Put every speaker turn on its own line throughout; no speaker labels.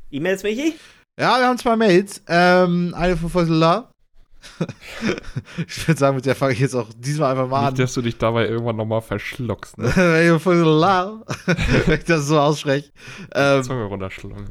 E-Mails, Michi?
Ja, wir haben 2 Mails. Eine von Fosselar. Ich würde sagen, mit der fange ich jetzt auch diesmal einfach mal an.
Nicht, dass du dich dabei irgendwann nochmal verschluckst, ne?
Wenn ich das so ausspreche.
Zunge runterschlucken.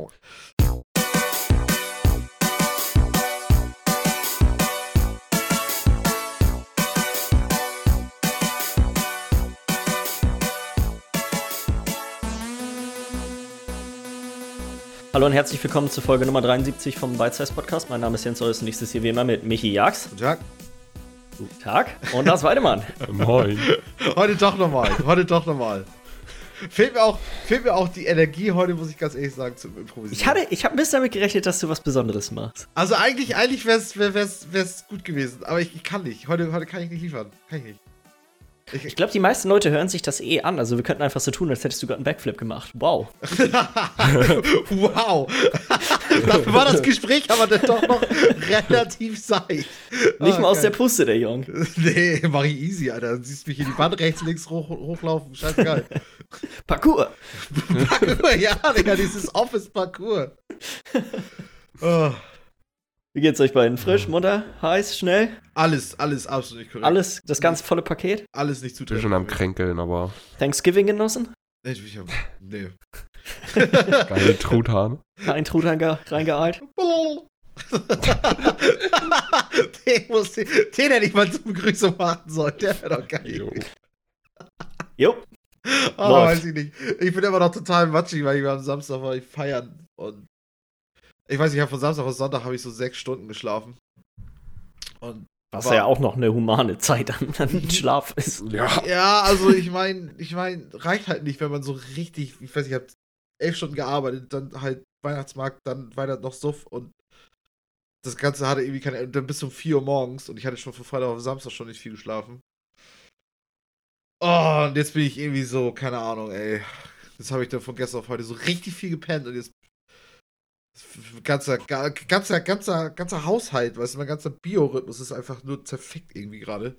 Hallo und herzlich willkommen zur Folge Nummer 73 vom Bite Size Podcast. Mein Name ist Jens Eus und ich sitze hier wie immer mit Michi Jax.
Guten Tag.
Guten Tag. Und Lars Weidemann.
Moin.
Heute doch nochmal. Fehlt mir auch die Energie heute, muss ich ganz ehrlich sagen, zum Improvisieren.
Ich habe ein bisschen damit gerechnet, dass du was Besonderes machst.
Also eigentlich wär's gut gewesen, aber ich kann nicht. Heute kann ich nicht liefern. Kann ich nicht.
Ich glaube, die meisten Leute hören sich das an. Also wir könnten einfach so tun, als hättest du gerade einen Backflip gemacht. Wow.
Wow. Dafür war das Gespräch aber dann doch noch relativ seicht.
Nicht mal aus der Puste, der Jung.
Nee, mach ich easy, Alter. Dann siehst du mich in die Wand rechts, links hochlaufen. Scheißegal.
Parkour.
Parkour, ja, Digga, dieses Office-Parkour. Oh.
Wie geht's euch beiden? Frisch, munter, heiß, schnell?
Alles absolut nicht korrekt.
Alles, das ganze volle Paket?
Alles nicht
Ich bin
zutreffend.
schon am Kränkeln, aber
Thanksgiving genossen?
Nee.
geil, Truthahn.
Ein Truthahn reingeeilt?
Den hätte ich mal zur Begrüßung machen sollen. Der wäre doch geil.
Jo.
Oh, weiß ich nicht. Ich bin immer noch total matschig, weil ich am Samstag war feiern. Und ich weiß nicht, von Samstag auf Sonntag habe ich so 6 Stunden geschlafen. Und
was ja auch noch eine humane Zeit an Schlaf ist.
Ja, also ich meine, reicht halt nicht, wenn man so richtig, ich weiß nicht, ich habe 11 Stunden gearbeitet, dann halt Weihnachtsmarkt, dann weiter noch Suff und das Ganze hatte irgendwie keine, dann bis um 4 Uhr morgens und ich hatte schon von Freitag auf Samstag schon nicht viel geschlafen. Oh, und jetzt bin ich irgendwie so, keine Ahnung, ey. Jetzt habe ich dann von gestern auf heute so richtig viel gepennt und jetzt ganzer Haushalt, weißt du, mein ganzer Biorhythmus ist einfach nur zerfickt irgendwie gerade.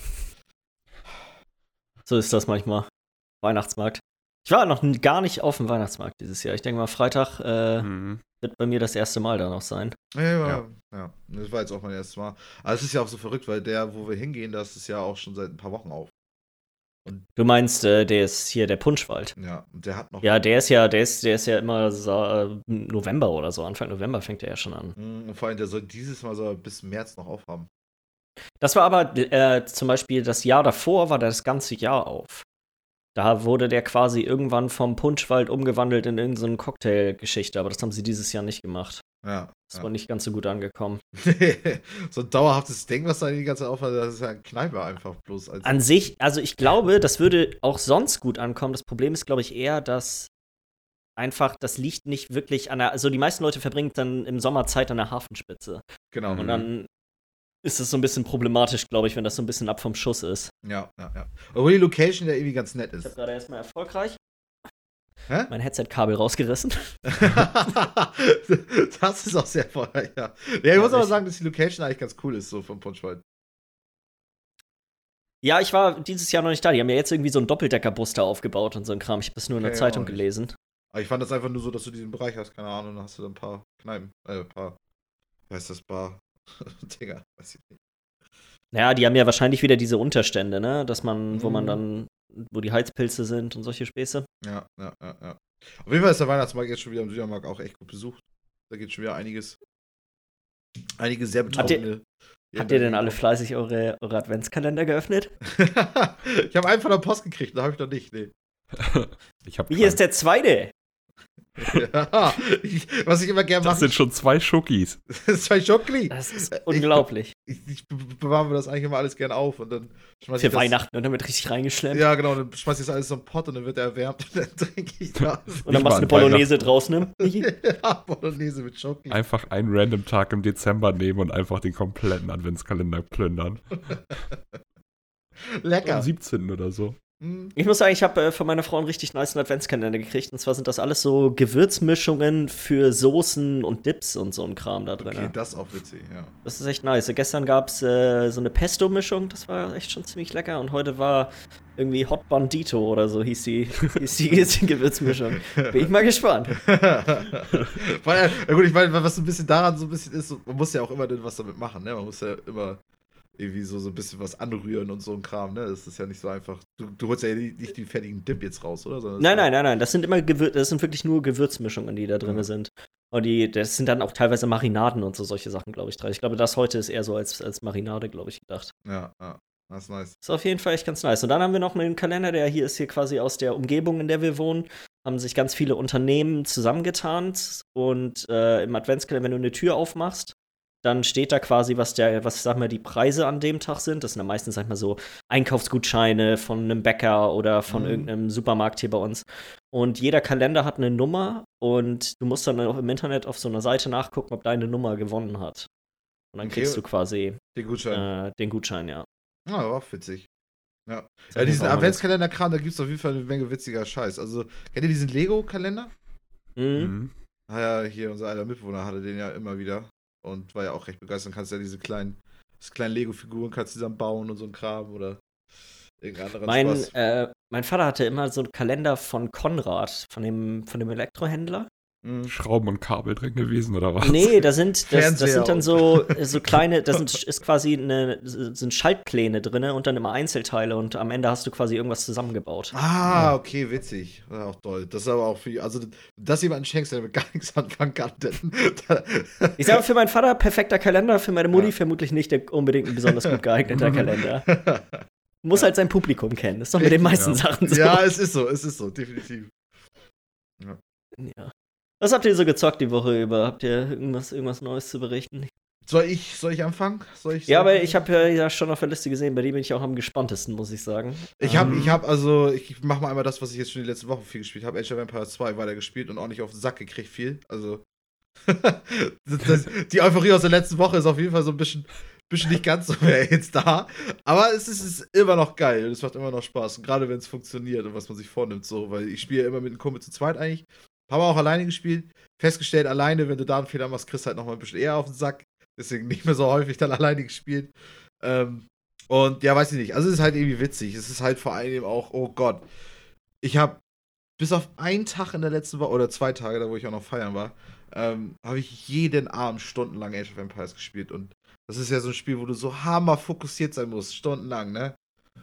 So ist das manchmal. Weihnachtsmarkt. Ich war noch gar nicht auf dem Weihnachtsmarkt dieses Jahr. Ich denke mal, Freitag wird bei mir das erste Mal da noch sein.
Ja. Das war jetzt auch mein erstes Mal. Aber es ist ja auch so verrückt, weil der, wo wir hingehen, das ist ja auch schon seit ein paar Wochen auf. Und
du meinst, der ist hier der Punschwald.
Ja, und der hat noch.
Ja, der ist ja immer November oder so. Anfang November fängt der ja schon an.
Und vor allem, der soll dieses Mal bis März noch aufhaben.
Das war aber zum Beispiel das Jahr davor, war das ganze Jahr auf. Da wurde der quasi irgendwann vom Punschwald umgewandelt in irgendeine Cocktailgeschichte, aber das haben sie dieses Jahr nicht gemacht.
Ja.
Das war nicht ganz so gut angekommen.
So ein dauerhaftes Ding, was da die ganze Zeit aufhört, das ist ja ein Kneipe einfach bloß.
An sich, also ich glaube, das würde auch sonst gut ankommen. Das Problem ist, glaube ich, eher, dass einfach, das liegt nicht wirklich an der, also die meisten Leute verbringen dann im Sommer Zeit an der Hafenspitze.
Genau.
Und dann ist es so ein bisschen problematisch, glaube ich, wenn das so ein bisschen ab vom Schuss ist.
Ja. Obwohl die Location ja irgendwie ganz nett
Ich habe
ist.
gerade erstmal erfolgreich
Mein
Headset-Kabel rausgerissen.
Das ist auch sehr vorher, ja. Ja, ich muss aber sagen, dass die Location eigentlich ganz cool ist, so vom Punschwald.
Ja, ich war dieses Jahr noch nicht da. Die haben ja jetzt irgendwie so einen Doppeldeckerbus da aufgebaut und so ein Kram. Ich habe das nur in der Zeitung gelesen.
Aber ich fand das einfach nur so, dass du diesen Bereich hast, keine Ahnung, dann hast du da ein paar Kneipen, Bar, Digga, weiß ich nicht.
Ja, die haben ja wahrscheinlich wieder diese Unterstände, ne? Dass man, wo die Heizpilze sind und solche Späße.
Ja. Auf jeden Fall ist der Weihnachtsmarkt jetzt schon wieder im Südermarkt auch echt gut besucht. Da geht schon wieder einiges sehr Betrunkene.
Habt ihr denn alle fleißig eure Adventskalender geöffnet?
Ich habe einen von der Post gekriegt, da habe ich noch nicht, nee.
Hier ist der zweite.
Ja, was ich immer gerne mache.
Das sind schon 2 Schockis.
2 Schockli.
Das ist unglaublich.
Ich bewahre mir das eigentlich immer alles gerne auf und dann schmeiß
für
ich das,
Weihnachten und dann wird richtig reingeschlemmt.
Ja, genau, dann schmeiß ich das alles so einen Pott und dann wird er erwärmt und dann trinke ich das.
Und dann machst du eine Bolognese draus, ne?
Ja, Bolognese mit Schockli.
Einfach einen random Tag im Dezember nehmen und einfach den kompletten Adventskalender plündern.
Lecker.
Am 17. oder so.
Ich muss sagen, ich habe von meiner Frau einen richtig nice Adventskalender gekriegt. Und zwar sind das alles so Gewürzmischungen für Soßen und Dips und so ein Kram da drin.
Okay, das ist auch witzig, ja.
Das ist echt nice. Gestern gab es so eine Pesto-Mischung, das war echt schon ziemlich lecker. Und heute war irgendwie Hot Bandito oder so hieß die Gewürzmischung. Bin ich mal gespannt.
Ja gut, ich meine, was ein bisschen daran so ein bisschen ist, man muss ja auch immer was damit machen, ne? Man muss ja immer irgendwie so ein bisschen was anrühren und so ein Kram, ne? Das ist ja nicht so einfach. Du holst ja nicht den fertigen Dip jetzt raus, oder?
Nein. Das sind immer das sind wirklich nur Gewürzmischungen, die da drin sind. Und das sind dann auch teilweise Marinaden und so solche Sachen, glaube ich, dran. Ich glaube, das heute ist eher so als Marinade, glaube ich, gedacht.
Ja, das ist nice.
Ist auf jeden Fall echt ganz nice. Und dann haben wir noch einen Kalender, der hier ist hier quasi aus der Umgebung, in der wir wohnen. Haben sich ganz viele Unternehmen zusammengetan. Und im Adventskalender, wenn du eine Tür aufmachst, dann steht da quasi, was sag mal, die Preise an dem Tag sind. Das sind dann meistens, sag mal, so Einkaufsgutscheine von einem Bäcker oder von irgendeinem Supermarkt hier bei uns. Und jeder Kalender hat eine Nummer und du musst dann auch im Internet auf so einer Seite nachgucken, ob deine Nummer gewonnen hat. Und dann kriegst du quasi
den
Gutschein, ja.
Ah, war auch witzig. Ja, diesen Adventskalender-Kram, da gibt es auf jeden Fall eine Menge witziger Scheiß. Also, kennt ihr diesen Lego-Kalender?
Mhm.
Ja, hier unser alter Mitbewohner hatte den ja immer wieder. Und war ja auch recht begeistert. Kannst ja diese kleinen Lego-Figuren kannst zusammenbauen und so ein Kram oder irgendeinen anderen Spaß.
Mein Vater hatte immer so einen Kalender von Konrad, von dem Elektrohändler.
Schrauben und Kabel drin gewesen, oder was?
Nee, das sind dann so kleine, ist quasi sind Schaltpläne drin und dann immer Einzelteile und am Ende hast du quasi irgendwas zusammengebaut.
Ah, okay, witzig. Ja, auch toll. Das ist aber auch viel, also, dass jemand schenkst, der mit gar nichts anfangen kann.
Ich sage, für meinen Vater perfekter Kalender, für meine Mutti vermutlich nicht unbedingt ein besonders gut geeigneter Kalender. Muss halt sein Publikum kennen. Das ist doch mit den meisten Sachen so.
Ja, es ist so, definitiv.
Ja. Was habt ihr so gezockt die Woche über? Habt ihr irgendwas Neues zu berichten?
Soll ich anfangen?
Aber ich habe ja schon auf der Liste gesehen, bei dem bin ich auch am gespanntesten, muss ich sagen.
Ich mach mal einmal das, was ich jetzt schon die letzten Wochen viel gespielt habe. Age of Empires 2 weiter gespielt und auch nicht auf den Sack gekriegt viel. Also, die Euphorie aus der letzten Woche ist auf jeden Fall so ein bisschen nicht ganz so mehr jetzt da. Aber es ist immer noch geil und es macht immer noch Spaß. Und gerade wenn es funktioniert und was man sich vornimmt, so, weil ich spiele ja immer mit einem Kumpel zu zweit eigentlich. Haben wir auch alleine gespielt. Festgestellt, alleine, wenn du da einen Fehler machst, kriegst du halt noch mal ein bisschen eher auf den Sack. Deswegen nicht mehr so häufig dann alleine gespielt. Und ja, weiß ich nicht. Also es ist halt irgendwie witzig. Es ist halt vor allem auch, oh Gott. Ich habe bis auf einen Tag in der letzten Woche, oder 2 Tage, da wo ich auch noch feiern war, habe ich jeden Abend stundenlang Age of Empires gespielt. Und das ist ja so ein Spiel, wo du so hammer fokussiert sein musst, stundenlang, ne?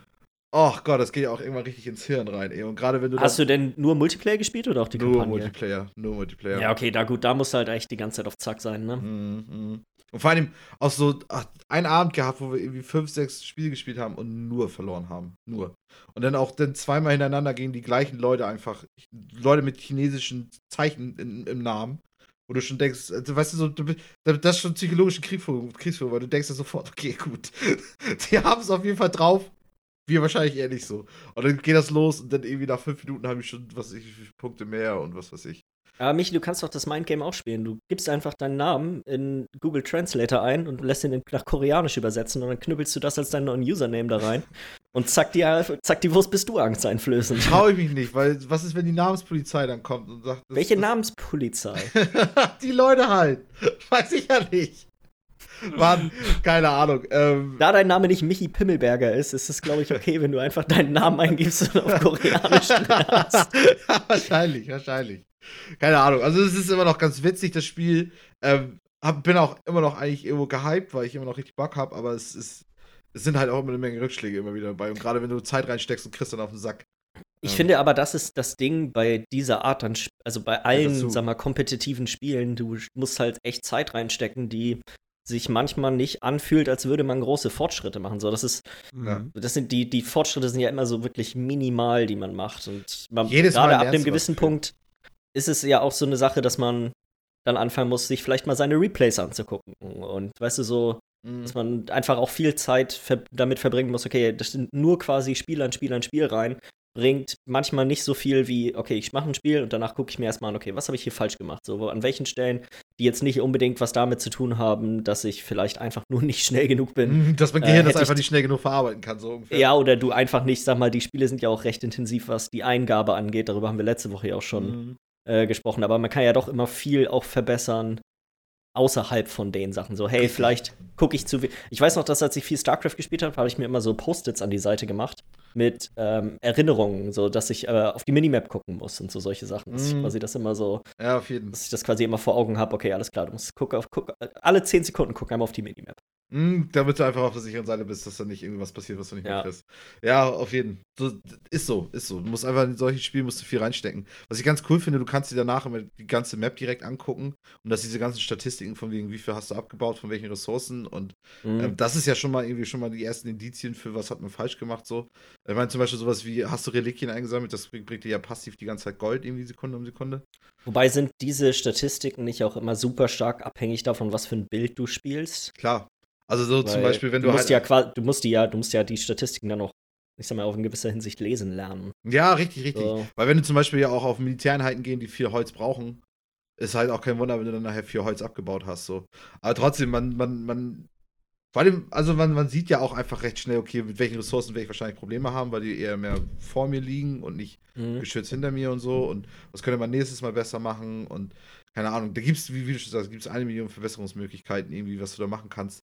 Oh Gott, das geht ja auch irgendwann richtig ins Hirn rein, ey. Und gerade wenn du
Hast du denn nur Multiplayer gespielt oder auch die Kampagne?
Nur Multiplayer.
Ja, okay, da musst du halt echt die ganze Zeit auf Zack sein, ne?
Und vor allem auch so einen Abend gehabt, wo wir irgendwie 5, 6 Spiele gespielt haben und nur verloren haben. Nur. Und dann auch zweimal hintereinander gegen die gleichen Leute einfach. Leute mit chinesischen Zeichen im Namen. Wo du schon denkst, weißt du, so, das ist schon psychologische Kriegsführung, weil du denkst ja sofort, okay, gut. Die haben es auf jeden Fall drauf. Wir wahrscheinlich eher nicht so. Und dann geht das los und dann irgendwie nach 5 Minuten habe ich schon, was weiß ich, wie viele Punkte mehr und was weiß ich.
Aber Michi, du kannst doch das Mindgame auch spielen. Du gibst einfach deinen Namen in Google Translator ein und lässt ihn nach Koreanisch übersetzen und dann knüppelst du das als deinen neuen Username da rein. Und zack, die Wurst bist du angsteinflößend.
Traue ich mich nicht, weil was ist, wenn die Namenspolizei dann kommt und sagt...
Welche Namenspolizei?
Die Leute halt. Weiß ich ja nicht. Mann, keine Ahnung.
Da dein Name nicht Michi Pimmelberger ist es, glaube ich, okay, wenn du einfach deinen Namen eingibst und auf Koreanisch hast.
Wahrscheinlich. Keine Ahnung. Also es ist immer noch ganz witzig, das Spiel. Bin auch immer noch eigentlich irgendwo gehypt, weil ich immer noch richtig Bock habe, aber es sind halt auch immer eine Menge Rückschläge immer wieder dabei. Und gerade wenn du Zeit reinsteckst und kriegst dann auf den Sack.
Ich finde aber, das ist das Ding bei dieser Art, also bei allen, sag mal, kompetitiven Spielen, du musst halt echt Zeit reinstecken, die sich manchmal nicht anfühlt, als würde man große Fortschritte machen. So, das sind die Fortschritte sind ja immer so wirklich minimal, die man macht. Und gerade ab einem gewissen Punkt ist es ja auch so eine Sache, dass man dann anfangen muss, sich vielleicht mal seine Replays anzugucken. Und weißt du, so, dass man einfach auch viel Zeit damit verbringen muss, okay, das sind nur quasi Spiel an Spiel rein, bringt manchmal nicht so viel wie, okay, ich mache ein Spiel und danach gucke ich mir erstmal an, okay, was habe ich hier falsch gemacht? So, an welchen Stellen die jetzt nicht unbedingt was damit zu tun haben, dass ich vielleicht einfach nur nicht schnell genug bin.
Dass mein Gehirn das einfach nicht schnell genug verarbeiten kann, so ungefähr.
Ja, oder du einfach nicht, sag mal, die Spiele sind ja auch recht intensiv, was die Eingabe angeht. Darüber haben wir letzte Woche ja auch schon gesprochen. Aber man kann ja doch immer viel auch verbessern außerhalb von den Sachen. So, hey, vielleicht gucke ich zu. Ich weiß noch, dass als ich viel StarCraft gespielt habe, habe ich mir immer so Post-its an die Seite gemacht mit Erinnerungen, so dass ich auf die Minimap gucken muss und so solche Sachen. Dass ich quasi das immer so,
ja, auf jeden.
dass ich das quasi immer vor Augen habe. Okay, alles klar, du musst alle 10 Sekunden gucken einmal auf die Minimap.
Damit du einfach auf der sicheren Seite bist, dass da nicht irgendwas passiert, was du nicht möchtest. Ja, auf jeden Fall. Ist so. Du musst einfach in solche Spiele musst du viel reinstecken. Was ich ganz cool finde, du kannst dir danach immer die ganze Map direkt angucken und dass diese ganzen Statistiken von wegen, wie viel hast du abgebaut, von welchen Ressourcen und das ist ja schon mal die ersten Indizien für was hat man falsch gemacht, so. Ich meine zum Beispiel sowas wie, hast du Reliquien eingesammelt, das bringt dir ja passiv die ganze Zeit Gold, irgendwie Sekunde um Sekunde.
Wobei sind diese Statistiken nicht auch immer super stark abhängig davon, was für ein Bild du spielst?
Klar. Also so zum Beispiel, wenn
du musst ja die Statistiken dann auch, ich sag mal, auf in gewisser Hinsicht lesen lernen.
Ja, richtig.
So.
Weil wenn du zum Beispiel ja auch auf Militäreinheiten gehen, die viel Holz brauchen, ist halt auch kein Wunder, wenn du dann nachher viel Holz abgebaut hast. So. Aber trotzdem, man sieht ja auch einfach recht schnell, okay, mit welchen Ressourcen werde ich wahrscheinlich Probleme haben, weil die eher mehr vor mir liegen und nicht geschützt hinter mir und so. Und was könnte man nächstes Mal besser machen? Und keine Ahnung, da gibt es, wie du schon sagst, gibt es 1 Million Verbesserungsmöglichkeiten, irgendwie, was du da machen kannst.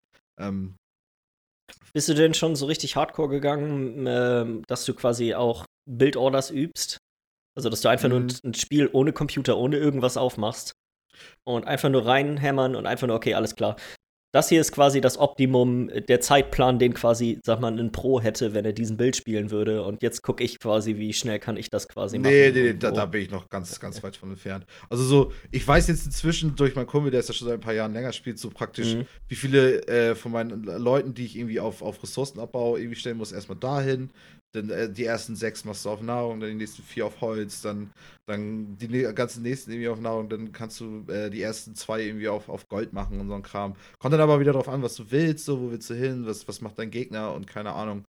Bist du denn schon so richtig hardcore gegangen, dass du quasi auch Build-Orders übst? Also, dass du einfach nur ein Spiel ohne Computer, ohne irgendwas aufmachst und einfach nur reinhämmern und einfach nur, okay, alles klar. Das hier ist quasi das Optimum, der Zeitplan, den quasi, sag mal, ein Pro hätte, wenn er diesen Bild spielen würde. Und jetzt gucke ich quasi, wie schnell kann ich das quasi machen.
Nee, da bin ich noch ganz weit von entfernt. Also so, ich weiß jetzt inzwischen durch meinen Kumpel, der ist ja schon seit ein paar Jahren länger spielt, so praktisch, wie viele von meinen Leuten, die ich irgendwie auf Ressourcenabbau irgendwie stellen muss, erstmal dahin. Dann die ersten 6 machst du auf Nahrung, dann die nächsten 4 auf Holz, dann die ganzen nächsten irgendwie auf Nahrung, dann kannst du die ersten 2 irgendwie auf Gold machen und so ein Kram. Kommt dann aber wieder drauf an, was du willst, so, wo willst du hin, was macht dein Gegner und keine Ahnung.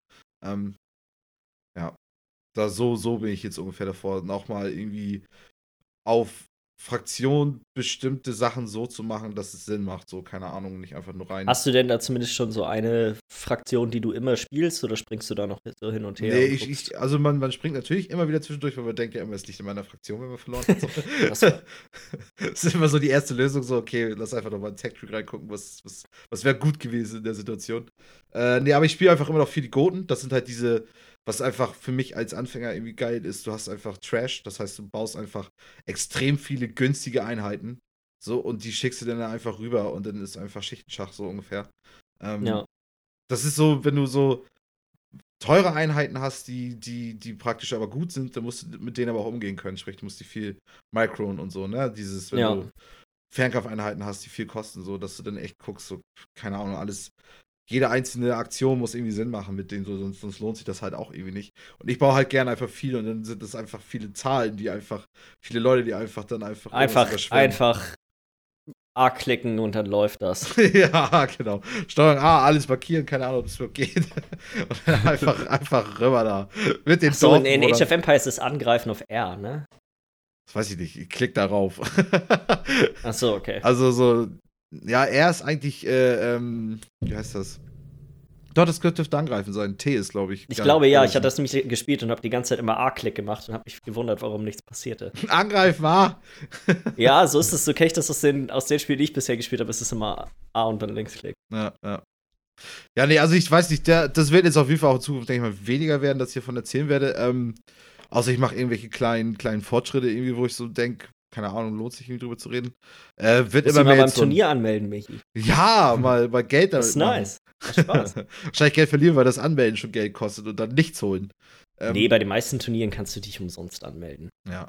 Ja, so bin ich jetzt ungefähr davor, noch mal irgendwie auf Fraktion bestimmte Sachen so zu machen, dass es Sinn macht, so, keine Ahnung, nicht einfach nur rein.
Hast du denn da zumindest schon so eine Fraktion, die du immer spielst, oder springst du da noch so hin und her?
Nee, also man springt natürlich immer wieder zwischendurch, weil man denkt ja immer, es liegt in meiner Fraktion, wenn man verloren hat. So. Das ist immer so die erste Lösung, so, okay, lass einfach nochmal in Tech-Tree reingucken, was wäre gut gewesen in der Situation. Nee, aber ich spiele einfach immer noch viel die Goten, das sind halt diese, was einfach für mich als Anfänger irgendwie geil ist, du hast einfach Trash, das heißt, du baust einfach extrem viele günstige Einheiten, so, und die schickst du dann einfach rüber und dann ist einfach Schichtenschach, so ungefähr.
Ja.
Das ist so, wenn du so teure Einheiten hast, die praktisch aber gut sind, dann musst du mit denen aber auch umgehen können, sprich, du musst die viel micron und so, ne, wenn du Fernkampfeinheiten hast, die viel kosten, so, dass du dann echt guckst, so, keine Ahnung, alles, jede einzelne Aktion muss irgendwie Sinn machen mit denen, so, sonst lohnt sich das halt auch irgendwie nicht. Und ich baue halt gerne einfach viel und dann sind das einfach viele Zahlen, viele Leute, die einfach
einfach A klicken und dann läuft das.
Ja, genau. Steuerung A, alles markieren, keine Ahnung, ob es überhaupt geht. Und dann einfach rüber da. Mit den
so, in Age of Empires ist Angreifen auf R, ne?
Das weiß ich nicht, ich klick darauf.
Ach so, okay.
Also so, ja, R ist eigentlich, wie heißt das? Doch, das dürfte angreifen sein. T ist, glaube ich.
Ich glaube, ja, ich hatte das nämlich gespielt und habe die ganze Zeit immer A-Klick gemacht und habe mich gewundert, warum nichts passierte.
Angreifen, A!
Ja, so ist es, so kenne ich das aus den Spielen, die ich bisher gespielt habe, ist es immer A und dann Linksklick.
Ja. Ja, nee, also ich weiß nicht, das wird jetzt auf jeden Fall auch in Zukunft, denke ich mal, weniger werden, dass ich hiervon erzählen werde. Außer ich mache irgendwelche kleinen Fortschritte irgendwie, wo ich so denke, keine Ahnung, lohnt sich irgendwie drüber zu reden. Wird immer mehr
beim Turnier anmelden, Michi.
Ja, mal Geld damit.
Das ist nice. Spaß.
Wahrscheinlich Geld verlieren, weil das Anmelden schon Geld kostet und dann nichts holen.
Nee, bei den meisten Turnieren kannst du dich umsonst anmelden.
Ja.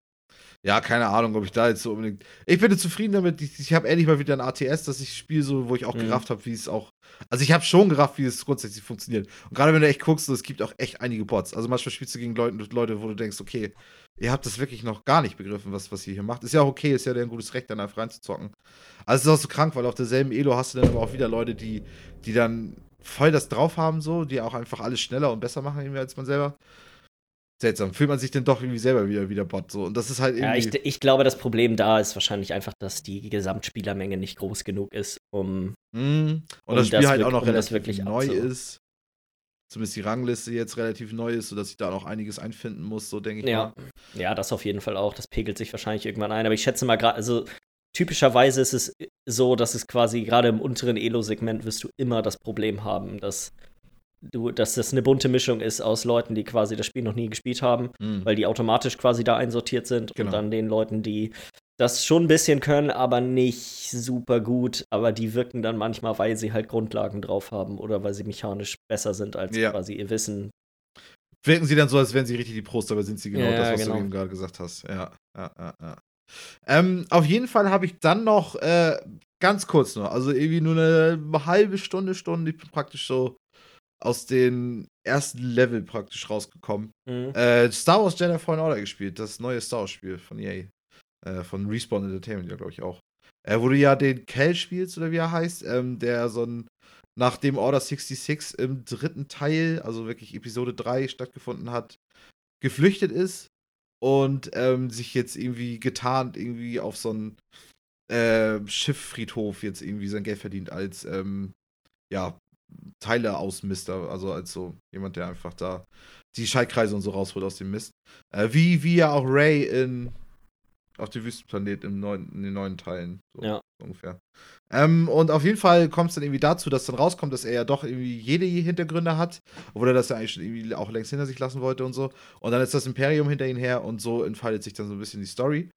Ja, keine Ahnung, ob ich da jetzt so unbedingt. Ich bin zufrieden damit. Ich habe endlich mal wieder ein ATS, das ich spiele, so, wo ich auch gerafft habe, wie es auch. Also, ich habe schon gerafft, wie es grundsätzlich funktioniert. Und gerade wenn du echt guckst, so, es gibt auch echt einige Bots. Also, manchmal spielst du gegen Leute, wo du denkst, okay, ihr habt das wirklich noch gar nicht begriffen, was ihr hier macht. Ist ja auch okay, ist ja ein gutes Recht, dann einfach reinzuzocken. Also, es ist auch so krank, weil auf derselben Elo hast du dann aber auch wieder Leute, die dann voll das drauf haben, so, die auch einfach alles schneller und besser machen, als man selber. seltsam. Fühlt man sich denn doch irgendwie selber wieder wie der Bot so. Und das ist halt irgendwie.
Ja, ich glaube, das Problem da ist wahrscheinlich einfach, dass die Gesamtspielermenge nicht groß genug ist,
Und das Spiel halt auch noch relativ
wirklich
neu ist. Zumindest die Rangliste jetzt relativ neu ist, sodass ich da noch einiges einfinden muss, so denke ich mal.
Ja, das auf jeden Fall auch. Das pegelt sich wahrscheinlich irgendwann ein. Aber ich schätze mal gerade, also typischerweise ist es so, dass es quasi gerade im unteren Elo-Segment wirst du immer das Problem haben, dass das eine bunte Mischung ist aus Leuten, die quasi das Spiel noch nie gespielt haben, weil die automatisch quasi da einsortiert sind und dann den Leuten, die das schon ein bisschen können, aber nicht super gut, aber die wirken dann manchmal, weil sie halt Grundlagen drauf haben oder weil sie mechanisch besser sind als quasi ihr Wissen.
Wirken sie dann so, als wären sie richtig die Pros, dabei sind sie genau das, was du eben gerade gesagt hast. Ja. Auf jeden Fall habe ich dann noch, ganz kurz nur, also irgendwie nur eine halbe Stunde, ich bin praktisch so aus den ersten Level praktisch rausgekommen. Star Wars Jedi Fallen Order gespielt, das neue Star Wars Spiel von EA. Von Respawn Entertainment, ja, glaube ich auch. Wo du ja den Cal spielst, oder wie er heißt, der nach dem Order 66 im 3. Teil, also wirklich Episode 3 stattgefunden hat, geflüchtet ist und sich jetzt irgendwie getarnt irgendwie auf so einen Schifffriedhof jetzt irgendwie sein Geld verdient als Teile-Ausmister, also als so jemand, der einfach da die Schaltkreise und so rausholt aus dem Mist. Wie ja auch Rey auf dem Wüstenplanet in den neuen Teilen. So ungefähr. Und auf jeden Fall kommt es dann irgendwie dazu, dass dann rauskommt, dass er ja doch irgendwie jede Hintergründe hat, obwohl er das ja eigentlich schon irgendwie auch längst hinter sich lassen wollte und so. Und dann ist das Imperium hinter ihm her und so entfaltet sich dann so ein bisschen die Story.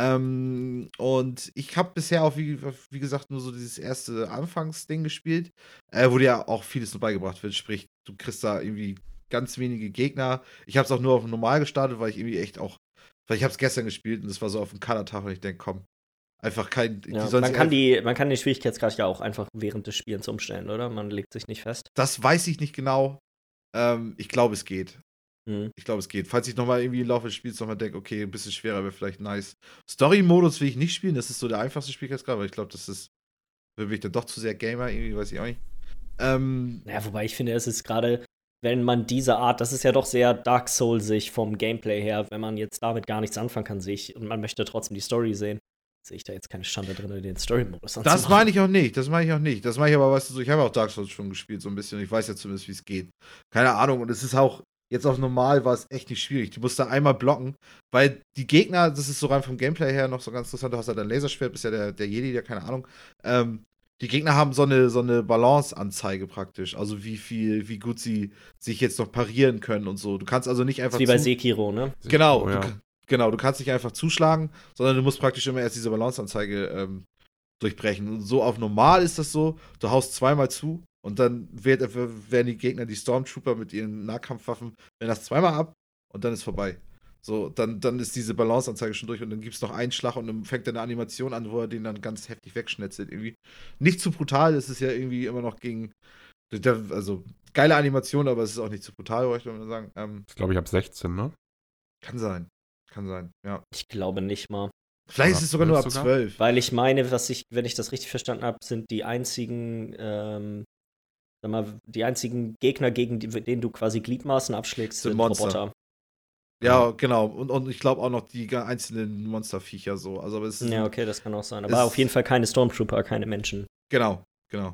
Und ich habe bisher auch, wie gesagt, nur so dieses erste Anfangsding gespielt, wo dir ja auch vieles nur beigebracht wird. Sprich, du kriegst da irgendwie ganz wenige Gegner. Ich habe es auch nur auf normal gestartet, weil ich irgendwie weil ich habe es gestern gespielt und es war so auf dem Color-Tag und ich denke, komm, einfach kein.
Man kann den Schwierigkeitsgrad ja auch einfach während des Spielens umstellen, oder? Man legt sich nicht fest.
Das weiß ich nicht genau. Ich glaube, es geht. Ich glaube, es geht. Falls ich nochmal irgendwie im Laufe des Spiels nochmal denke, okay, ein bisschen schwerer wäre vielleicht nice. Story-Modus will ich nicht spielen, das ist so der einfachste Schwierigkeitsgrad, aber ich glaube, bin ich dann doch zu sehr Gamer, irgendwie, weiß ich auch nicht.
Wobei ich finde, es ist gerade, wenn man diese Art, das ist ja doch sehr Dark Soul-sich vom Gameplay her, wenn man jetzt damit gar nichts anfangen kann, und man möchte trotzdem die Story sehen, sehe ich da jetzt keine Schande drin, den Story-Modus anzumachen.
Das meine ich auch nicht. Das mache ich aber, weißt du, so, ich habe auch Dark Souls schon gespielt, so ein bisschen. Und ich weiß ja zumindest, wie es geht. Keine Ahnung. Und es ist auch, jetzt auf normal war es echt nicht schwierig. Du musst da einmal blocken, weil die Gegner, das ist so rein vom Gameplay her noch so ganz interessant, du hast halt ein Laserschwert, bist ja der Jedi, der keine Ahnung. Die Gegner haben so eine Balance-Anzeige praktisch. Also wie gut sie sich jetzt noch parieren können und so. Du kannst also nicht einfach.
Das ist wie bei Sekiro, ne?
Genau, du kannst nicht einfach zuschlagen, sondern du musst praktisch immer erst diese Balanceanzeige durchbrechen. Und so auf normal ist das so, du haust zweimal zu und dann werden die Gegner, die Stormtrooper mit ihren Nahkampfwaffen, werden das zweimal ab und dann ist vorbei. So, dann ist diese Balanceanzeige schon durch und dann gibt es noch einen Schlag und dann fängt er eine Animation an, wo er den dann ganz heftig wegschnetzelt irgendwie. Nicht zu brutal, es ist ja irgendwie immer noch also geile Animation, aber es ist auch nicht zu brutal, wollte ich mal sagen.
Ich glaube, ich habe 16, ne?
Kann sein, ja.
Ich glaube nicht mal.
Vielleicht ist es sogar nur ab 12.
Weil ich meine, wenn ich das richtig verstanden habe, sind die einzigen Gegner, gegen denen du quasi Gliedmaßen abschlägst, sind Roboter.
Ja, genau. Und ich glaube auch noch die einzelnen Monsterviecher so. Also, aber es ist
okay, das kann auch sein. Aber auf jeden Fall keine Stormtrooper, keine Menschen.
Genau, ja.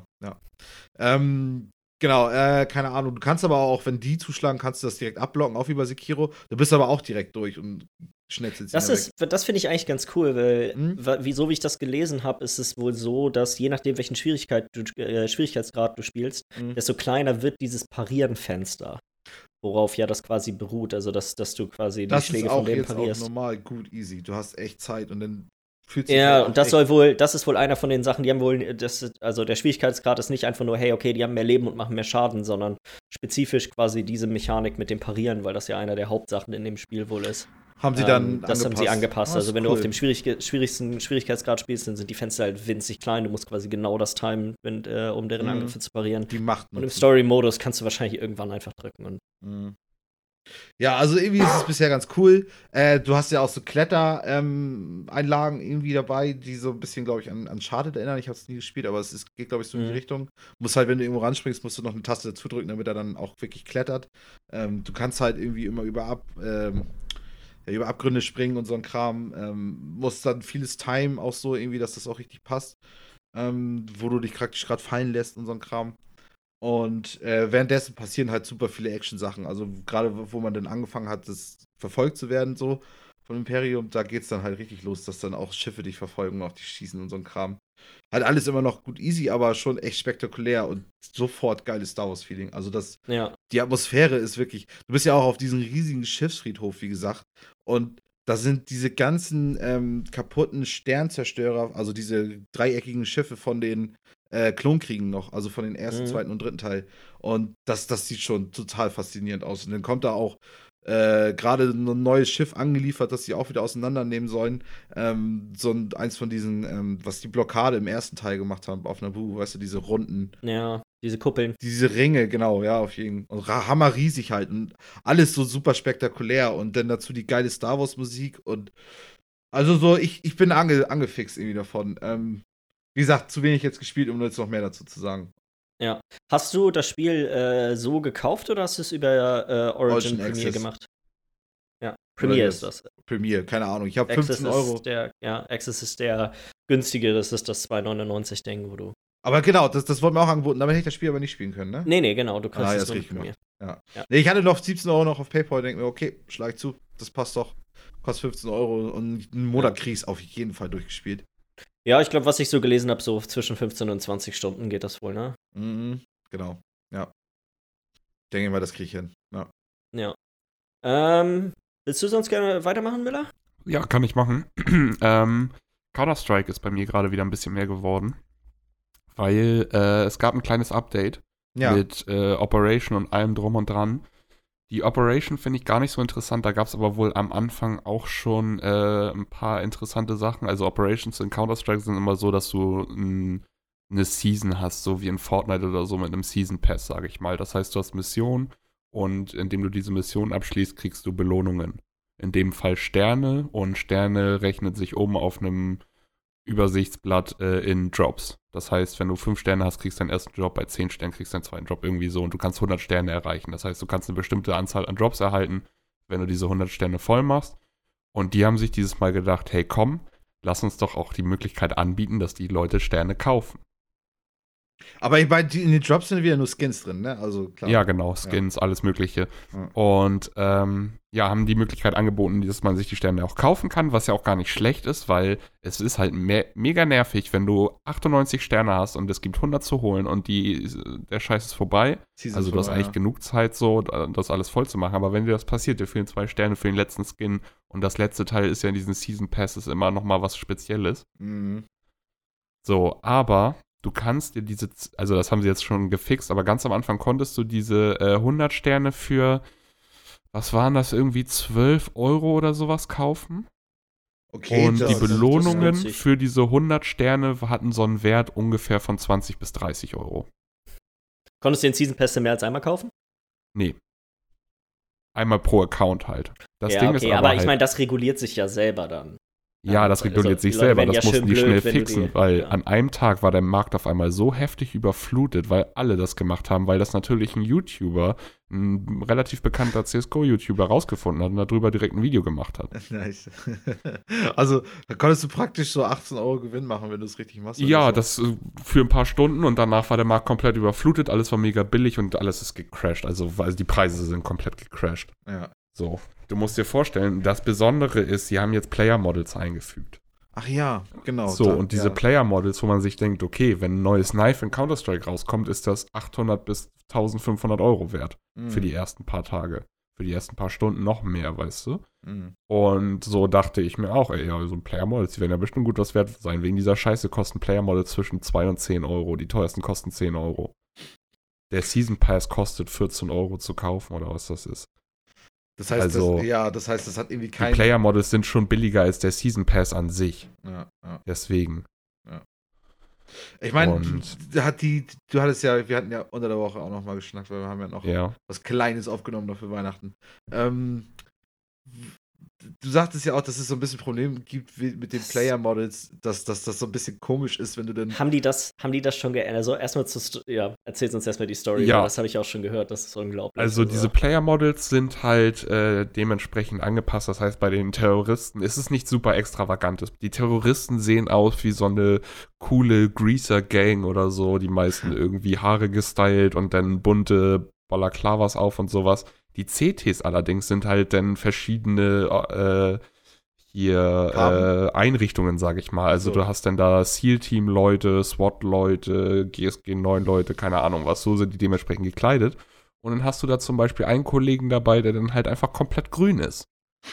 Keine Ahnung. Du kannst aber auch, wenn die zuschlagen, kannst du das direkt abblocken, auch wie bei Sekiro. Du bist aber auch direkt durch und schnetzelst
Das finde ich eigentlich ganz cool, weil so wie ich das gelesen habe, ist es wohl so, dass je nachdem, welchen Schwierigkeitsgrad du spielst, desto kleiner wird dieses Parieren-Fenster. Worauf ja das quasi beruht, also dass du quasi die Schläge von dem parierst.
Das ist auch normal gut easy. Du hast echt Zeit und dann fühlt sich
und das ist wohl einer von den Sachen, die haben wohl, also der Schwierigkeitsgrad ist nicht einfach nur, hey, okay, die haben mehr Leben und machen mehr Schaden, sondern spezifisch quasi diese Mechanik mit dem Parieren, weil das ja einer der Hauptsachen in dem Spiel wohl ist.
Haben sie dann
das haben sie angepasst. Also wenn du auf dem schwierigsten Schwierigkeitsgrad spielst, dann sind die Fenster halt winzig klein. Du musst quasi genau das timen, um deren Angriffe zu parieren.
Die Macht.
Und im Story-Modus kannst du wahrscheinlich irgendwann einfach drücken.
Ja, also irgendwie ist es bisher ganz cool. Du hast ja auch so Kletter-Einlagen irgendwie dabei, die so ein bisschen, glaube ich, an Uncharted erinnern. Ich habe es nie gespielt, aber geht, glaube ich, so in die Richtung. Musst halt, wenn du irgendwo ranspringst, musst du noch eine Taste dazu drücken, damit er dann auch wirklich klettert. Du kannst halt irgendwie immer über Abgründe springen und so ein Kram. Musst dann vieles timen, auch so irgendwie, dass das auch richtig passt. Wo du dich praktisch gerade fallen lässt und so ein Kram. Und währenddessen passieren halt super viele Action-Sachen. Also gerade wo man dann angefangen hat, das verfolgt zu werden, so von Imperium, da geht's dann halt richtig los, dass dann auch Schiffe dich verfolgen, auch die schießen und so ein Kram. Halt alles immer noch gut easy, aber schon echt spektakulär und sofort geiles Star Wars-Feeling. Also die Atmosphäre ist wirklich. Du bist ja auch auf diesem riesigen Schiffsfriedhof, wie gesagt. Und da sind diese ganzen kaputten Sternzerstörer, also diese dreieckigen Schiffe von den Klonkriegen noch, also von den ersten, zweiten und dritten Teil. Und das sieht schon total faszinierend aus. Und dann kommt da auch gerade ein neues Schiff angeliefert, das sie auch wieder auseinandernehmen sollen. Eins von diesen, was die Blockade im ersten Teil gemacht haben auf Naboo, weißt du, diese runden.
Ja, diese Kuppeln.
Diese Ringe, genau, ja, auf jeden Fall. Und hammerriesig halt. Und alles so super spektakulär. Und dann dazu die geile Star Wars-Musik. Und also so, ich bin angefixt irgendwie davon. Wie gesagt, zu wenig jetzt gespielt, um jetzt noch mehr dazu zu sagen.
Ja. Hast du das Spiel so gekauft oder hast du es über Origin Premier gemacht? Ja, Premier ist das.
Premier, keine Ahnung. Ich habe 15 Euro.
Access ist der günstige, das ist das 2,99-Ding, wo du.
Aber genau, das wurde mir auch angeboten, damit hätte ich das Spiel aber nicht spielen können, ne?
Nee, genau, du kannst
es nur mit Premier. Ja. Nee, ich hatte noch 17 Euro noch auf PayPal und denke mir, okay, schlag ich zu, das passt doch. Kostet 15 Euro und einen Monat krieg ich's auf jeden Fall durchgespielt.
Ja, ich glaube, was ich so gelesen habe, so zwischen 15 und 20 Stunden geht das wohl, ne?
Mhm, genau, ja. Ich denke mal, das kriege ich hin, ja.
Ja. Willst du sonst gerne weitermachen, Miller?
Ja, kann ich machen. Counter-Strike ist bei mir gerade wieder ein bisschen mehr geworden, weil es gab ein kleines Update mit Operation und allem drum und dran. Die Operation finde ich gar nicht so interessant, da gab es aber wohl am Anfang auch schon ein paar interessante Sachen. Also Operations in Counter-Strike sind immer so, dass du eine Season hast, so wie in Fortnite oder so mit einem Season Pass, sage ich mal. Das heißt, du hast Missionen und indem du diese Mission abschließt, kriegst du Belohnungen. In dem Fall Sterne und Sterne rechnen sich um auf einem Übersichtsblatt in Drops. Das heißt, wenn du 5 Sterne hast, kriegst du deinen ersten Job, bei 10 Sternen kriegst du deinen zweiten Job irgendwie so und du kannst 100 Sterne erreichen. Das heißt, du kannst eine bestimmte Anzahl an Drops erhalten, wenn du diese 100 Sterne voll machst. Und die haben sich dieses Mal gedacht, hey komm, lass uns doch auch die Möglichkeit anbieten, dass die Leute Sterne kaufen.
Aber in den Drops sind wieder nur Skins drin, ne? Also klar.
Ja, genau, Skins, alles Mögliche. Ja. Und haben die Möglichkeit angeboten, dass man sich die Sterne auch kaufen kann, was ja auch gar nicht schlecht ist, weil es ist halt mega nervig, wenn du 98 Sterne hast und es gibt 100 zu holen und der Scheiß ist vorbei. Also du hast eigentlich genug Zeit, so das alles voll zu machen. Aber wenn dir das passiert, dir fehlen 2 Sterne für den letzten Skin und das letzte Teil ist ja in diesen Season Passes immer noch mal was Spezielles.
Mhm.
So, aber du kannst dir also das haben sie jetzt schon gefixt, aber ganz am Anfang konntest du diese 100 Sterne für, was waren das, irgendwie 12 Euro oder sowas kaufen.
Okay,
und die Belohnungen für diese 100 Sterne hatten so einen Wert ungefähr von 20 bis 30 Euro.
Konntest du den Season Pass mehr als einmal kaufen?
Nee. Einmal pro Account halt. Das
Ding ist aber ich meine, das reguliert sich ja selber dann.
Ja, das reguliert sich selber, das mussten die schnell fixen, weil an einem Tag war der Markt auf einmal so heftig überflutet, weil alle das gemacht haben, weil das natürlich ein YouTuber, ein relativ bekannter CSGO-YouTuber rausgefunden hat und darüber direkt ein Video gemacht hat.
Nice. Also, da konntest du praktisch so 18 Euro Gewinn machen, wenn du es richtig machst.
Ja,
so.
Das für ein paar Stunden und danach war der Markt komplett überflutet, alles war mega billig und alles ist gecrashed, also die Preise sind komplett gecrashed.
Ja.
So, du musst dir vorstellen, das Besondere ist, sie haben jetzt Player-Models eingefügt.
Ach ja, genau.
So, und diese Player-Models, wo man sich denkt, okay, wenn ein neues Knife in Counter-Strike rauskommt, ist das 800 bis 1500 Euro wert für die ersten paar Tage. Für die ersten paar Stunden noch mehr, weißt du? Und so dachte ich mir auch, ey, ja, so Player-Models, die werden ja bestimmt gut was wert sein. Wegen dieser Scheiße kosten Player-Models zwischen 2 und 10 Euro. Die teuersten kosten 10 Euro. Der Season Pass kostet 14 Euro zu kaufen oder was das ist.
Das heißt, das hat irgendwie kein.
Die Player-Models sind schon billiger als der Season Pass an sich.
Ja.
Deswegen.
Ja. Ich meine, du hattest ja, wir hatten ja unter der Woche auch noch mal geschnackt, weil wir haben ja noch was Kleines aufgenommen noch für Weihnachten. Du sagtest ja auch, dass es so ein bisschen Probleme gibt mit den Player-Models, dass das so ein bisschen komisch ist, wenn du dann.
Haben die das schon geändert? Also erstmal erzählt uns erstmal die Story,
ja.
Das habe ich auch schon gehört, das ist unglaublich.
Also diese Player-Models sind halt dementsprechend angepasst, das heißt, bei den Terroristen ist es nicht super extravagant. Die Terroristen sehen aus wie so eine coole Greaser-Gang oder so, die meisten irgendwie Haare gestylt und dann bunte Balaklavas auf und sowas. Die CTs allerdings sind halt dann verschiedene Einrichtungen, sag ich mal. Also du hast dann da SEAL-Team-Leute, SWAT-Leute, GSG-9-Leute, keine Ahnung was. So sind die dementsprechend gekleidet. Und dann hast du da zum Beispiel einen Kollegen dabei, der dann halt einfach komplett grün ist.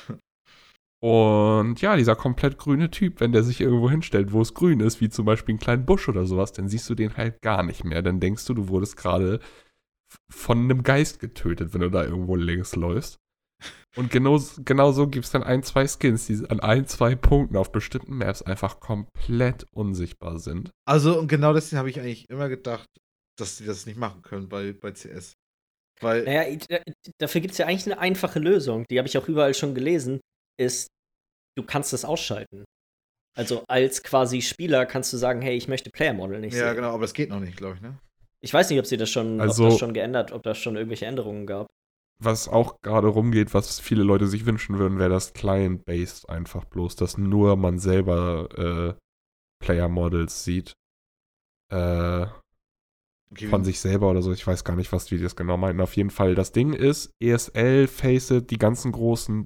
Und ja, dieser komplett grüne Typ, wenn der sich irgendwo hinstellt, wo es grün ist, wie zum Beispiel einen kleinen Busch oder sowas, dann siehst du den halt gar nicht mehr. Dann denkst du wurdest gerade von einem Geist getötet, wenn du da irgendwo links läufst. Und genau so gibt es dann 2 Skins, die an 2 Punkten auf bestimmten Maps einfach komplett unsichtbar sind.
Also, und genau deswegen habe ich eigentlich immer gedacht, dass die das nicht machen können bei CS. Weil
naja, dafür gibt es ja eigentlich eine einfache Lösung, die habe ich auch überall schon gelesen, ist, du kannst das ausschalten. Also als quasi Spieler kannst du sagen, hey, ich möchte Player Model nicht sehen.
Ja, genau, aber das geht noch nicht, glaube ich, ne?
Ich weiß nicht, ob das schon geändert, ob da schon irgendwelche Änderungen gab.
Was auch gerade rumgeht, was viele Leute sich wünschen würden, wäre das Client-Based einfach bloß, dass nur man selber Player-Models sieht. Von sich selber oder so. Ich weiß gar nicht, was die das genau meinten. Auf jeden Fall, das Ding ist, ESL, Faceit, die ganzen großen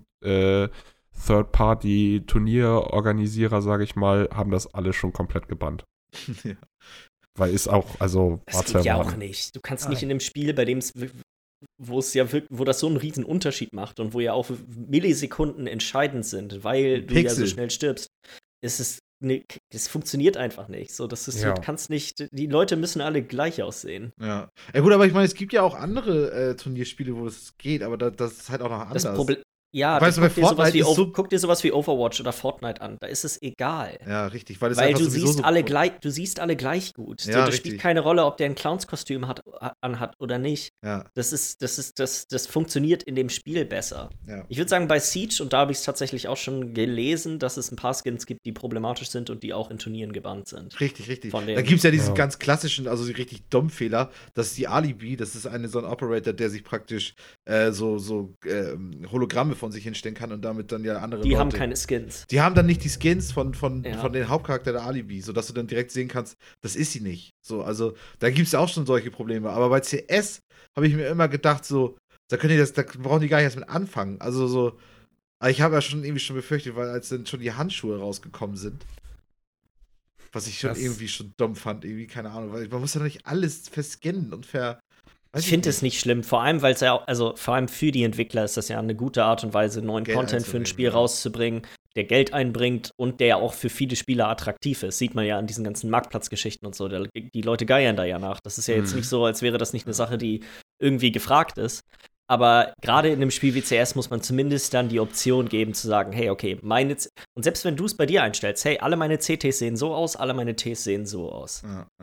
Third-Party-Turnierorganisierer, sage ich mal, haben das alle schon komplett gebannt.
Ja.
Weil ist auch, also
das geht ja auch nicht. Du kannst nicht in einem Spiel, bei dem wo das so einen riesen Unterschied macht und wo ja auch Millisekunden entscheidend sind, weil du ja so schnell stirbst, das funktioniert einfach nicht. So, du kannst nicht, die Leute müssen alle gleich aussehen.
Ja. Ja gut, aber ich meine, es gibt ja auch andere Turnierspiele, wo das geht, aber das ist halt auch noch anders.
Ja, guck dir sowas wie Overwatch oder Fortnite an. Da ist es egal.
Ja, richtig. Weil
du siehst alle gleich gut.
Ja,
das spielt keine Rolle, ob der ein Clownskostüm anhat oder nicht.
Ja.
Das funktioniert in dem Spiel besser.
Ja.
Ich würde sagen, bei Siege, und da habe ich es tatsächlich auch schon gelesen, dass es ein paar Skins gibt, die problematisch sind und die auch in Turnieren gebannt sind.
Richtig. Da gibt es ja diesen ganz klassischen, also richtig Dummfehler. Das ist die Alibi. Das ist so ein Operator, der sich praktisch Hologramme von sich hinstellen kann und damit dann ja andere
Die
Leute,
haben keine Skins.
Die haben dann nicht die Skins von den Hauptcharakter der Alibi, sodass du dann direkt sehen kannst, das ist sie nicht. So, also da gibt es ja auch schon solche Probleme. Aber bei CS habe ich mir immer gedacht, so, da brauchen die gar nicht erst mit anfangen. Also so, ich habe ja schon befürchtet, weil als dann schon die Handschuhe rausgekommen sind, was ich schon irgendwie schon dumm fand, irgendwie, keine Ahnung, weil man muss ja nicht alles verscannen und
ich finde es nicht schlimm, vor allem, weil es ja vor allem für die Entwickler ist das ja eine gute Art und Weise, neuen Content für ein Spiel rauszubringen, der Geld einbringt und der auch für viele Spieler attraktiv ist. Sieht man ja an diesen ganzen Marktplatzgeschichten und so. Die Leute geiern da ja nach. Das ist ja jetzt nicht so, als wäre das nicht eine Sache, die irgendwie gefragt ist. Aber gerade in einem Spiel wie CS muss man zumindest dann die Option geben, zu sagen, hey, okay, und selbst wenn du es bei dir einstellst, hey, alle meine CTs sehen so aus, alle meine Ts sehen so aus.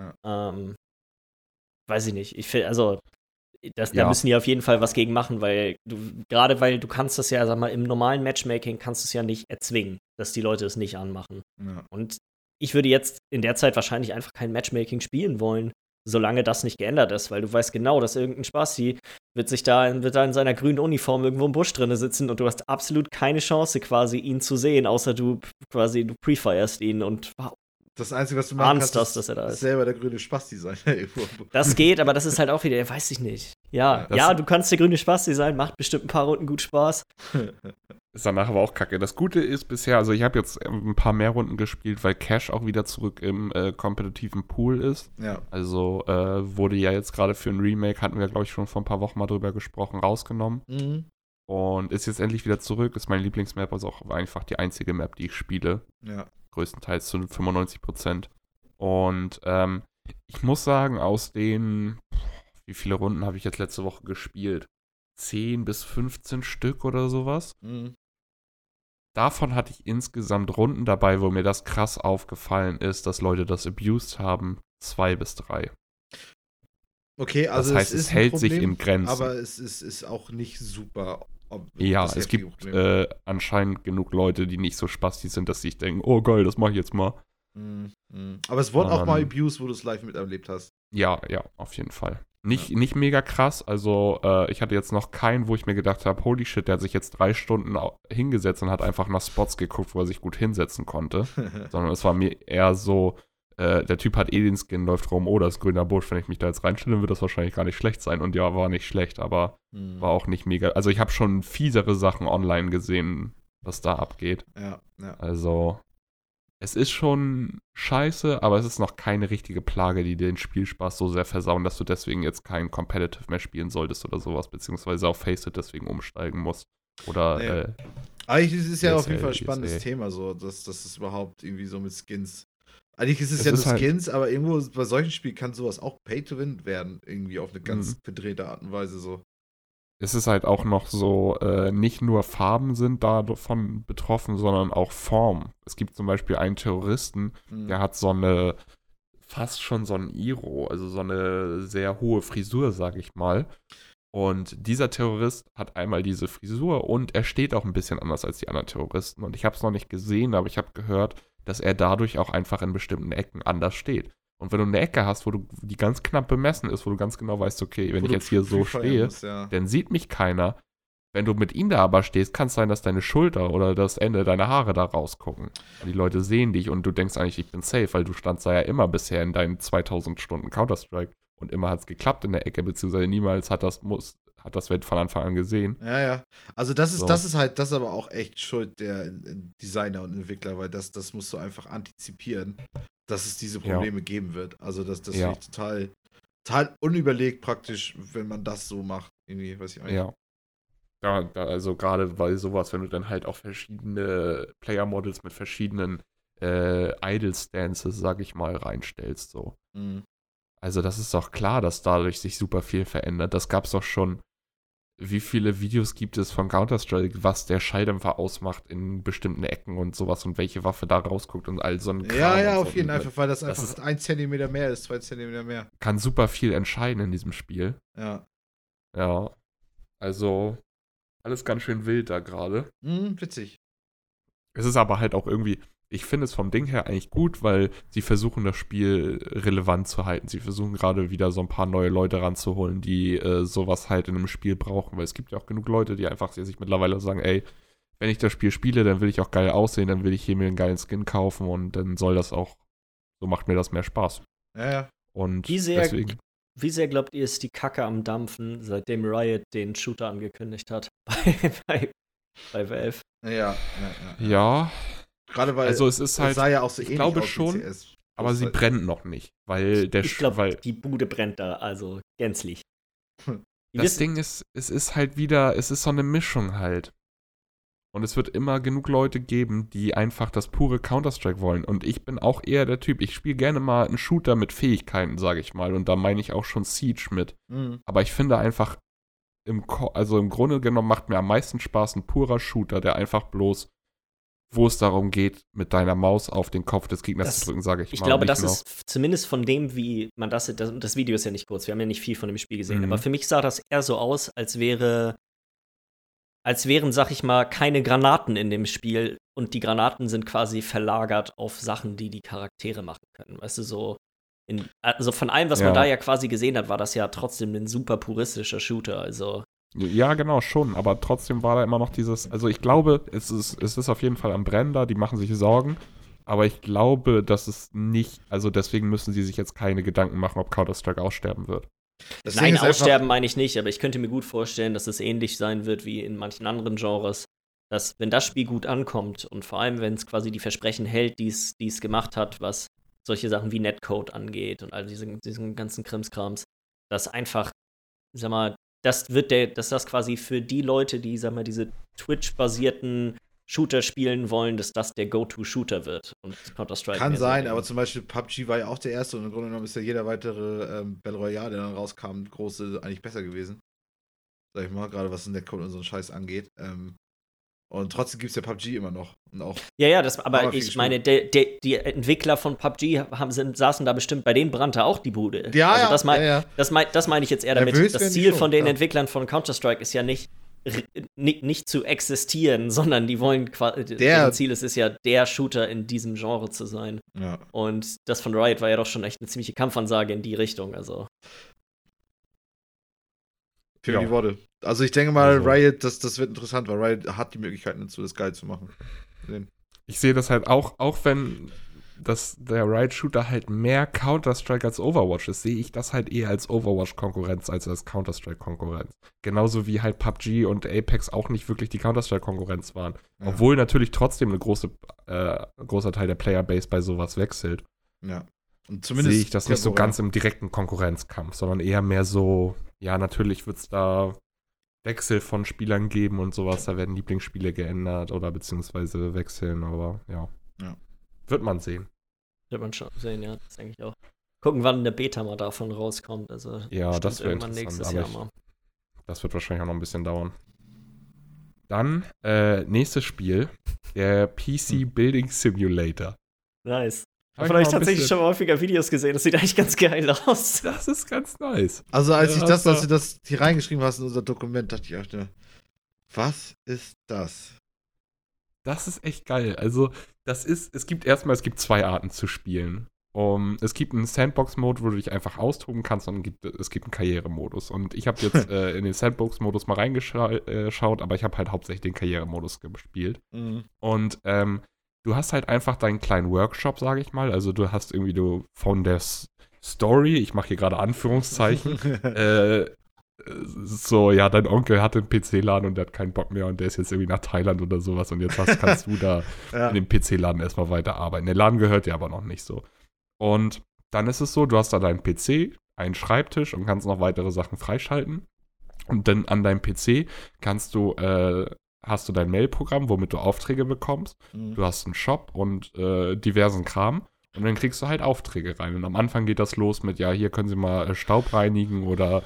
Weiß ich nicht. Ich finde, also da müssen die auf jeden Fall was gegen machen, weil du kannst das ja, sag mal, im normalen Matchmaking kannst du es ja nicht erzwingen, dass die Leute es nicht anmachen.
Ja.
Und ich würde jetzt in der Zeit wahrscheinlich einfach kein Matchmaking spielen wollen, solange das nicht geändert ist, weil du weißt genau, dass irgendein Spasti wird da in seiner grünen Uniform irgendwo im Busch drin sitzen und du hast absolut keine Chance, quasi ihn zu sehen, außer du prefirest ihn und
das Einzige, was du machen kannst,
dass er da ist.
Selber der grüne Spasti sein.
Das geht, aber das ist halt auch wieder, weiß ich nicht. Ja, du kannst der grüne Spasti sein, macht bestimmt ein paar Runden gut Spaß.
Ist danach aber auch kacke. Das Gute ist bisher, also ich habe jetzt ein paar mehr Runden gespielt, weil Cash auch wieder zurück im kompetitiven Pool ist.
Ja.
Also wurde ja jetzt gerade für ein Remake, hatten wir, glaube ich, schon vor ein paar Wochen mal drüber gesprochen, rausgenommen.
Mhm.
Und ist jetzt endlich wieder zurück. Ist meine Lieblingsmap, also auch einfach die einzige Map, die ich spiele.
Ja.
Größtenteils zu 95%. Und ich muss sagen, aus den, wie viele Runden habe ich jetzt letzte Woche gespielt? 10 bis 15 Stück oder sowas.
Mhm.
davon hatte ich insgesamt Runden dabei, wo mir das krass aufgefallen ist, dass Leute das abused haben, 2 bis 3.
Okay, also
das heißt,
es ist
hält
ein
sich
Problem,
in Grenzen.
aber es ist auch nicht super.
Ja, es gibt anscheinend genug Leute, die nicht so spastig sind, dass sie sich denken, oh geil, das mache ich jetzt mal.
Aber es wurde auch mal abused, wo du es live miterlebt hast.
Ja, auf jeden Fall. Nicht mega krass, also ich hatte jetzt noch keinen, wo ich mir gedacht habe, holy shit, der hat sich jetzt 3 Stunden hingesetzt und hat einfach nach Spots geguckt, wo er sich gut hinsetzen konnte. Sondern es war mir eher so, der Typ hat den Skin, läuft rum, oh, das ist grüner Busch, wenn ich mich da jetzt reinstelle, wird das wahrscheinlich gar nicht schlecht sein. Und ja, war nicht schlecht, aber war auch nicht mega. Also ich habe schon fiesere Sachen online gesehen, was da abgeht.
Ja.
Also es ist schon scheiße, aber es ist noch keine richtige Plage, die den Spielspaß so sehr versauen, dass du deswegen jetzt kein Competitive mehr spielen solltest oder sowas, beziehungsweise auf Faceit deswegen umsteigen musst. Oder
eigentlich ist es ja auf jeden Fall ein spannendes Thema, so, dass es überhaupt irgendwie so mit Skins. Eigentlich ist es ja nur Skins, aber irgendwo bei solchen Spielen kann sowas auch Pay-to-Win werden, irgendwie auf eine ganz verdrehte Art und Weise so.
Es ist halt auch noch so, nicht nur Farben sind davon betroffen, sondern auch Form. Es gibt zum Beispiel einen Terroristen, der hat fast schon so ein Iro, also so eine sehr hohe Frisur, sag ich mal. Und dieser Terrorist hat einmal diese Frisur und er steht auch ein bisschen anders als die anderen Terroristen. Und ich habe es noch nicht gesehen, aber ich habe gehört, dass er dadurch auch einfach in bestimmten Ecken anders steht. Und wenn du eine Ecke hast, die ganz knapp bemessen ist, wo du ganz genau weißt, okay, wenn ich jetzt hier so stehe, dann sieht mich keiner. Wenn du mit ihm da aber stehst, kann es sein, dass deine Schulter oder das Ende deiner Haare da rausgucken. Die Leute sehen dich und du denkst eigentlich, ich bin safe, weil du standst da ja immer bisher in deinen 2000 Stunden Counter-Strike und immer hat es geklappt in der Ecke, beziehungsweise niemals hat das Welt von Anfang an gesehen.
Ja. Also das ist aber auch echt Schuld der Designer und Entwickler, weil das musst du einfach antizipieren, dass es diese Probleme geben wird. Also das finde ich total unüberlegt praktisch, wenn man das so macht. Irgendwie, weiß ich auch nicht.
Ja. Also gerade bei sowas, wenn du dann halt auch verschiedene Player-Models mit verschiedenen Idle-Stances, sag ich mal, reinstellst. So. Also das ist doch klar, dass dadurch sich super viel verändert. Das gab's doch schon. Wie viele Videos gibt es von Counter-Strike, was der Schalldämpfer ausmacht in bestimmten Ecken und sowas und welche Waffe da rausguckt und all so ein Kram.
Ja, auf jeden Fall, weil das einfach 1 Zentimeter mehr ist, 2 Zentimeter mehr.
Kann super viel entscheiden in diesem Spiel.
Ja.
Ja. Also, alles ganz schön wild da gerade.
Witzig.
Es ist aber halt auch irgendwie, ich finde es vom Ding her eigentlich gut, weil sie versuchen, das Spiel relevant zu halten. Sie versuchen gerade wieder so ein paar neue Leute ranzuholen, die sowas halt in einem Spiel brauchen. Weil es gibt ja auch genug Leute, die einfach sich mittlerweile sagen, ey, wenn ich das Spiel spiele, dann will ich auch geil aussehen, dann will ich hier mir einen geilen Skin kaufen und dann soll das auch, so macht mir das mehr Spaß.
Ja.
Und
deswegen. Wie sehr glaubt ihr, ist die Kacke am Dampfen, seitdem Riot den Shooter angekündigt hat bei Valve?
Ja.
Gerade weil
also es ist halt,
sah ja auch so
ich glaube schon, aber sie brennt noch nicht, weil
ich glaube, die Bude brennt da, also gänzlich.
Das Ding ist, es ist halt wieder, es ist so eine Mischung halt. Und es wird immer genug Leute geben, die einfach das pure Counter-Strike wollen. Und ich bin auch eher der Typ, ich spiele gerne mal einen Shooter mit Fähigkeiten, sage ich mal. Und da meine ich auch schon Siege mit. Aber ich finde einfach, im Grunde genommen macht mir am meisten Spaß ein purer Shooter, der einfach bloß, wo es darum geht, mit deiner Maus auf den Kopf des Gegners zu drücken, sage ich mal.
Ich glaube, das ist zumindest von dem, wie man das Video ist ja nicht kurz, wir haben ja nicht viel von dem Spiel gesehen, aber für mich sah das eher so aus, als wären, sag ich mal, keine Granaten in dem Spiel und die Granaten sind quasi verlagert auf Sachen, die Charaktere machen können. Weißt du, so also von allem, was man da ja quasi gesehen hat, war das ja trotzdem ein super puristischer Shooter, also.
Ja, genau, schon, aber trotzdem war da immer noch dieses, also ich glaube, es ist auf jeden Fall am Brennen da, die machen sich Sorgen, aber ich glaube, dass es nicht, also deswegen müssen sie sich jetzt keine Gedanken machen, ob Counter-Strike aussterben wird.
Nein, aussterben meine ich nicht, aber ich könnte mir gut vorstellen, dass es ähnlich sein wird wie in manchen anderen Genres, dass, wenn das Spiel gut ankommt und vor allem, wenn es quasi die Versprechen hält, die es gemacht hat, was solche Sachen wie Netcode angeht und all diesen ganzen Krimskrams, dass einfach, sag mal, dass das quasi für die Leute, die, sag mal, diese Twitch-basierten Shooter spielen wollen, dass das der Go-To-Shooter wird. Und Counter-Strike
kann sein, aber zum Beispiel PUBG war ja auch der erste und im Grunde genommen ist ja jeder weitere Battle Royale, der dann rauskam, große, eigentlich besser gewesen. Sag ich mal, gerade was Netcode und so einen Scheiß angeht. Und trotzdem gibt es ja PUBG immer noch. Und auch
Ja, aber ich meine, die Entwickler von PUBG saßen da bestimmt, bei denen brannte auch die Bude.
Ja,
also
ja.
Das meine ich jetzt eher damit. Das Ziel von den Entwicklern von Counter-Strike ist ja nicht zu existieren, sondern die wollen deren Ziel ist ja, der Shooter in diesem Genre zu sein.
Ja.
Und das von Riot war ja doch schon echt eine ziemliche Kampfansage in die Richtung, also.
Für die Worte. Also ich denke mal, Riot, das wird interessant, weil Riot hat die Möglichkeiten dazu, das geil zu machen.
Ich sehe das halt auch wenn der Riot-Shooter halt mehr Counter-Strike als Overwatch ist, sehe ich das halt eher als Overwatch-Konkurrenz als Counter-Strike-Konkurrenz. Genauso wie halt PUBG und Apex auch nicht wirklich die Counter-Strike-Konkurrenz waren. Ja. Obwohl natürlich trotzdem ein großer Teil der Playerbase bei sowas wechselt.
Ja. Und zumindest
sehe ich das nicht so ganz im direkten Konkurrenzkampf, sondern eher mehr so, ja, natürlich wird es da Wechsel von Spielern geben und sowas, da werden Lieblingsspiele geändert oder beziehungsweise wechseln, aber ja. Wird man sehen.
Wird man schon sehen, ja, das denke ich auch. Gucken, wann eine Beta mal davon rauskommt, also
ja, das wird
irgendwann nächstes Jahr mal.
Das wird wahrscheinlich auch noch ein bisschen dauern. Dann, nächstes Spiel, der PC Building Simulator.
Nice. Davon habe ich tatsächlich schon mal häufiger Videos gesehen. Das sieht eigentlich ganz geil aus.
Das ist ganz nice.
Also als du das hier reingeschrieben hast in unser Dokument, dachte ich auch nur, was ist das?
Das ist echt geil. Also es gibt 2 Arten zu spielen. Es gibt einen Sandbox-Mode, wo du dich einfach austoben kannst, und es gibt einen Karrieremodus. Und ich habe jetzt in den Sandbox-Modus mal reingeschaut, aber ich habe halt hauptsächlich den Karrieremodus gespielt. Mhm. Und du hast halt einfach deinen kleinen Workshop, sage ich mal. Also du hast irgendwie von der Story, ich mache hier gerade Anführungszeichen, dein Onkel hat einen PC-Laden und der hat keinen Bock mehr und der ist jetzt irgendwie nach Thailand oder sowas und jetzt kannst du da in dem PC-Laden erstmal weiterarbeiten. Der Laden gehört dir aber noch nicht so. Und dann ist es so, du hast da deinen PC, einen Schreibtisch und kannst noch weitere Sachen freischalten. Und dann an deinem PC hast du dein Mail-Programm, womit du Aufträge bekommst. Mhm. Du hast einen Shop und diversen Kram. Und dann kriegst du halt Aufträge rein. Und am Anfang geht das los mit, ja, hier können Sie mal Staub reinigen oder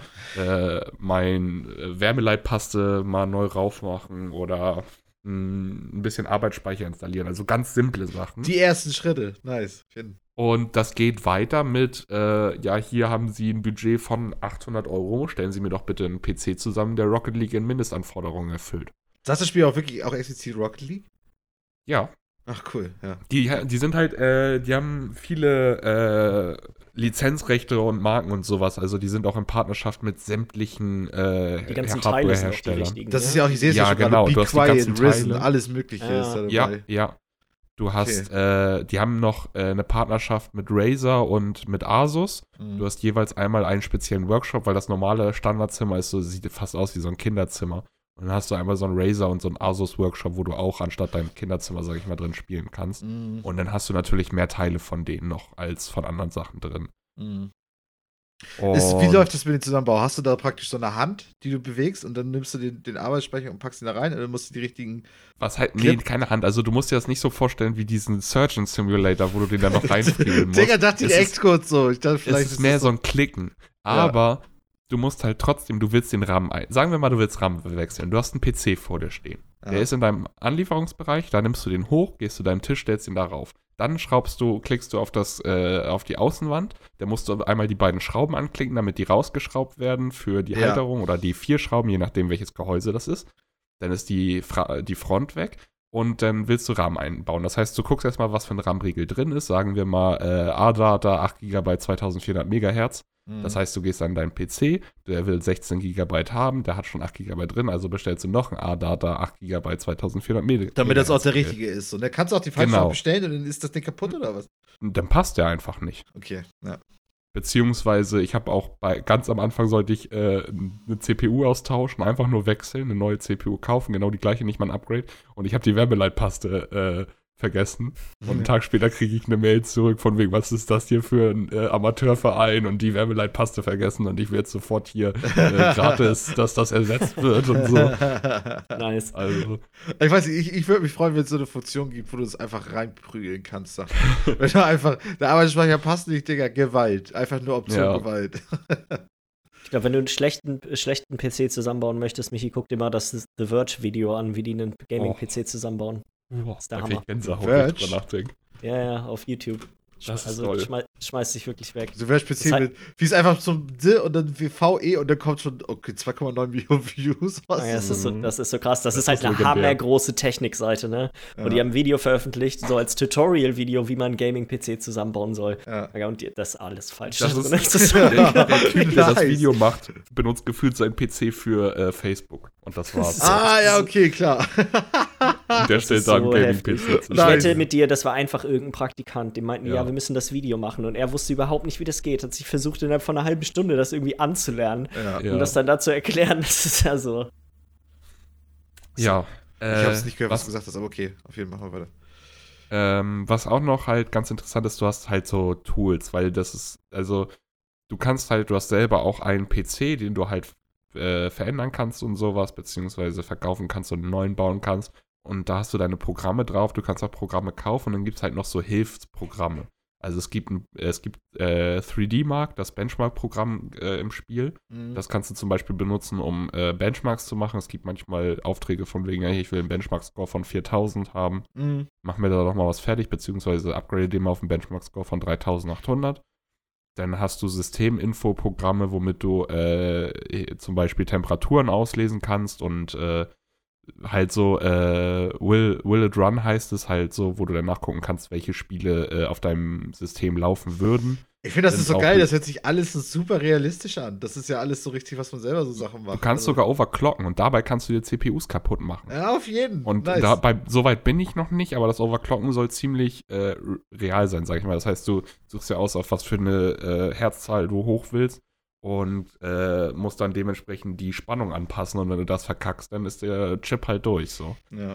mein Wärmeleitpaste mal neu raufmachen oder ein bisschen Arbeitsspeicher installieren. Also ganz simple Sachen.
Die ersten Schritte. Nice.
Und das geht weiter mit, hier haben Sie ein Budget von 800 €. Stellen Sie mir doch bitte einen PC zusammen, der Rocket League in Mindestanforderungen erfüllt.
Das Spiel auch wirklich auch explizit Rocket League?
Ja.
Ach, cool, ja.
Die sind halt, die haben viele Lizenzrechte und Marken und sowas. Also die sind auch in Partnerschaft mit sämtlichen Hardware-Herstellern.
Das ist ja auch, ich sehe es ja schon
genau,
gerade, Be Quiet, Risen, alles mögliche ist da dabei.
Ja. Du hast, die haben noch eine Partnerschaft mit Razer und mit Asus. Mhm. Du hast jeweils einmal einen speziellen Workshop, weil das normale Standardzimmer sieht fast aus wie so ein Kinderzimmer. Und dann hast du einmal so einen Razer und so einen Asus-Workshop, wo du auch anstatt deinem Kinderzimmer, sag ich mal, drin spielen kannst. Mhm. Und dann hast du natürlich mehr Teile von denen noch als von anderen Sachen drin. Mhm.
Wie läuft das mit dem Zusammenbau? Hast du da praktisch so eine Hand, die du bewegst und dann nimmst du den Arbeitsspeicher und packst ihn da rein oder musst du die richtigen...
Nee, keine Hand. Also du musst dir das nicht so vorstellen wie diesen Surgeon Simulator, wo du den dann noch reinfrieren musst.
Digga, dachte ich echt kurz so. Ich dachte, vielleicht
es ist mehr so ein Klicken. Aber du musst halt trotzdem, du willst den RAM sagen wir mal, du willst RAM wechseln. Du hast einen PC vor dir stehen. Ja. Der ist in deinem Anlieferungsbereich, da nimmst du den hoch, gehst zu deinem Tisch, stellst ihn da rauf. Dann klickst du auf die Außenwand. Da musst du einmal die beiden Schrauben anklicken, damit die rausgeschraubt werden für die Halterung oder die 4 Schrauben, je nachdem, welches Gehäuse das ist. Dann ist die Front weg und dann willst du RAM einbauen. Das heißt, du guckst erstmal, was für ein RAM-Riegel drin ist. Sagen wir mal ADATA 8 GB 2400 MHz. Das heißt, du gehst an deinen PC, der will 16 GB haben, der hat schon 8 GB drin, also bestellst du noch einen ADATA 8 GB 2400 MHz.
Damit das auch der richtige ist. Und dann kannst du auch die falsche bestellen und dann ist das Ding kaputt oder was?
Dann passt der einfach nicht.
Okay, ja.
Beziehungsweise, ich habe auch ganz am Anfang sollte ich eine CPU austauschen, einfach nur wechseln, eine neue CPU kaufen, genau die gleiche, nicht mal ein Upgrade. Und ich habe die Wärmeleitpaste vergessen. Und einen Tag später kriege ich eine Mail zurück von wegen, was ist das hier für ein Amateurverein und die Wärmeleitpaste vergessen und ich will jetzt sofort hier gratis, dass das ersetzt wird und so.
Nice.
Also.
Ich weiß nicht, ich würde mich freuen, wenn es so eine Funktion gibt, wo du es einfach reinprügeln kannst. Wenn du einfach, der Arbeitsspeicher passt nicht, Digga, Gewalt. Einfach nur Option Gewalt.
Ich glaube, wenn du einen schlechten PC zusammenbauen möchtest, Michi, guck dir mal das The Verge-Video an, wie die einen Gaming-PC zusammenbauen.
Das ist der
Hammer.
Ich Gänsehaut, wenn ich drüber nachdenke.
Ja, auf YouTube.
Das ist
also
toll.
Schmeißt sich wirklich weg.
So wäre speziell mit, wie es einfach zum D und dann VE und dann kommt schon, okay, 2,9 Millionen Views.
Was? Ja, das ist so krass. Das ist halt eine
legendär.
hammergroße Technikseite, ne? Ja. Und die haben ein Video veröffentlicht, so als Tutorial-Video, wie man einen Gaming-PC zusammenbauen soll. Ja. Und das ist alles falsch.
Der Typ, der das Video macht, benutzt gefühlt seinen PC für Facebook. Und das war's.
Ja, okay, klar.
Und der stellt da einen Gaming-PC.
Ich wette mit dir, das war einfach irgendein Praktikant. Die meinten, ja, wir müssen das Video machen. Und er wusste überhaupt nicht, wie das geht. Hat sich versucht, innerhalb von einer halben Stunde das irgendwie anzulernen. Um das dann da zu erklären. Das ist ja so.
Ja.
Ich hab's nicht gehört, was du gesagt hast, aber okay. Auf jeden Fall machen wir weiter.
Was auch noch halt ganz interessant ist, du hast halt so Tools, weil das ist, also du hast selber auch einen PC, den du halt verändern kannst und sowas, beziehungsweise verkaufen kannst und einen neuen bauen kannst. Und da hast du deine Programme drauf, du kannst auch Programme kaufen und dann gibt es halt noch so Hilfsprogramme. Also es gibt 3D-Mark, das Benchmark-Programm im Spiel. Das kannst du zum Beispiel benutzen, um Benchmarks zu machen. Es gibt manchmal Aufträge von wegen, hey, ich will einen Benchmark-Score von 4000 haben. Mach mir da doch mal was fertig, beziehungsweise upgrade den mal auf einen Benchmark-Score von 3800. Dann hast du Systeminfo-Programme, womit du zum Beispiel Temperaturen auslesen kannst und halt so Will It Run heißt es halt so, wo du dann nachgucken kannst, welche Spiele auf deinem System laufen würden.
Ich finde, das ist so geil, das hört sich alles so super realistisch an. Das ist ja alles so richtig, was man selber so Sachen macht.
Du kannst sogar overclocken und dabei kannst du dir CPUs kaputt machen.
Ja, auf jeden Fall.
Und so weit bin ich noch nicht, aber das Overclocken soll ziemlich real sein, sag ich mal. Das heißt, du suchst ja aus, auf was für eine Herzzahl du hoch willst und musst dann dementsprechend die Spannung anpassen und wenn du das verkackst, dann ist der Chip halt durch, so.
Ja.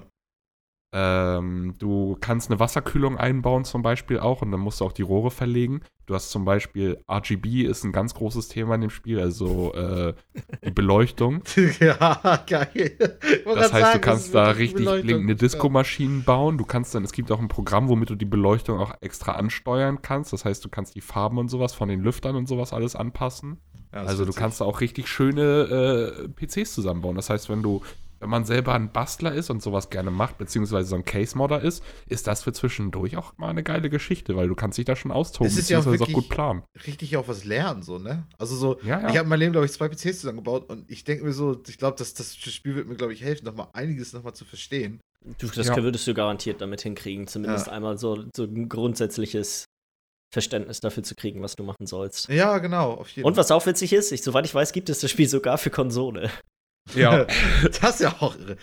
Du kannst eine Wasserkühlung einbauen zum Beispiel auch und dann musst du auch die Rohre verlegen. Du hast zum Beispiel RGB ist ein ganz großes Thema in dem Spiel, also die Beleuchtung.
Ja, geil.
Das heißt, du kannst da richtig blinkende Disco-Maschinen bauen. Es gibt auch ein Programm, womit du die Beleuchtung auch extra ansteuern kannst. Das heißt, du kannst die Farben und sowas von den Lüftern und sowas alles anpassen. Ja, also du kannst da auch richtig schöne PCs zusammenbauen. Das heißt, wenn man selber ein Bastler ist und sowas gerne macht, beziehungsweise so ein Case-Modder ist das für zwischendurch auch mal eine geile Geschichte, weil du kannst dich da schon austoben,
beziehungsweise
auch gut planen.
Richtig auch was lernen, so, ne? Also so,
ja.
Ich habe in meinem Leben, glaube ich, 2 PCs zusammengebaut und ich denke mir so, ich glaube, das Spiel wird mir, glaube ich, helfen, einiges nochmal zu verstehen.
Das würdest du garantiert damit hinkriegen, zumindest einmal so ein grundsätzliches Verständnis dafür zu kriegen, was du machen sollst.
Ja, genau, auf jeden
Fall. Und was auch witzig ist, soweit ich weiß, gibt es das Spiel sogar für Konsole.
Ja.
Das ist ja auch irre.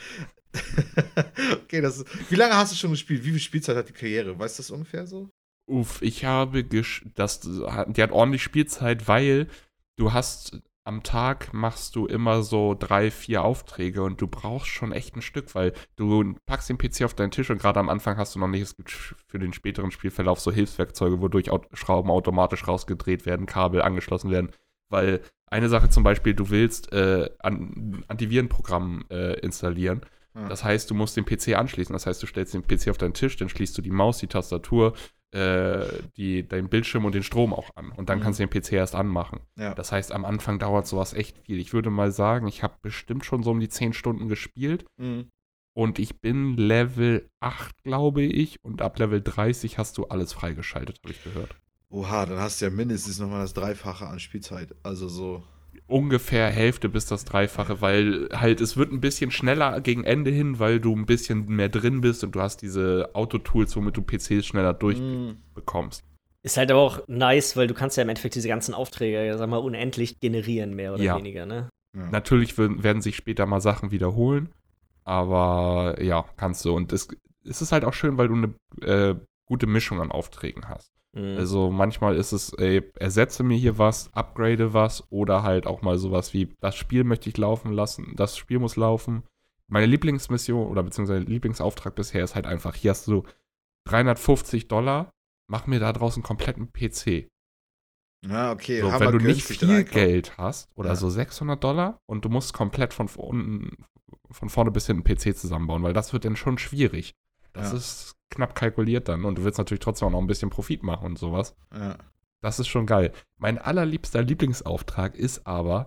Okay, wie lange hast du schon gespielt? Wie viel Spielzeit hat die Karriere? Weißt du das ungefähr so?
Ich habe die hat ordentlich Spielzeit, weil du hast am Tag machst du immer so 3-4 Aufträge und du brauchst schon echt ein Stück, weil du packst den PC auf deinen Tisch und gerade am Anfang hast du noch nicht, es gibt für den späteren Spielverlauf so Hilfswerkzeuge, wodurch Schrauben automatisch rausgedreht werden, Kabel angeschlossen werden, weil eine Sache zum Beispiel, du willst Antivirenprogramm installieren. Ja. Das heißt, du musst den PC anschließen. Das heißt, du stellst den PC auf deinen Tisch, dann schließt du die Maus, die Tastatur, deinen Bildschirm und den Strom auch an. Und dann kannst du den PC erst anmachen. Ja. Das heißt, am Anfang dauert sowas echt viel. Ich würde mal sagen, ich habe bestimmt schon so um die 10 Stunden gespielt. Und ich bin Level 8, glaube ich. Und ab Level 30 hast du alles freigeschaltet, habe ich gehört.
Oha, dann hast du ja mindestens nochmal das Dreifache an Spielzeit. Also so.
Ungefähr Hälfte bis das Dreifache, weil halt es wird ein bisschen schneller gegen Ende hin, weil du ein bisschen mehr drin bist und du hast diese Autotools, womit du PCs schneller durchbekommst.
Ist halt aber auch nice, weil du kannst ja im Endeffekt diese ganzen Aufträge, sag mal, unendlich generieren, mehr oder weniger, ne?
Ja. Natürlich werden sich später mal Sachen wiederholen, aber ja, kannst du. Und es ist halt auch schön, weil du eine gute Mischung an Aufträgen hast. Also manchmal ist es, ersetze mir hier was, upgrade was oder halt auch mal sowas wie, das Spiel möchte ich laufen lassen, das Spiel muss laufen. Meine Lieblingsmission oder beziehungsweise Lieblingsauftrag bisher ist halt einfach, hier hast du $350, mach mir da draußen kompletten PC.
Ja, okay.
So, wenn du nicht viel Geld hast oder so $600 und du musst komplett von vorne bis hinten einen PC zusammenbauen, weil das wird dann schon schwierig. Das ist knapp kalkuliert dann und du willst natürlich trotzdem auch noch ein bisschen Profit machen und sowas. Ja. Das ist schon geil. Mein allerliebster Lieblingsauftrag ist aber,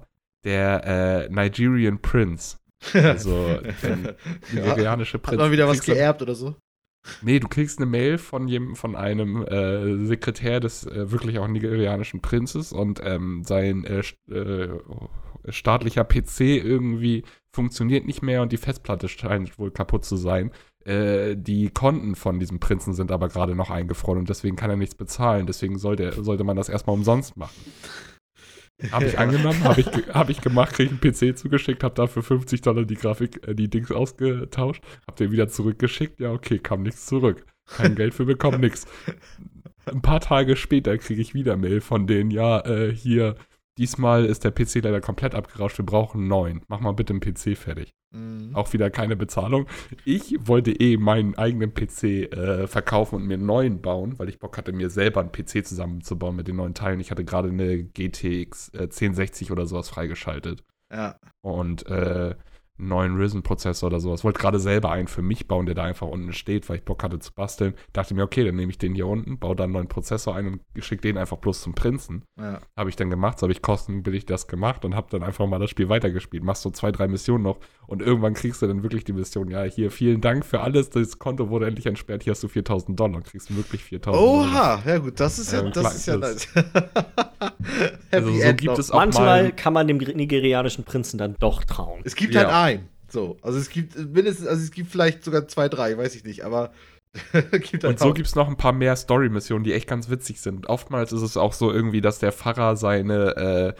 der Nigerian Prince. Also der nigerianische Prinz.
Hat man wieder was geerbt oder so?
Nee, du kriegst eine Mail von einem Sekretär des wirklich auch nigerianischen Prinzes und sein staatlicher PC irgendwie funktioniert nicht mehr und die Festplatte scheint wohl kaputt zu sein. Die Konten von diesem Prinzen sind aber gerade noch eingefroren und deswegen kann er nichts bezahlen. Deswegen sollte man das erstmal umsonst machen. Habe ich angenommen, habe ich gemacht, kriege einen PC zugeschickt, habe dafür $50 die Dings ausgetauscht, habe den wieder zurückgeschickt, ja okay, kam nichts zurück. Kein Geld für bekommen, nix. Ein paar Tage später kriege ich wieder Mail von denen, hier, diesmal ist der PC leider komplett abgerauscht, wir brauchen einen neuen. Mach mal bitte einen PC fertig. Auch wieder keine Bezahlung. Ich wollte meinen eigenen PC verkaufen und mir einen neuen bauen, weil ich Bock hatte, mir selber einen PC zusammenzubauen mit den neuen Teilen. Ich hatte gerade eine GTX 1060 oder sowas freigeschaltet.
Ja.
Und einen neuen Ryzen-Prozessor oder sowas. Wollte gerade selber einen für mich bauen, der da einfach unten steht, weil ich Bock hatte zu basteln. Dachte mir, okay, dann nehme ich den hier unten, baue da einen neuen Prozessor ein und schicke den einfach bloß zum Prinzen.
Ja.
Habe ich dann gemacht, so habe ich kostenbillig das gemacht und habe dann einfach mal das Spiel weitergespielt. Machst so 2-3 Missionen noch und irgendwann kriegst du dann wirklich die Mission, ja, hier, vielen Dank für alles, das Konto wurde endlich entsperrt, hier hast du $4.000 und kriegst du wirklich $4.000.
Oha, ja gut, das ist ja nice.
Also so gibt es auch
manchmal kann man dem nigerianischen Prinzen dann doch trauen.
Es gibt halt einen. So, also es gibt mindestens, also es gibt vielleicht sogar 2, 3, weiß ich nicht, aber gibt halt
und so gibt es noch ein paar mehr Story-Missionen, die echt ganz witzig sind. Oftmals ist es auch so irgendwie, dass der Pfarrer seine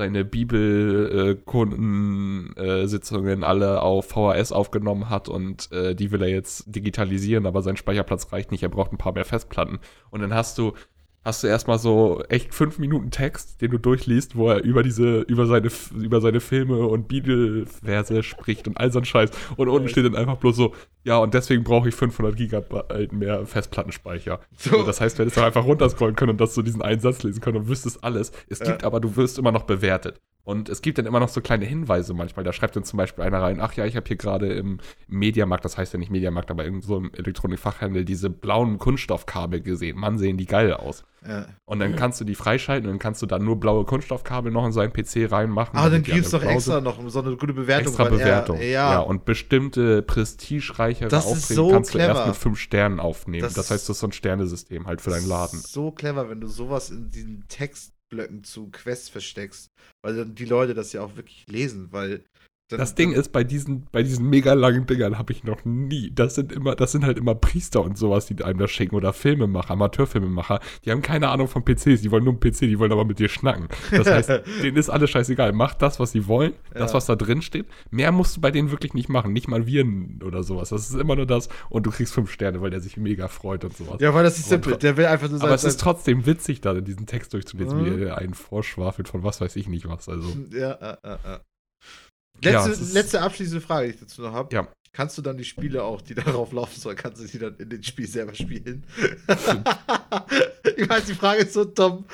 Bibelkundensitzungen alle auf VHS aufgenommen hat und die will er jetzt digitalisieren, aber sein Speicherplatz reicht nicht, er braucht ein paar mehr Festplatten. Und dann hast du erstmal so echt 5 Minuten Text, den du durchliest, wo er über seine Filme und Bibelverse spricht und all so ein Scheiß. Und unten steht dann einfach bloß so, ja, und deswegen brauche ich 500 Gigabyte mehr Festplattenspeicher. So. Und das heißt, du hättest auch einfach runterscrollen können und das so diesen einen Satz lesen können und wüsstest alles. Es gibt aber, du wirst immer noch bewertet. Und es gibt dann immer noch so kleine Hinweise manchmal. Da schreibt dann zum Beispiel einer rein, ach ja, ich habe hier gerade im Mediamarkt, das heißt ja nicht Mediamarkt, aber in so einem Elektronikfachhandel diese blauen Kunststoffkabel gesehen. Mann, sehen die geil aus.
Ja.
Und dann kannst du die freischalten und dann kannst du dann nur blaue Kunststoffkabel noch in seinen PC reinmachen.
Ah, dann gibt es doch extra noch so eine gute Bewertung.
Extra Bewertung, ja. Und bestimmte prestigereichere Aufträge
so
kannst
clever.
du erst mit 5 Sternen aufnehmen. Das heißt, das ist so ein Sternesystem halt für deinen Laden.
So clever, wenn du sowas in diesen Textblöcken zu Quests versteckst, weil dann die Leute das ja auch wirklich lesen, weil
das Ding ist, bei diesen mega langen Dingern habe ich noch nie, das sind halt immer Priester und sowas, die einem das schenken oder Filmemacher, Amateurfilmemacher, die haben keine Ahnung von PCs, die wollen nur einen PC, die wollen aber mit dir schnacken. Das heißt, denen ist alles scheißegal, mach das, was sie wollen, das, was da drin steht, mehr musst du bei denen wirklich nicht machen, nicht mal Viren oder sowas, das ist immer nur das und du kriegst 5 Sterne, weil der sich mega freut und sowas.
Ja, weil das ist simpel, der will einfach nur sagen.
Aber es ist trotzdem witzig, da diesen Text durchzulesen, wie der einen vorschwafelt von was weiß ich nicht was, also.
Ja. Letzte abschließende Frage, die ich dazu noch habe.
Ja.
Kannst du dann die Spiele auch, die darauf laufen sollen, kannst du die dann in den Spiel selber spielen? Ich weiß, die Frage ist so dumm.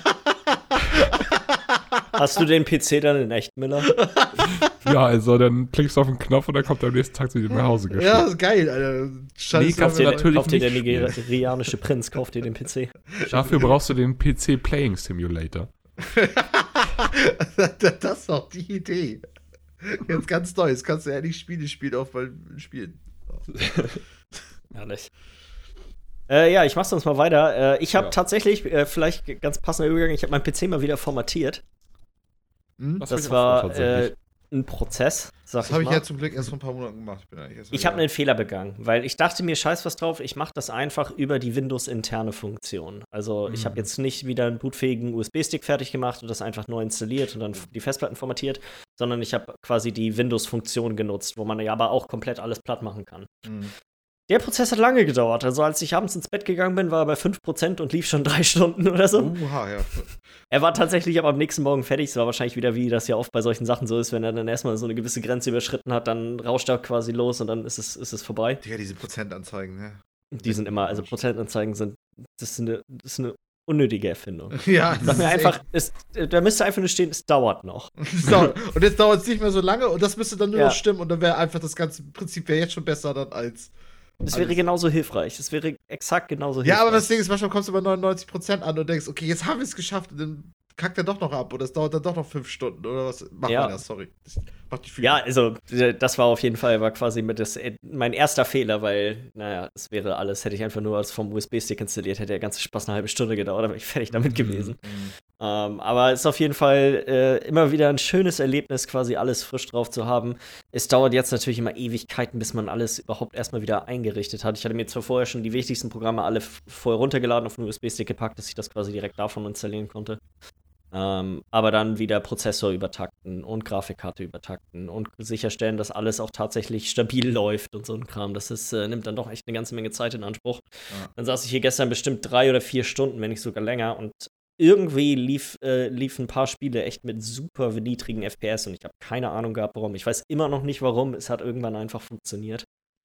Hast du den PC dann in echt, Miller?
Ja, also dann klickst du auf den Knopf und dann kommt er am nächsten Tag zu dir nach Hause geschickt.
Ja, ist geil, Alter.
Nee, kannst du natürlich
kauft dir der
nicht
nigerianische Prinz, kauft dir den PC.
Dafür brauchst du den PC Playing Simulator.
Das ist doch die Idee. Jetzt ganz neu. Jetzt kannst du ja nicht Spiele spielen, auch mal spielen.
Herrlich. Ja, ich mach's uns mal weiter. Ich habe tatsächlich, vielleicht ganz passender Übergang, ich habe meinen PC mal wieder formatiert. Das war ein Prozess, sag ich mal.
Das habe ich ja zum Glück erst vor ein paar Monaten gemacht.
Ich habe einen Fehler begangen, weil ich dachte mir, scheiß was drauf, ich mache das einfach über die Windows-interne Funktion. Also ich habe jetzt nicht wieder einen bootfähigen USB-Stick fertig gemacht und das einfach neu installiert und dann die Festplatten formatiert, sondern ich habe quasi die Windows-Funktion genutzt, wo man ja aber auch komplett alles platt machen kann. Der Prozess hat lange gedauert. Also als ich abends ins Bett gegangen bin, war er bei 5% und lief schon 3 Stunden oder so.
Ja.
Er war tatsächlich aber am nächsten Morgen fertig. Es war wahrscheinlich wieder, wie das ja oft bei solchen Sachen so ist, wenn er dann erstmal so eine gewisse Grenze überschritten hat, dann rauscht er quasi los und dann ist es vorbei.
Digga, diese Prozentanzeigen, ne?
Die sind immer, also Prozentanzeigen das ist eine unnötige Erfindung.
Ja,
Sag mir einfach, da müsste einfach nur stehen, es dauert noch.
Und jetzt dauert es nicht mehr so lange und das müsste dann nur noch stimmen und dann wäre einfach das ganze Prinzip wäre jetzt schon besser dann als.
Das wäre genauso hilfreich. Das wäre exakt genauso hilfreich.
Ja, aber das Ding ist, manchmal kommst du bei 99% an und denkst, okay, jetzt haben wir es geschafft und dann kackt er doch noch ab oder es dauert dann doch noch 5 Stunden oder was? Mach
Ja.
weiter, sorry. Mach die
Ja, also das war auf jeden Fall, war quasi mein erster Fehler, weil, naja, es wäre alles, hätte ich einfach nur vom USB-Stick installiert, hätte der ganze Spaß eine halbe Stunde gedauert, da wäre ich fertig damit gewesen. Aber es ist auf jeden Fall immer wieder ein schönes Erlebnis, quasi alles frisch drauf zu haben. Es dauert jetzt natürlich immer Ewigkeiten, bis man alles überhaupt erstmal wieder eingerichtet hat. Ich hatte mir zwar vorher schon die wichtigsten Programme alle vorher runtergeladen, auf den USB-Stick gepackt, dass ich das quasi direkt davon installieren konnte. Aber dann wieder Prozessor übertakten und Grafikkarte übertakten und sicherstellen, dass alles auch tatsächlich stabil läuft und so ein Kram. Das nimmt dann doch echt eine ganze Menge Zeit in Anspruch. Ja. Dann saß ich hier gestern bestimmt 3 oder 4 Stunden, wenn nicht sogar länger. Und irgendwie liefen ein paar Spiele echt mit super niedrigen FPS und ich habe keine Ahnung gehabt, warum. Ich weiß immer noch nicht, warum. Es hat irgendwann einfach funktioniert.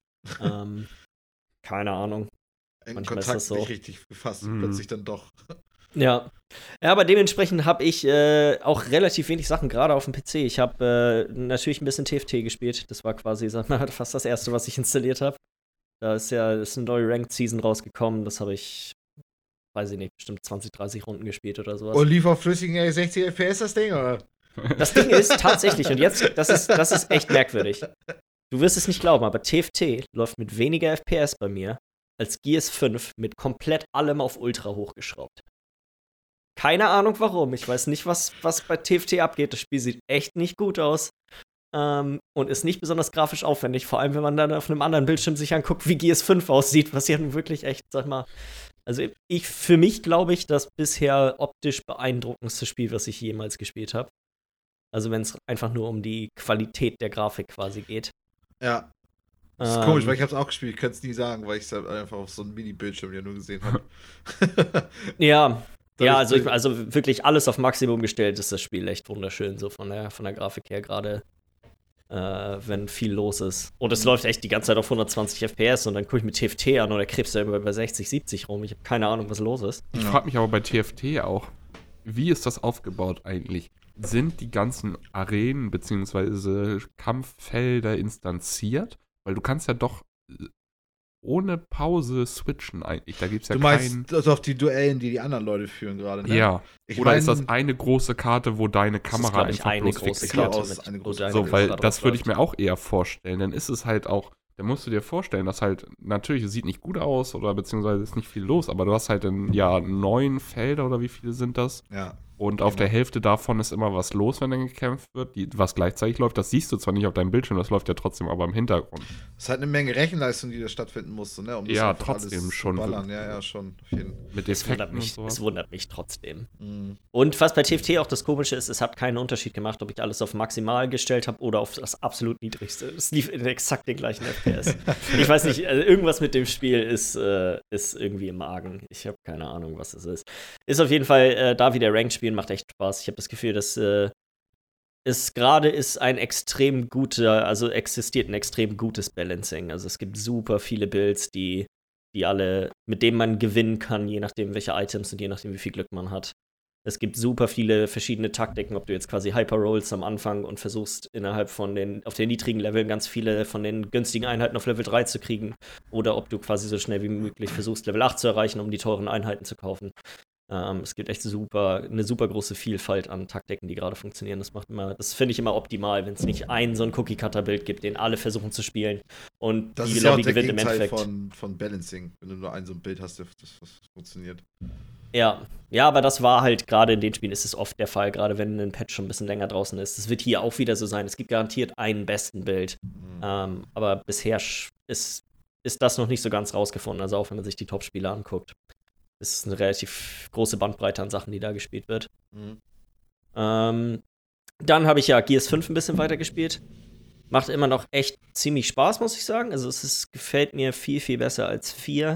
Keine Ahnung.
In Kontakt so. Nicht richtig gefasst, plötzlich dann doch.
Ja, aber dementsprechend habe ich auch relativ wenig Sachen, gerade auf dem PC. Ich habe natürlich ein bisschen TFT gespielt. Das war quasi, sag mal, fast das erste, was ich installiert habe. Da ist eine neue Ranked-Season rausgekommen. Das habe ich, weiß ich nicht, bestimmt 20, 30 Runden gespielt oder sowas.
Und lief auf flüssigen 60 FPS das Ding, oder?
Das Ding ist tatsächlich, und jetzt, das ist echt merkwürdig. Du wirst es nicht glauben, aber TFT läuft mit weniger FPS bei mir als Gears 5 mit komplett allem auf Ultra hochgeschraubt. Keine Ahnung warum. Ich weiß nicht, was bei TFT abgeht. Das Spiel sieht echt nicht gut aus. Und ist nicht besonders grafisch aufwendig. Vor allem, wenn man dann auf einem anderen Bildschirm sich anguckt, wie Gears 5 aussieht, was ja nun wirklich echt, sag mal. Also, für mich glaube ich, das bisher optisch beeindruckendste Spiel, was ich jemals gespielt habe. Also, wenn es einfach nur um die Qualität der Grafik quasi geht.
Ja. Das ist komisch, weil ich habe es auch gespielt. Ich kann es nie sagen, weil ich es einfach auf so einem Mini-Bildschirm ja nur gesehen habe.
Ja. Ja, also wirklich alles auf Maximum gestellt ist das Spiel echt wunderschön, so von der Grafik her, gerade wenn viel los ist. Und es läuft echt die ganze Zeit auf 120 FPS und dann gucke ich mir TFT an und der krebst ja immer bei 60, 70 rum. Ich habe keine Ahnung, was los ist.
Ich frage mich aber bei TFT auch, wie ist das aufgebaut eigentlich? Sind die ganzen Arenen bzw. Kampffelder instanziert? Weil du kannst ja doch ohne Pause switchen eigentlich. Da gibt's ja
Du meinst also auf die Duellen, die anderen Leute führen gerade, ne?
Ja. Oder ist das eine große Karte, wo deine Kamera
einfach bloß fixiert ist?
So, weil das würde ich mir auch eher vorstellen. Dann ist es halt auch, dann musst du dir vorstellen, dass halt, natürlich, es sieht nicht gut aus oder beziehungsweise ist nicht viel los, aber du hast halt dann 9 Felder oder wie viele sind das?
Ja.
Und auf der Hälfte davon ist immer was los, wenn dann gekämpft wird, was gleichzeitig läuft. Das siehst du zwar nicht auf deinem Bildschirm, das läuft ja trotzdem aber im Hintergrund.
Es ist halt eine Menge Rechenleistung, die da stattfinden musste, ne? Um das
ja, trotzdem schon.
Zu ballern. Ja, schon. Auf jeden.
Mit Effekten und sowas.
Es wundert mich trotzdem. Mhm. Und was bei TFT auch das Komische ist, es hat keinen Unterschied gemacht, ob ich alles auf maximal gestellt habe oder auf das absolut niedrigste. Es lief in exakt den gleichen FPS. Ich weiß nicht, also irgendwas mit dem Spiel ist irgendwie im Argen. Ich habe keine Ahnung, was es ist. Ist auf jeden Fall, da wieder Ranked spielen, macht echt Spaß. Ich habe das Gefühl, dass es gerade ist ein extrem guter, also existiert ein extrem gutes Balancing. Also es gibt super viele Builds, die alle, mit denen man gewinnen kann, je nachdem, welche Items und je nachdem, wie viel Glück man hat. Es gibt super viele verschiedene Taktiken, ob du jetzt quasi Hyper-Rolls am Anfang und versuchst innerhalb auf den niedrigen Leveln ganz viele von den günstigen Einheiten auf Level 3 zu kriegen oder ob du quasi so schnell wie möglich versuchst, Level 8 zu erreichen, um die teuren Einheiten zu kaufen. Es gibt echt eine super große Vielfalt an Taktiken, die gerade funktionieren. Das finde ich immer optimal, wenn es nicht so ein Cookie-Cutter-Bild gibt, den alle versuchen zu spielen und
das
die
ist
Lobby
ja
gewinnt im Endeffekt.
Von Balancing, wenn du nur so ein Bild hast, das funktioniert.
Ja, aber das war halt gerade in den Spielen ist es oft der Fall, gerade wenn ein Patch schon ein bisschen länger draußen ist. Es wird hier auch wieder so sein. Es gibt garantiert einen besten Bild. Aber bisher ist das noch nicht so ganz rausgefunden. Also auch wenn man sich die Top-Spiele anguckt. Es ist eine relativ große Bandbreite an Sachen, die da gespielt wird. Dann habe ich ja Gears 5 ein bisschen weitergespielt. Macht immer noch echt ziemlich Spaß, muss ich sagen. Also gefällt mir viel, viel besser als 4.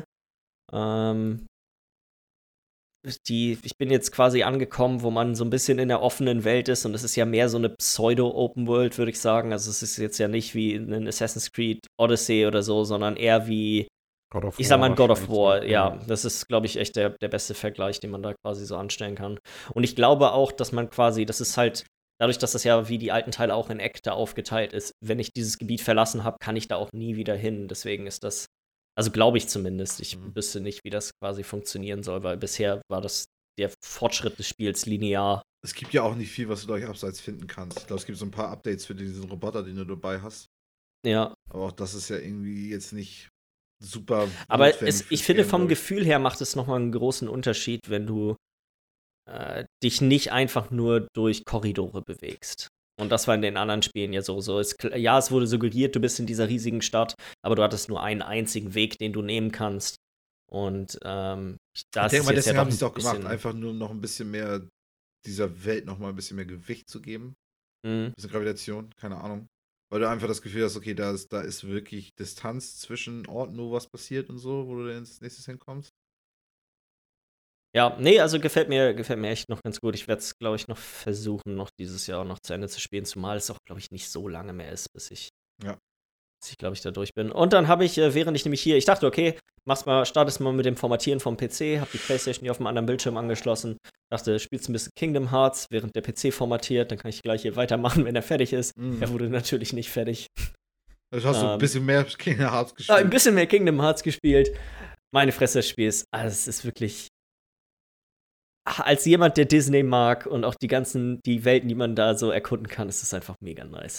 Ich bin jetzt quasi angekommen, wo man so ein bisschen in der offenen Welt ist und es ist ja mehr so eine Pseudo-Open World, würde ich sagen. Also es ist jetzt ja nicht wie ein Assassin's Creed Odyssey oder so, sondern eher wie ich sag mal God of War, ja. Das ist, glaube ich, echt der beste Vergleich, den man da quasi so anstellen kann. Und ich glaube auch, dass man quasi, das ist halt, dadurch, dass das ja wie die alten Teile auch in Akte aufgeteilt ist, wenn ich dieses Gebiet verlassen habe, kann ich da auch nie wieder hin. Deswegen ist das, also glaube ich zumindest, ich wüsste nicht, wie das quasi funktionieren soll, weil bisher war das der Fortschritt des Spiels linear.
Es gibt ja auch nicht viel, was du durch abseits finden kannst. Ich glaube, es gibt so ein paar Updates für diesen Roboter, den du dabei hast.
Ja.
Aber auch das ist ja irgendwie jetzt nicht super.
Aber ich finde, vom Gefühl her macht es nochmal einen großen Unterschied, wenn du dich nicht einfach nur durch Korridore bewegst. Und das war in den anderen Spielen ja so. Es wurde suggeriert, du bist in dieser riesigen Stadt, aber du hattest nur einen einzigen Weg, den du nehmen kannst. Und
ich denke mal, deswegen haben sie es auch gemacht, einfach nur noch ein bisschen mehr dieser Welt noch mal ein bisschen mehr Gewicht zu geben. Ein bisschen Gravitation, keine Ahnung. Weil du einfach das Gefühl hast, okay, da ist wirklich Distanz zwischen Orten, wo was passiert und so, wo du dann ins nächste hinkommst.
Ja, nee, also gefällt mir echt noch ganz gut. Ich werde es, glaube ich, noch versuchen, noch dieses Jahr noch zu Ende zu spielen, zumal es auch, glaube ich, nicht so lange mehr ist, bis ich glaube ich, da durch bin. Und dann habe ich, während ich nämlich hier, ich dachte, okay, startest mal mit dem Formatieren vom PC, habe die Playstation hier auf einem anderen Bildschirm angeschlossen, dachte, spielst ein bisschen Kingdom Hearts, während der PC formatiert, dann kann ich gleich hier weitermachen, wenn er fertig ist. Er wurde natürlich nicht fertig.
Also hast du ein bisschen mehr Kingdom Hearts gespielt?
Ein bisschen mehr Kingdom Hearts gespielt. Meine Fresse, das Spiel ist, es ist wirklich, als jemand, der Disney mag und auch die Welten, die man da so erkunden kann, ist es einfach mega nice.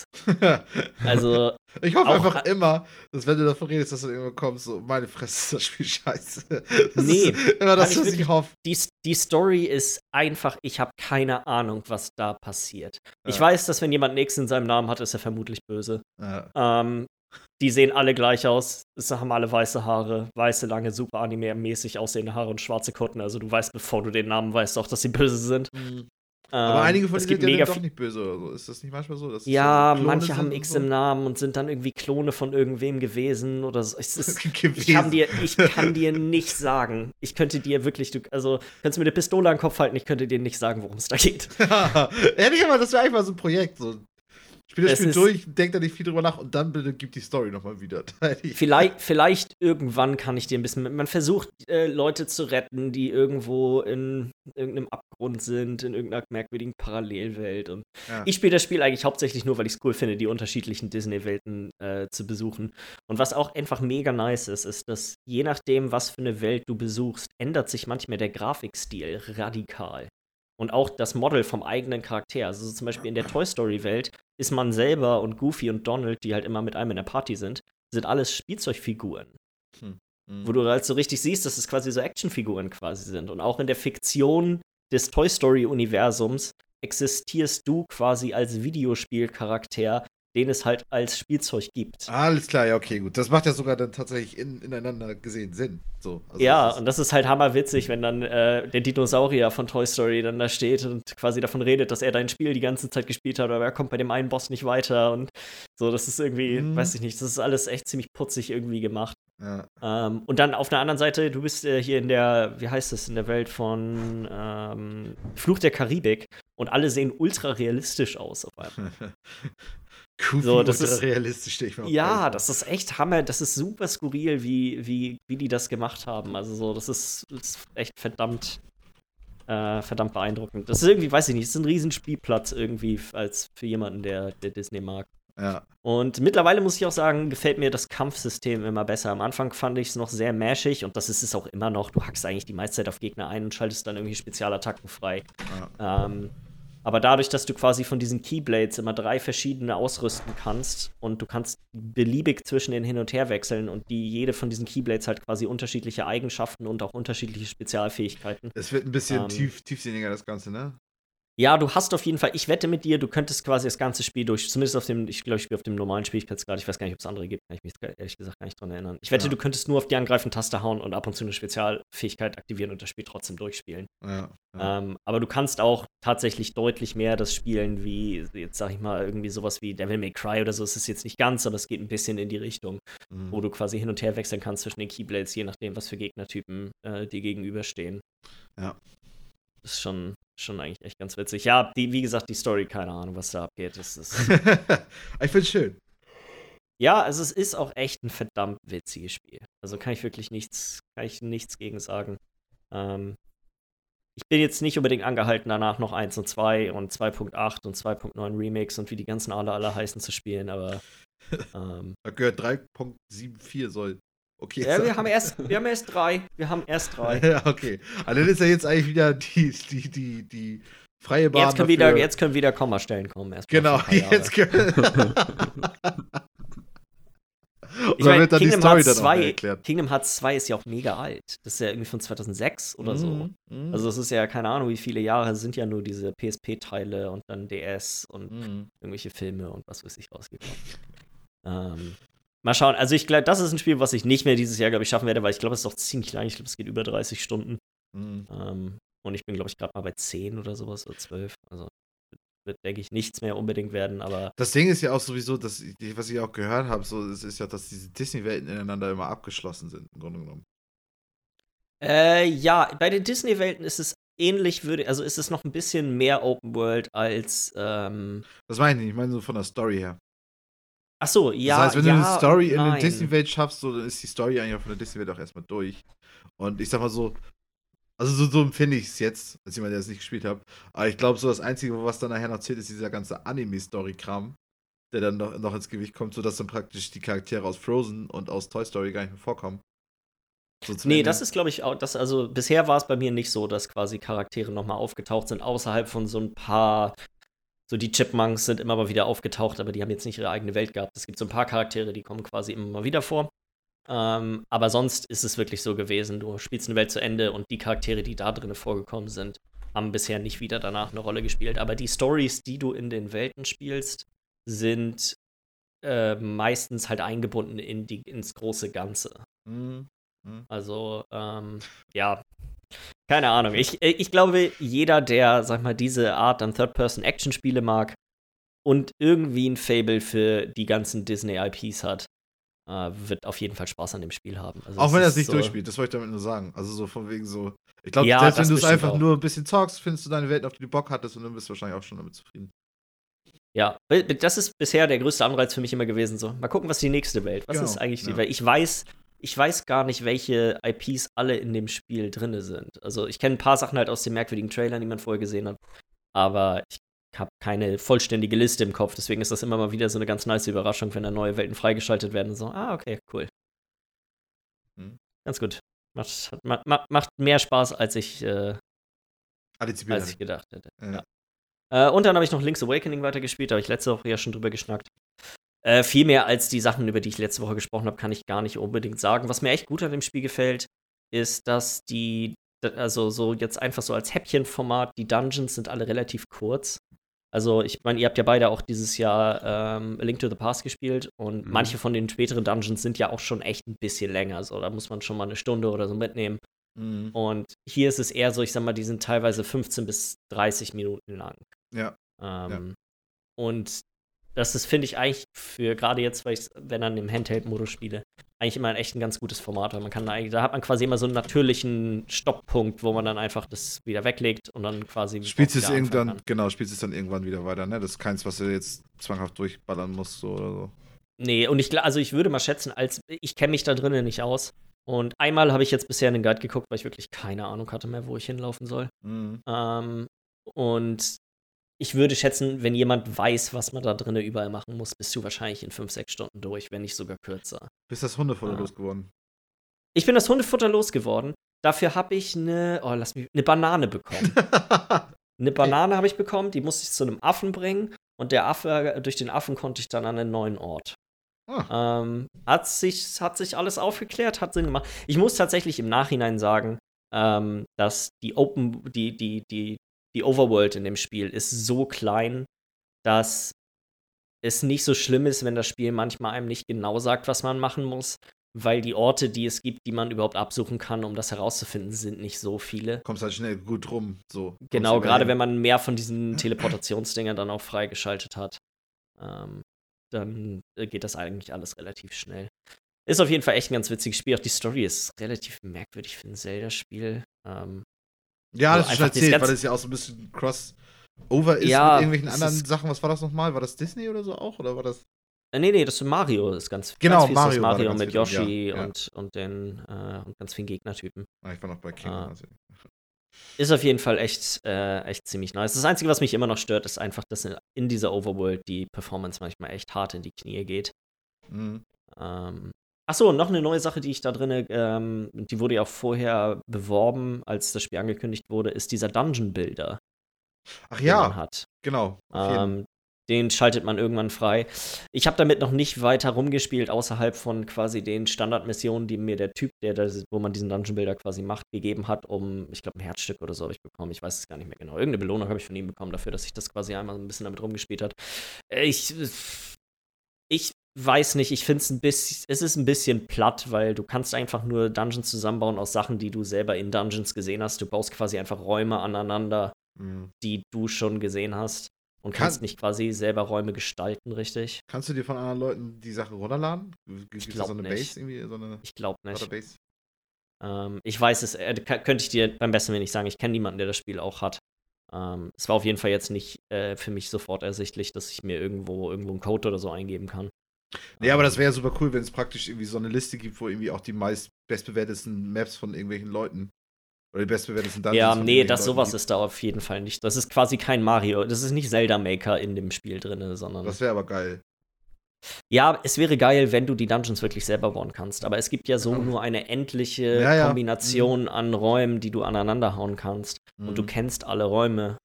Also
ich hoffe einfach immer, dass wenn du davon redest, dass du irgendwann kommst, so, meine Fresse, ist das Spiel scheiße. Das ist immer das, was ich hoffe.
Die Story ist einfach, ich habe keine Ahnung, was da passiert. Ja. Ich weiß, dass wenn jemand Nix in seinem Namen hat, ist er vermutlich böse. Ja. Die sehen alle gleich aus. Es haben alle weiße Haare, weiße, lange, super anime-mäßig aussehende Haare und schwarze Kutten. Also du weißt, bevor du den Namen weißt, auch, dass sie böse sind.
Aber einige von denen sind ja doch nicht böse oder so. Ist das nicht manchmal so? Dass
ja, so manche haben X im Namen und sind dann irgendwie Klone von irgendwem gewesen oder so. Ich kann dir nicht sagen. Ich könnte dir wirklich, könntest du mir eine Pistole an den Kopf halten, ich könnte dir nicht sagen, worum es da geht.
Ehrlich, aber das wäre einfach so ein Projekt. So. Spiel das Spiel durch, denk da nicht viel drüber nach und dann bitte gib die Story nochmal wieder.
Vielleicht irgendwann kann ich dir ein bisschen. Man versucht, Leute zu retten, die irgendwo in irgendeinem Abgrund sind, in irgendeiner merkwürdigen Parallelwelt. Und ich spiele das Spiel eigentlich hauptsächlich nur, weil ich es cool finde, die unterschiedlichen Disney-Welten zu besuchen. Und was auch einfach mega nice ist, dass je nachdem, was für eine Welt du besuchst, ändert sich manchmal der Grafikstil radikal. Und auch das Model vom eigenen Charakter. Also zum Beispiel in der Toy Story-Welt ist man selber und Goofy und Donald, die halt immer mit einem in der Party sind alles Spielzeugfiguren. Wo du halt so richtig siehst, dass es quasi so Actionfiguren quasi sind. Und auch in der Fiktion des Toy Story-Universums existierst du quasi als Videospielcharakter, den es halt als Spielzeug gibt.
Alles klar, ja, okay, gut. Das macht ja sogar dann tatsächlich ineinander gesehen Sinn. So, also
ja, und das ist halt hammerwitzig, wenn dann der Dinosaurier von Toy Story dann da steht und quasi davon redet, dass er dein Spiel die ganze Zeit gespielt hat, aber er kommt bei dem einen Boss nicht weiter und so, das ist irgendwie, weiß ich nicht, das ist alles echt ziemlich putzig irgendwie gemacht. Ja. Und dann auf der anderen Seite, du bist hier in der, wie heißt es, in der Welt von Fluch der Karibik und alle sehen ultra realistisch aus auf einmal.
So, das ist realistisch, stehe ich mal auf.
Ja, das ist echt Hammer. Das ist super skurril, wie die das gemacht haben. Also so, das ist echt verdammt beeindruckend. Das ist irgendwie, weiß ich nicht, das ist ein Riesenspielplatz irgendwie als für jemanden, der Disney mag.
Ja.
Und mittlerweile muss ich auch sagen, gefällt mir das Kampfsystem immer besser. Am Anfang fand ich es noch sehr mashig und das ist es auch immer noch. Du hackst eigentlich die meiste Zeit auf Gegner ein und schaltest dann irgendwie Spezialattacken frei. Ja. Aber dadurch, dass du quasi von diesen Keyblades immer 3 verschiedene ausrüsten kannst und du kannst beliebig zwischen denen hin und her wechseln und jede von diesen Keyblades halt quasi unterschiedliche Eigenschaften und auch unterschiedliche Spezialfähigkeiten.
Es wird ein bisschen tiefsinniger, das Ganze, ne?
Ja, du hast auf jeden Fall, ich wette mit dir, du könntest quasi das ganze Spiel zumindest ich glaube, ich spiele auf dem normalen Schwierigkeitsgrad, ich weiß gar nicht, ob es andere gibt, kann ich mich ehrlich gesagt gar nicht dran erinnern. Ich wette, du könntest nur auf die Angreifen-Taste hauen und ab und zu eine Spezialfähigkeit aktivieren und das Spiel trotzdem durchspielen.
Ja.
Aber du kannst auch tatsächlich deutlich mehr das spielen, wie, jetzt sag ich mal, irgendwie sowas wie Devil May Cry oder so, es ist jetzt nicht ganz, aber es geht ein bisschen in die Richtung, wo du quasi hin und her wechseln kannst zwischen den Keyblades, je nachdem, was für Gegnertypen dir gegenüberstehen.
Ja.
Das ist schon eigentlich echt ganz witzig. Ja, wie gesagt, die Story, keine Ahnung, was da abgeht. Das ist
ich find's schön.
Ja, also es ist auch echt ein verdammt witziges Spiel. Also kann ich nichts gegen sagen. Ich bin jetzt nicht unbedingt angehalten, danach noch 1 und 2 und 2.8 und 2.9 Remix und wie die ganzen alle heißen zu spielen, aber
da gehört 3.74 soll Okay.
Ja, wir haben erst 3. Wir haben erst 3.
Ja, okay. Also dann ist ja jetzt eigentlich wieder die freie Bahn.
Jetzt können wieder Kommastellen kommen.
Genau, jetzt können.
Ich meine, Kingdom Hearts 2 ist ja auch mega alt. Das ist ja irgendwie von 2006 oder so. Also es ist ja, keine Ahnung, wie viele Jahre sind ja nur diese PSP-Teile und dann DS und irgendwelche Filme und was weiß ich rausgekommen. Mal schauen. Also ich glaube, das ist ein Spiel, was ich nicht mehr dieses Jahr, glaube ich, schaffen werde, weil ich glaube, es ist doch ziemlich lang. Ich glaube, es geht über 30 Stunden. Und ich bin, glaube ich, gerade mal bei 10 oder sowas oder 12. Also wird, denke ich, nichts mehr unbedingt werden, aber.
Das Ding ist ja auch sowieso, was ich auch gehört habe, so, es ist ja, dass diese Disney-Welten ineinander immer abgeschlossen sind, im Grunde genommen.
Ja, bei den Disney-Welten ist es ähnlich, also ist es noch ein bisschen mehr Open World als.
Das meine ich nicht, ich meine so von der Story her.
Ach so, ja.
Das heißt, wenn du eine Story in der Disney-Welt schaffst, so, dann ist die Story eigentlich auch von der Disney-Welt auch erstmal durch. Und ich sag mal so, also so empfinde ich es jetzt, als jemand, der es nicht gespielt hat. Aber ich glaube, so das Einzige, was dann nachher noch zählt, ist dieser ganze Anime-Story-Kram, der dann noch ins Gewicht kommt, sodass dann praktisch die Charaktere aus Frozen und aus Toy Story gar nicht mehr vorkommen.
So nee, das ist, glaube ich, auch, also bisher war es bei mir nicht so, dass quasi Charaktere nochmal aufgetaucht sind, außerhalb von so ein paar. So, die Chipmunks sind immer mal wieder aufgetaucht, aber die haben jetzt nicht ihre eigene Welt gehabt. Es gibt so ein paar Charaktere, die kommen quasi immer mal wieder vor. Aber sonst ist es wirklich so gewesen, du spielst eine Welt zu Ende und die Charaktere, die da drin vorgekommen sind, haben bisher nicht wieder danach eine Rolle gespielt. Aber die Stories, die du in den Welten spielst, sind meistens halt eingebunden ins große Ganze. Also, ja, keine Ahnung. Ich glaube, jeder, der, sag mal, diese Art an Third-Person-Action-Spiele mag und irgendwie ein Faible für die ganzen Disney-IPs hat, wird auf jeden Fall Spaß an dem Spiel haben. Also
auch wenn er es nicht durchspielt, das wollte ich damit nur sagen. Also so von wegen so, ich glaube, selbst wenn du es einfach nur ein bisschen zockst, findest du deine Welt, auf die du Bock hattest und dann bist du wahrscheinlich auch schon damit zufrieden.
Ja, das ist bisher der größte Anreiz für mich immer gewesen, so, mal gucken, was die nächste Welt, was ist eigentlich die Welt. Ich weiß gar nicht, welche IPs alle in dem Spiel drin sind. Also ich kenne ein paar Sachen halt aus den merkwürdigen Trailern, die man vorher gesehen hat, aber ich habe keine vollständige Liste im Kopf, deswegen ist das immer mal wieder so eine ganz nice Überraschung, wenn da neue Welten freigeschaltet werden und so, okay, cool. Ganz gut. Macht mehr Spaß, als ich gedacht hätte. Ja. Und dann habe ich noch Link's Awakening weitergespielt, da habe ich letzte Woche ja schon drüber geschnackt. Viel mehr als die Sachen, über die ich letzte Woche gesprochen habe, kann ich gar nicht unbedingt sagen. Was mir echt gut an dem Spiel gefällt, ist, dass also so jetzt einfach so als Häppchenformat, die Dungeons sind alle relativ kurz. Also ich meine, ihr habt ja beide auch dieses Jahr A Link to the Past gespielt und manche von den späteren Dungeons sind ja auch schon echt ein bisschen länger. So, da muss man schon mal eine Stunde oder so mitnehmen. Und hier ist es eher so, ich sag mal, die sind teilweise 15 bis 30 Minuten lang.
Ja.
Und das ist, finde ich, eigentlich für gerade jetzt, weil ich wenn dann im Handheld-Modus spiele, eigentlich immer echt ein ganz gutes Format, weil da hat man quasi immer so einen natürlichen Stopppunkt, wo man dann einfach das wieder weglegt und dann quasi
spielst es dann irgendwann wieder weiter, ne? Das ist keins, was du jetzt zwanghaft durchballern musst so oder so. Nee, und ich würde mal schätzen, ich kenne mich da drinnen nicht aus. Und einmal habe ich jetzt bisher in den Guide geguckt, weil ich wirklich keine Ahnung hatte mehr, wo ich hinlaufen soll. Und ich würde schätzen, wenn jemand weiß, was man da drinnen überall machen muss, bist du wahrscheinlich in 5-6 Stunden durch, wenn nicht sogar kürzer. Bist das Hundefutter losgeworden?
Ich bin das Hundefutter losgeworden. Dafür habe ich eine Banane bekommen. Eine Banane habe ich bekommen, die musste ich zu einem Affen bringen. Und durch den Affen konnte ich dann an einen neuen Ort. Hat sich alles aufgeklärt, hat Sinn gemacht. Ich muss tatsächlich im Nachhinein sagen, dass die Overworld in dem Spiel ist so klein, dass es nicht so schlimm ist, wenn das Spiel manchmal einem nicht genau sagt, was man machen muss, weil die Orte, die es gibt, die man überhaupt absuchen kann, um das herauszufinden, sind nicht so viele.
Kommst halt schnell gut rum. So.
Genau, gerade wenn man mehr von diesen Teleportationsdingern dann auch freigeschaltet hat, dann geht das eigentlich alles relativ schnell. Ist auf jeden Fall echt ein ganz witziges Spiel. Auch die Story ist relativ merkwürdig für ein Zelda-Spiel.
Ja, das ist schon erzählt, weil das ja auch so ein bisschen Crossover ist mit irgendwelchen anderen Sachen. Was war das nochmal? War das Disney oder so auch? Oder war das?
Nee, das ist Mario. Das ist ganz
genau,
ganz
Mario
mit Yoshi und ganz vielen Gegnertypen.
Ich war noch bei King.
Ist auf jeden Fall echt ziemlich nice. Das Einzige, was mich immer noch stört, ist einfach, dass in dieser Overworld die Performance manchmal echt hart in die Knie geht. Achso, und noch eine neue Sache, die ich da drinne, die wurde ja auch vorher beworben, als das Spiel angekündigt wurde, ist dieser Dungeon Builder,
Ach
den man
ja,
hat.
genau. Auf jeden.
Den schaltet man irgendwann frei. Ich habe damit noch nicht weiter rumgespielt, außerhalb von quasi den Standardmissionen, die mir der Typ, wo man diesen Dungeon Builder quasi macht, gegeben hat, ich glaube, ein Herzstück oder so habe ich bekommen. Ich weiß es gar nicht mehr genau. Irgendeine Belohnung habe ich von ihm bekommen dafür, dass ich das quasi einmal ein bisschen damit rumgespielt habe. Ich weiß nicht, ich finde es ist ein bisschen platt, weil du kannst einfach nur Dungeons zusammenbauen aus Sachen, die du selber in Dungeons gesehen hast. Du baust quasi einfach Räume aneinander, die du schon gesehen hast. Und kannst nicht quasi selber Räume gestalten, richtig?
Kannst du dir von anderen Leuten die Sachen runterladen?
Ich glaube nicht.
Base irgendwie?
Ich glaube nicht.
Database?
Ich weiß es, könnte ich dir beim besten Willen nicht sagen. Ich kenne niemanden, der das Spiel auch hat. Es war auf jeden Fall jetzt nicht für mich sofort ersichtlich, dass ich mir irgendwo einen Code oder so eingeben kann.
Nee, aber das wäre ja super cool, wenn es praktisch irgendwie so eine Liste gibt, wo irgendwie auch die bestbewertesten Maps von irgendwelchen Leuten oder die bestbewertesten Dungeons.
Ja, nee, sowas ist da auf jeden Fall nicht. Das ist quasi kein Mario. Das ist nicht Zelda Maker in dem Spiel drin, sondern.
Das wäre aber geil.
Ja, es wäre geil, wenn du die Dungeons wirklich selber bauen kannst. Aber es gibt ja so nur eine endliche Kombination an Räumen, die du aneinander hauen kannst. Und du kennst alle Räume.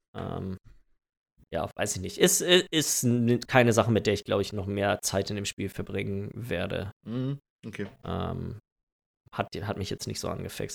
Ja, weiß ich nicht. Ist keine Sache, mit der ich, glaube ich, noch mehr Zeit in dem Spiel verbringen werde.
Okay.
Hat mich jetzt nicht so angefixt.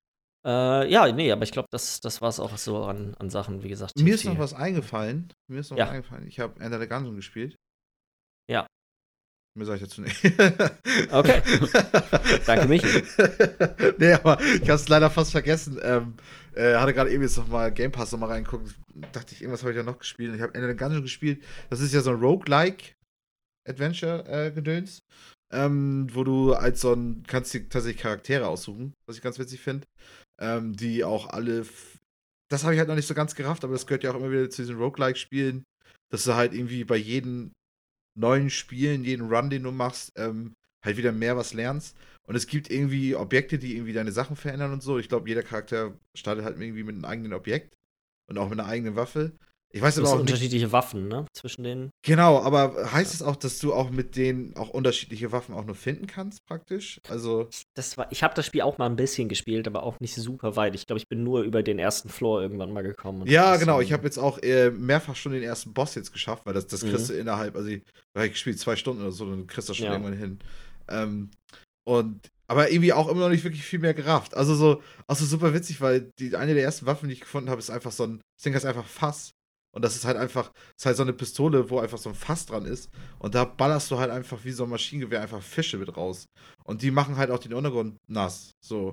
Ja, nee, aber ich glaube, das war es auch so an Sachen, wie gesagt.
Mir ist noch was eingefallen. Ich habe Enter the Gungeon gespielt.
Ja.
Mehr sage ich dazu nicht.
Okay. Danke, Michi.
Nee, aber ich habe es leider fast vergessen. Hatte gerade eben jetzt noch mal Game Pass noch mal reingucken. Dachte ich, irgendwas habe ich ja noch gespielt. Ich habe Enter the Gungeon gespielt. Das ist ja so ein Roguelike Adventure-Gedöns. Wo du als kannst dir tatsächlich Charaktere aussuchen, was ich ganz witzig finde. Die auch alle. Das habe ich halt noch nicht so ganz gerafft, aber das gehört ja auch immer wieder zu diesen Roguelike-Spielen, dass du halt irgendwie bei jedem neuen Spielen, jeden Run, den du machst, halt wieder mehr was lernst. Und es gibt irgendwie Objekte, die irgendwie deine Sachen verändern und so. Ich glaube, jeder Charakter startet halt irgendwie mit einem eigenen Objekt und auch mit einer eigenen Waffe. Ich weiß aber auch nicht.
Unterschiedliche Waffen, ne? Zwischen denen.
Genau, aber heißt es auch, dass du auch mit denen auch unterschiedliche Waffen auch nur finden kannst, praktisch? Also.
Ich habe das Spiel auch mal ein bisschen gespielt, aber auch nicht super weit. Ich glaube, ich bin nur über den ersten Floor irgendwann mal gekommen.
Ja, genau. Ich habe jetzt auch mehrfach schon den ersten Boss jetzt geschafft, weil das kriegst du innerhalb, also ich gespielt 2 Stunden oder so, dann kriegst du das schon irgendwann hin. Aber irgendwie auch immer noch nicht wirklich viel mehr gerafft. Also super witzig, weil eine der ersten Waffen, die ich gefunden habe, ist einfach das Ding heißt einfach Fass. Und das ist halt so eine Pistole, wo einfach so ein Fass dran ist. Und da ballerst du halt einfach wie so ein Maschinengewehr einfach Fische mit raus. Und die machen halt auch den Untergrund nass. So.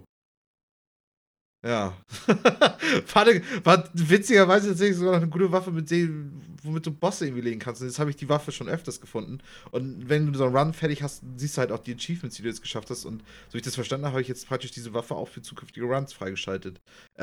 Ja. War witzigerweise tatsächlich sogar noch eine gute Waffe, womit du Bosse irgendwie legen kannst. Und jetzt habe ich die Waffe schon öfters gefunden. Und wenn du so einen Run fertig hast, siehst du halt auch die Achievements, die du jetzt geschafft hast. Und so wie ich das verstanden habe ich jetzt praktisch diese Waffe auch für zukünftige Runs freigeschaltet.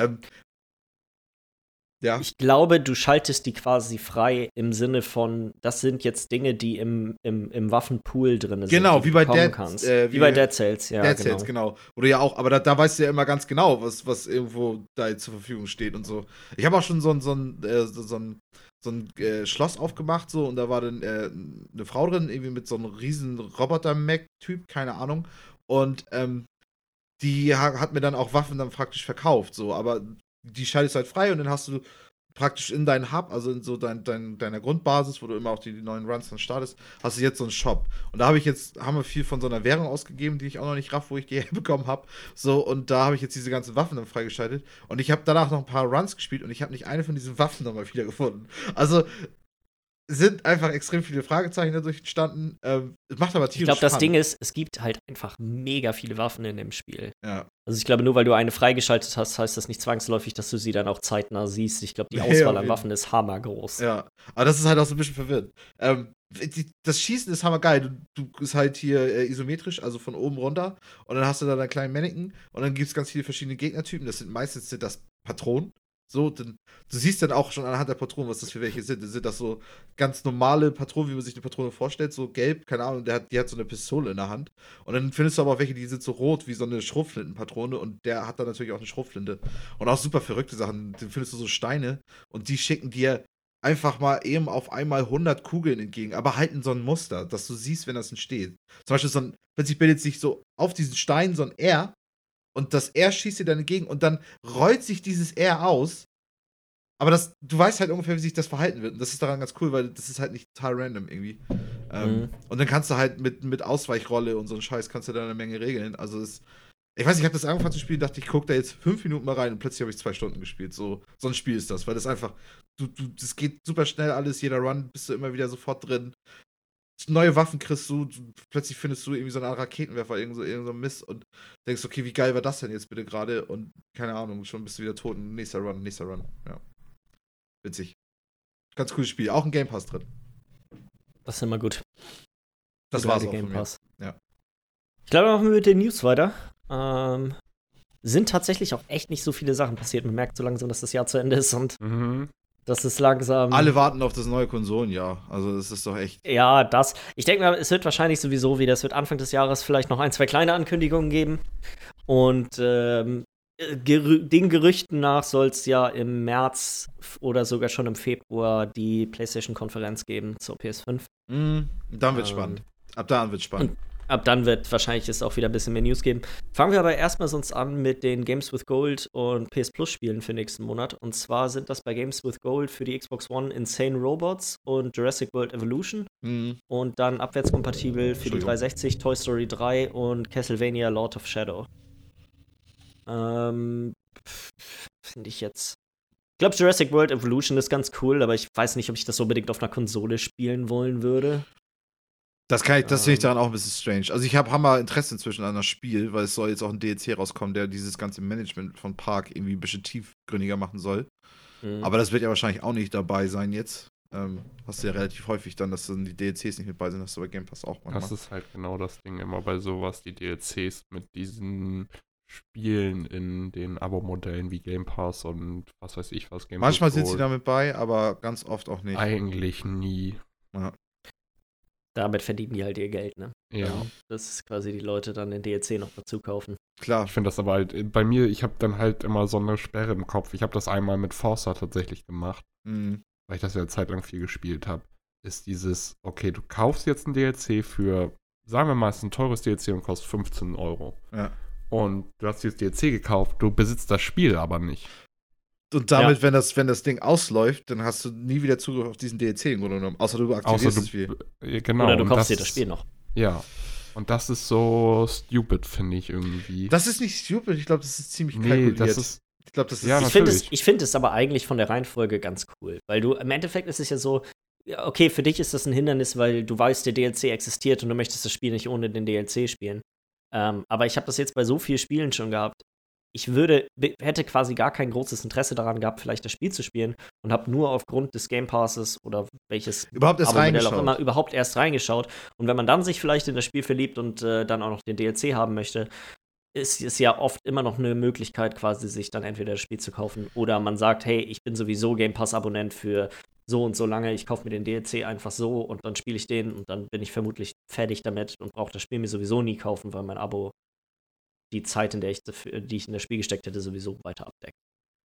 Ja.
Ich glaube, du schaltest die quasi frei im Sinne von, das sind jetzt Dinge, die im Waffenpool drin sind.
Genau, wie bei
Dead Cells, ja.
Dead Cells, genau. Oder ja auch, aber da weißt du ja immer ganz genau, was irgendwo da zur Verfügung steht und so. Ich habe auch schon so ein Schloss aufgemacht, so, und da war dann eine Frau drin, irgendwie mit so einem riesen Roboter-Mac-Typ, keine Ahnung. Und die hat mir dann auch Waffen dann praktisch verkauft, so, aber die schaltest halt frei und dann hast du praktisch in deinen Hub, also in so deiner Grundbasis, wo du immer auch die neuen Runs dann startest, hast du jetzt so einen Shop. Und da haben wir viel von so einer Währung ausgegeben, die ich auch noch nicht raff, wo ich die herbekommen habe. So, und da habe ich jetzt diese ganzen Waffen dann freigeschaltet. Und ich habe danach noch ein paar Runs gespielt und ich habe nicht eine von diesen Waffen nochmal wieder gefunden. Also sind einfach extrem viele Fragezeichen dadurch entstanden. Es macht aber tierisch
Ich glaube, das Ding ist, es gibt halt einfach mega viele Waffen in dem Spiel.
Ja.
Also ich glaube, nur weil du eine freigeschaltet hast, heißt das nicht zwangsläufig, dass du sie dann auch zeitnah siehst. Ich glaube, die Auswahl an Waffen ist hammergroß.
Ja, aber das ist halt auch so ein bisschen verwirrend. Das Schießen ist hammergeil. Du bist halt hier isometrisch, also von oben runter. Und dann hast du da deinen kleinen Mannequin. Und dann gibt es ganz viele verschiedene Gegnertypen. Meistens sind das Patronen. So, du siehst dann auch schon anhand der Patronen, was das für welche sind. Sind das so ganz normale Patronen, wie man sich eine Patrone vorstellt, so gelb, keine Ahnung, die hat so eine Pistole in der Hand. Und dann findest du aber auch welche, die sind so rot wie so eine Schrotflintenpatrone und der hat dann natürlich auch eine Schrotflinte. Und auch super verrückte Sachen. Dann findest du so Steine und die schicken dir einfach mal eben auf einmal 100 Kugeln entgegen, aber halt in so ein Muster, dass du siehst, wenn das entsteht. Zum Beispiel plötzlich bildet sich so auf diesen Stein so ein R und das R schießt dir dann entgegen und dann rollt sich dieses R aus. Aber du weißt halt ungefähr, wie sich das verhalten wird. Und das ist daran ganz cool, weil das ist halt nicht total random irgendwie. Und dann kannst du halt mit Ausweichrolle und so einen Scheiß kannst du da eine Menge regeln. Also ich weiß nicht, ich habe das angefangen zu spielen, dachte ich, guck da jetzt 5 Minuten mal rein und plötzlich habe ich 2 Stunden gespielt. So ein Spiel ist das, weil das einfach, das geht super schnell alles, jeder Run bist du immer wieder sofort drin. Neue Waffen kriegst du, plötzlich findest du irgendwie so eine Art Raketenwerfer, irgend so ein Mist und denkst, okay, wie geil war das denn jetzt bitte gerade? Und keine Ahnung, schon bist du wieder tot und nächster Run, ja. Witzig. Ganz cooles Spiel. Auch ein Game Pass drin.
Das ist immer gut.
Das war's auch Game Pass. Ja.
Ich glaube, machen wir mit den News weiter. Sind tatsächlich auch echt nicht so viele Sachen passiert. Man merkt so langsam, dass das Jahr zu Ende ist und das ist langsam.
Alle warten auf das neue Konsolenjahr. Also, das ist doch echt.
Ja, ich denke mal, es wird wahrscheinlich sowieso wieder, es wird Anfang des Jahres vielleicht noch 1, 2 kleine Ankündigungen geben. Und den Gerüchten nach soll es ja im März oder sogar schon im Februar die PlayStation-Konferenz geben zur PS5.
Dann wird's spannend. Ab dann wird's spannend.
Und ab dann wird wahrscheinlich es auch wieder ein bisschen mehr News geben. Fangen wir aber erstmal sonst an mit den Games with Gold und PS Plus Spielen für nächsten Monat. Und zwar sind das bei Games with Gold für die Xbox One Insane Robots und Jurassic World Evolution. Und dann abwärtskompatibel für die 360 Toy Story 3 und Castlevania Lord of Shadow. Finde ich jetzt. Ich glaube, Jurassic World Evolution ist ganz cool, aber ich weiß nicht, ob ich das unbedingt auf einer Konsole spielen wollen würde.
Das finde ich daran auch ein bisschen strange. Also ich habe Hammer Interesse inzwischen an das Spiel, weil es soll jetzt auch ein DLC rauskommen, der dieses ganze Management von Park irgendwie ein bisschen tiefgründiger machen soll. Aber das wird ja wahrscheinlich auch nicht dabei sein jetzt. Hast du ja relativ häufig dann, dass dann die DLCs nicht mit bei sind, hast du bei Game Pass auch manchmal.
Das ist halt genau das Ding immer bei sowas, die DLCs mit diesen Spielen in den Abo-Modellen wie Game Pass und was weiß ich was.
Manchmal sind sie damit bei, aber ganz oft auch nicht.
Eigentlich nie.
Ja.
Damit verdienen die halt ihr Geld, ne?
Ja.
Das ist quasi die Leute dann den DLC noch dazu kaufen.
Klar.
Ich finde das aber halt, bei mir, ich habe dann halt immer so eine Sperre im Kopf. Ich habe das einmal mit Forza tatsächlich gemacht, weil ich das ja eine Zeit lang viel gespielt habe. Ist dieses, okay, du kaufst jetzt ein DLC für, sagen wir mal, es ist ein teures DLC und kostet 15 €.
Ja.
Und du hast dieses DLC gekauft, du besitzt das Spiel aber nicht.
Und damit, wenn das Ding ausläuft, dann hast du nie wieder Zugriff auf diesen DLC im Grunde genommen. Außer du aktivierst das Spiel.
Genau.
Oder du kaufst dir das Spiel noch.
Ja. Und das ist so stupid, finde ich irgendwie.
Das ist nicht stupid, ich glaube, das ist ziemlich kalkuliert. Ich glaube, das ist.
Ja,
ich finde es aber eigentlich von der Reihenfolge ganz cool. Weil du, im Endeffekt ist es ja so, okay, für dich ist das ein Hindernis, weil du weißt, der DLC existiert und du möchtest das Spiel nicht ohne den DLC spielen. Aber ich habe das jetzt bei so vielen Spielen schon gehabt. Ich hätte quasi gar kein großes Interesse daran gehabt, vielleicht das Spiel zu spielen und habe nur aufgrund des Game Passes oder welches
Abo-Modell
auch immer überhaupt erst reingeschaut. Und wenn man dann sich vielleicht in das Spiel verliebt und dann auch noch den DLC haben möchte, ist es ja oft immer noch eine Möglichkeit, quasi sich dann entweder das Spiel zu kaufen oder man sagt, hey, ich bin sowieso Game Pass-Abonnent für so und so lange, ich kaufe mir den DLC einfach so und dann spiele ich den und dann bin ich vermutlich fertig damit und brauche das Spiel mir sowieso nie kaufen, weil mein Abo die Zeit, die ich in das Spiel gesteckt hätte, sowieso weiter abdeckt.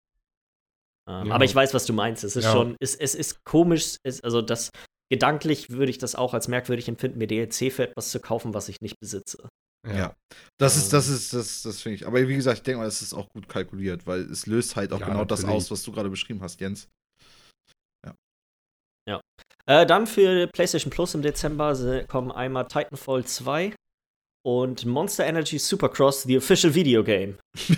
Ja.
Aber ich weiß, was du meinst. Es ist schon, es ist komisch, also das gedanklich würde ich das auch als merkwürdig empfinden, mir DLC für etwas zu kaufen, was ich nicht besitze.
Ja. Das finde ich. Aber wie gesagt, ich denke mal, es ist auch gut kalkuliert, weil es löst halt auch genau das aus, was du gerade beschrieben hast, Jens.
Ja. Dann für PlayStation Plus im Dezember kommen einmal Titanfall 2 und Monster Energy Supercross, the official video game.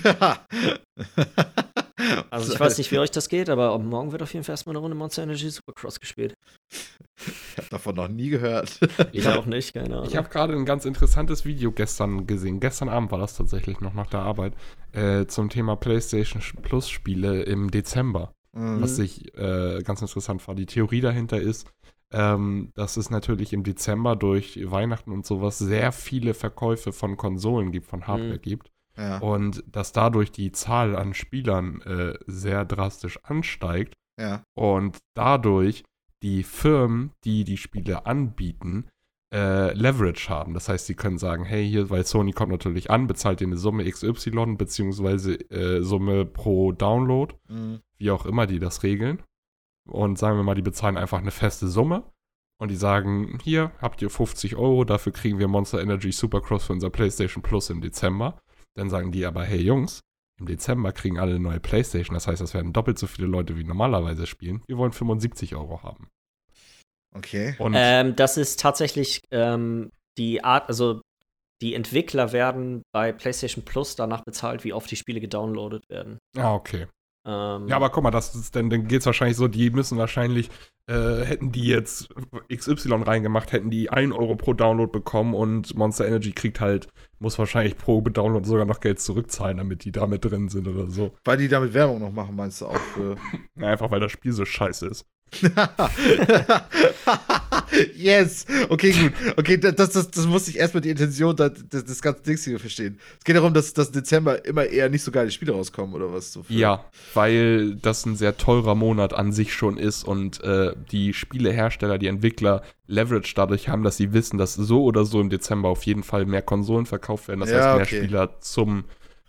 Also ich weiß nicht, wie euch das geht, aber morgen wird auf jeden Fall erstmal eine Runde Monster Energy Supercross gespielt.
Ich habe davon noch nie gehört.
Ich auch nicht, keine Ahnung.
Ich habe gerade ein ganz interessantes Video gestern gesehen. Gestern Abend war das tatsächlich noch nach der Arbeit. Zum Thema PlayStation Plus Spiele im Dezember. Was ich ganz interessant fand. Die Theorie dahinter ist, dass es natürlich im Dezember durch Weihnachten und sowas sehr viele Verkäufe von Konsolen gibt, von Hardware gibt.
Ja.
Und dass dadurch die Zahl an Spielern sehr drastisch ansteigt.
Ja.
Und dadurch die Firmen, die die Spiele anbieten, Leverage haben. Das heißt, sie können sagen, hey, hier, weil Sony kommt natürlich an, bezahlt dir eine Summe XY, beziehungsweise Summe pro Download, wie auch immer die das regeln. und sagen wir mal, die bezahlen einfach eine feste Summe und die sagen, hier habt ihr 50 €, dafür kriegen wir Monster Energy Supercross für unser PlayStation Plus im Dezember. Dann sagen die aber, hey Jungs, im Dezember kriegen alle eine neue PlayStation, das heißt, das werden doppelt so viele Leute wie normalerweise spielen. Wir wollen 75 € haben.
Okay.
Und
das ist tatsächlich die Art, also die Entwickler werden bei PlayStation Plus danach bezahlt, wie oft die Spiele gedownloadet werden.
okay. Ja, aber guck mal, dann geht es wahrscheinlich so, die müssen wahrscheinlich, hätten die jetzt XY reingemacht, hätten die 1 € pro Download bekommen und Monster Energy muss wahrscheinlich pro Download sogar noch Geld zurückzahlen, damit die da mit drin sind oder so.
Weil die damit Werbung noch machen, meinst du auch für.
Ja, einfach weil das Spiel so scheiße ist.
Yes! Okay, gut. Okay, das musste ich erstmal die Intention des ganzen Dings hier verstehen. Es geht darum, dass im Dezember immer eher nicht so geile Spiele rauskommen, oder was? So
ja, weil das ein sehr teurer Monat an sich schon ist und die Spielehersteller, die Entwickler Leverage dadurch haben, dass sie wissen, dass so oder so im Dezember auf jeden Fall mehr Konsolen verkauft werden. Das heißt, mehr Spieler zum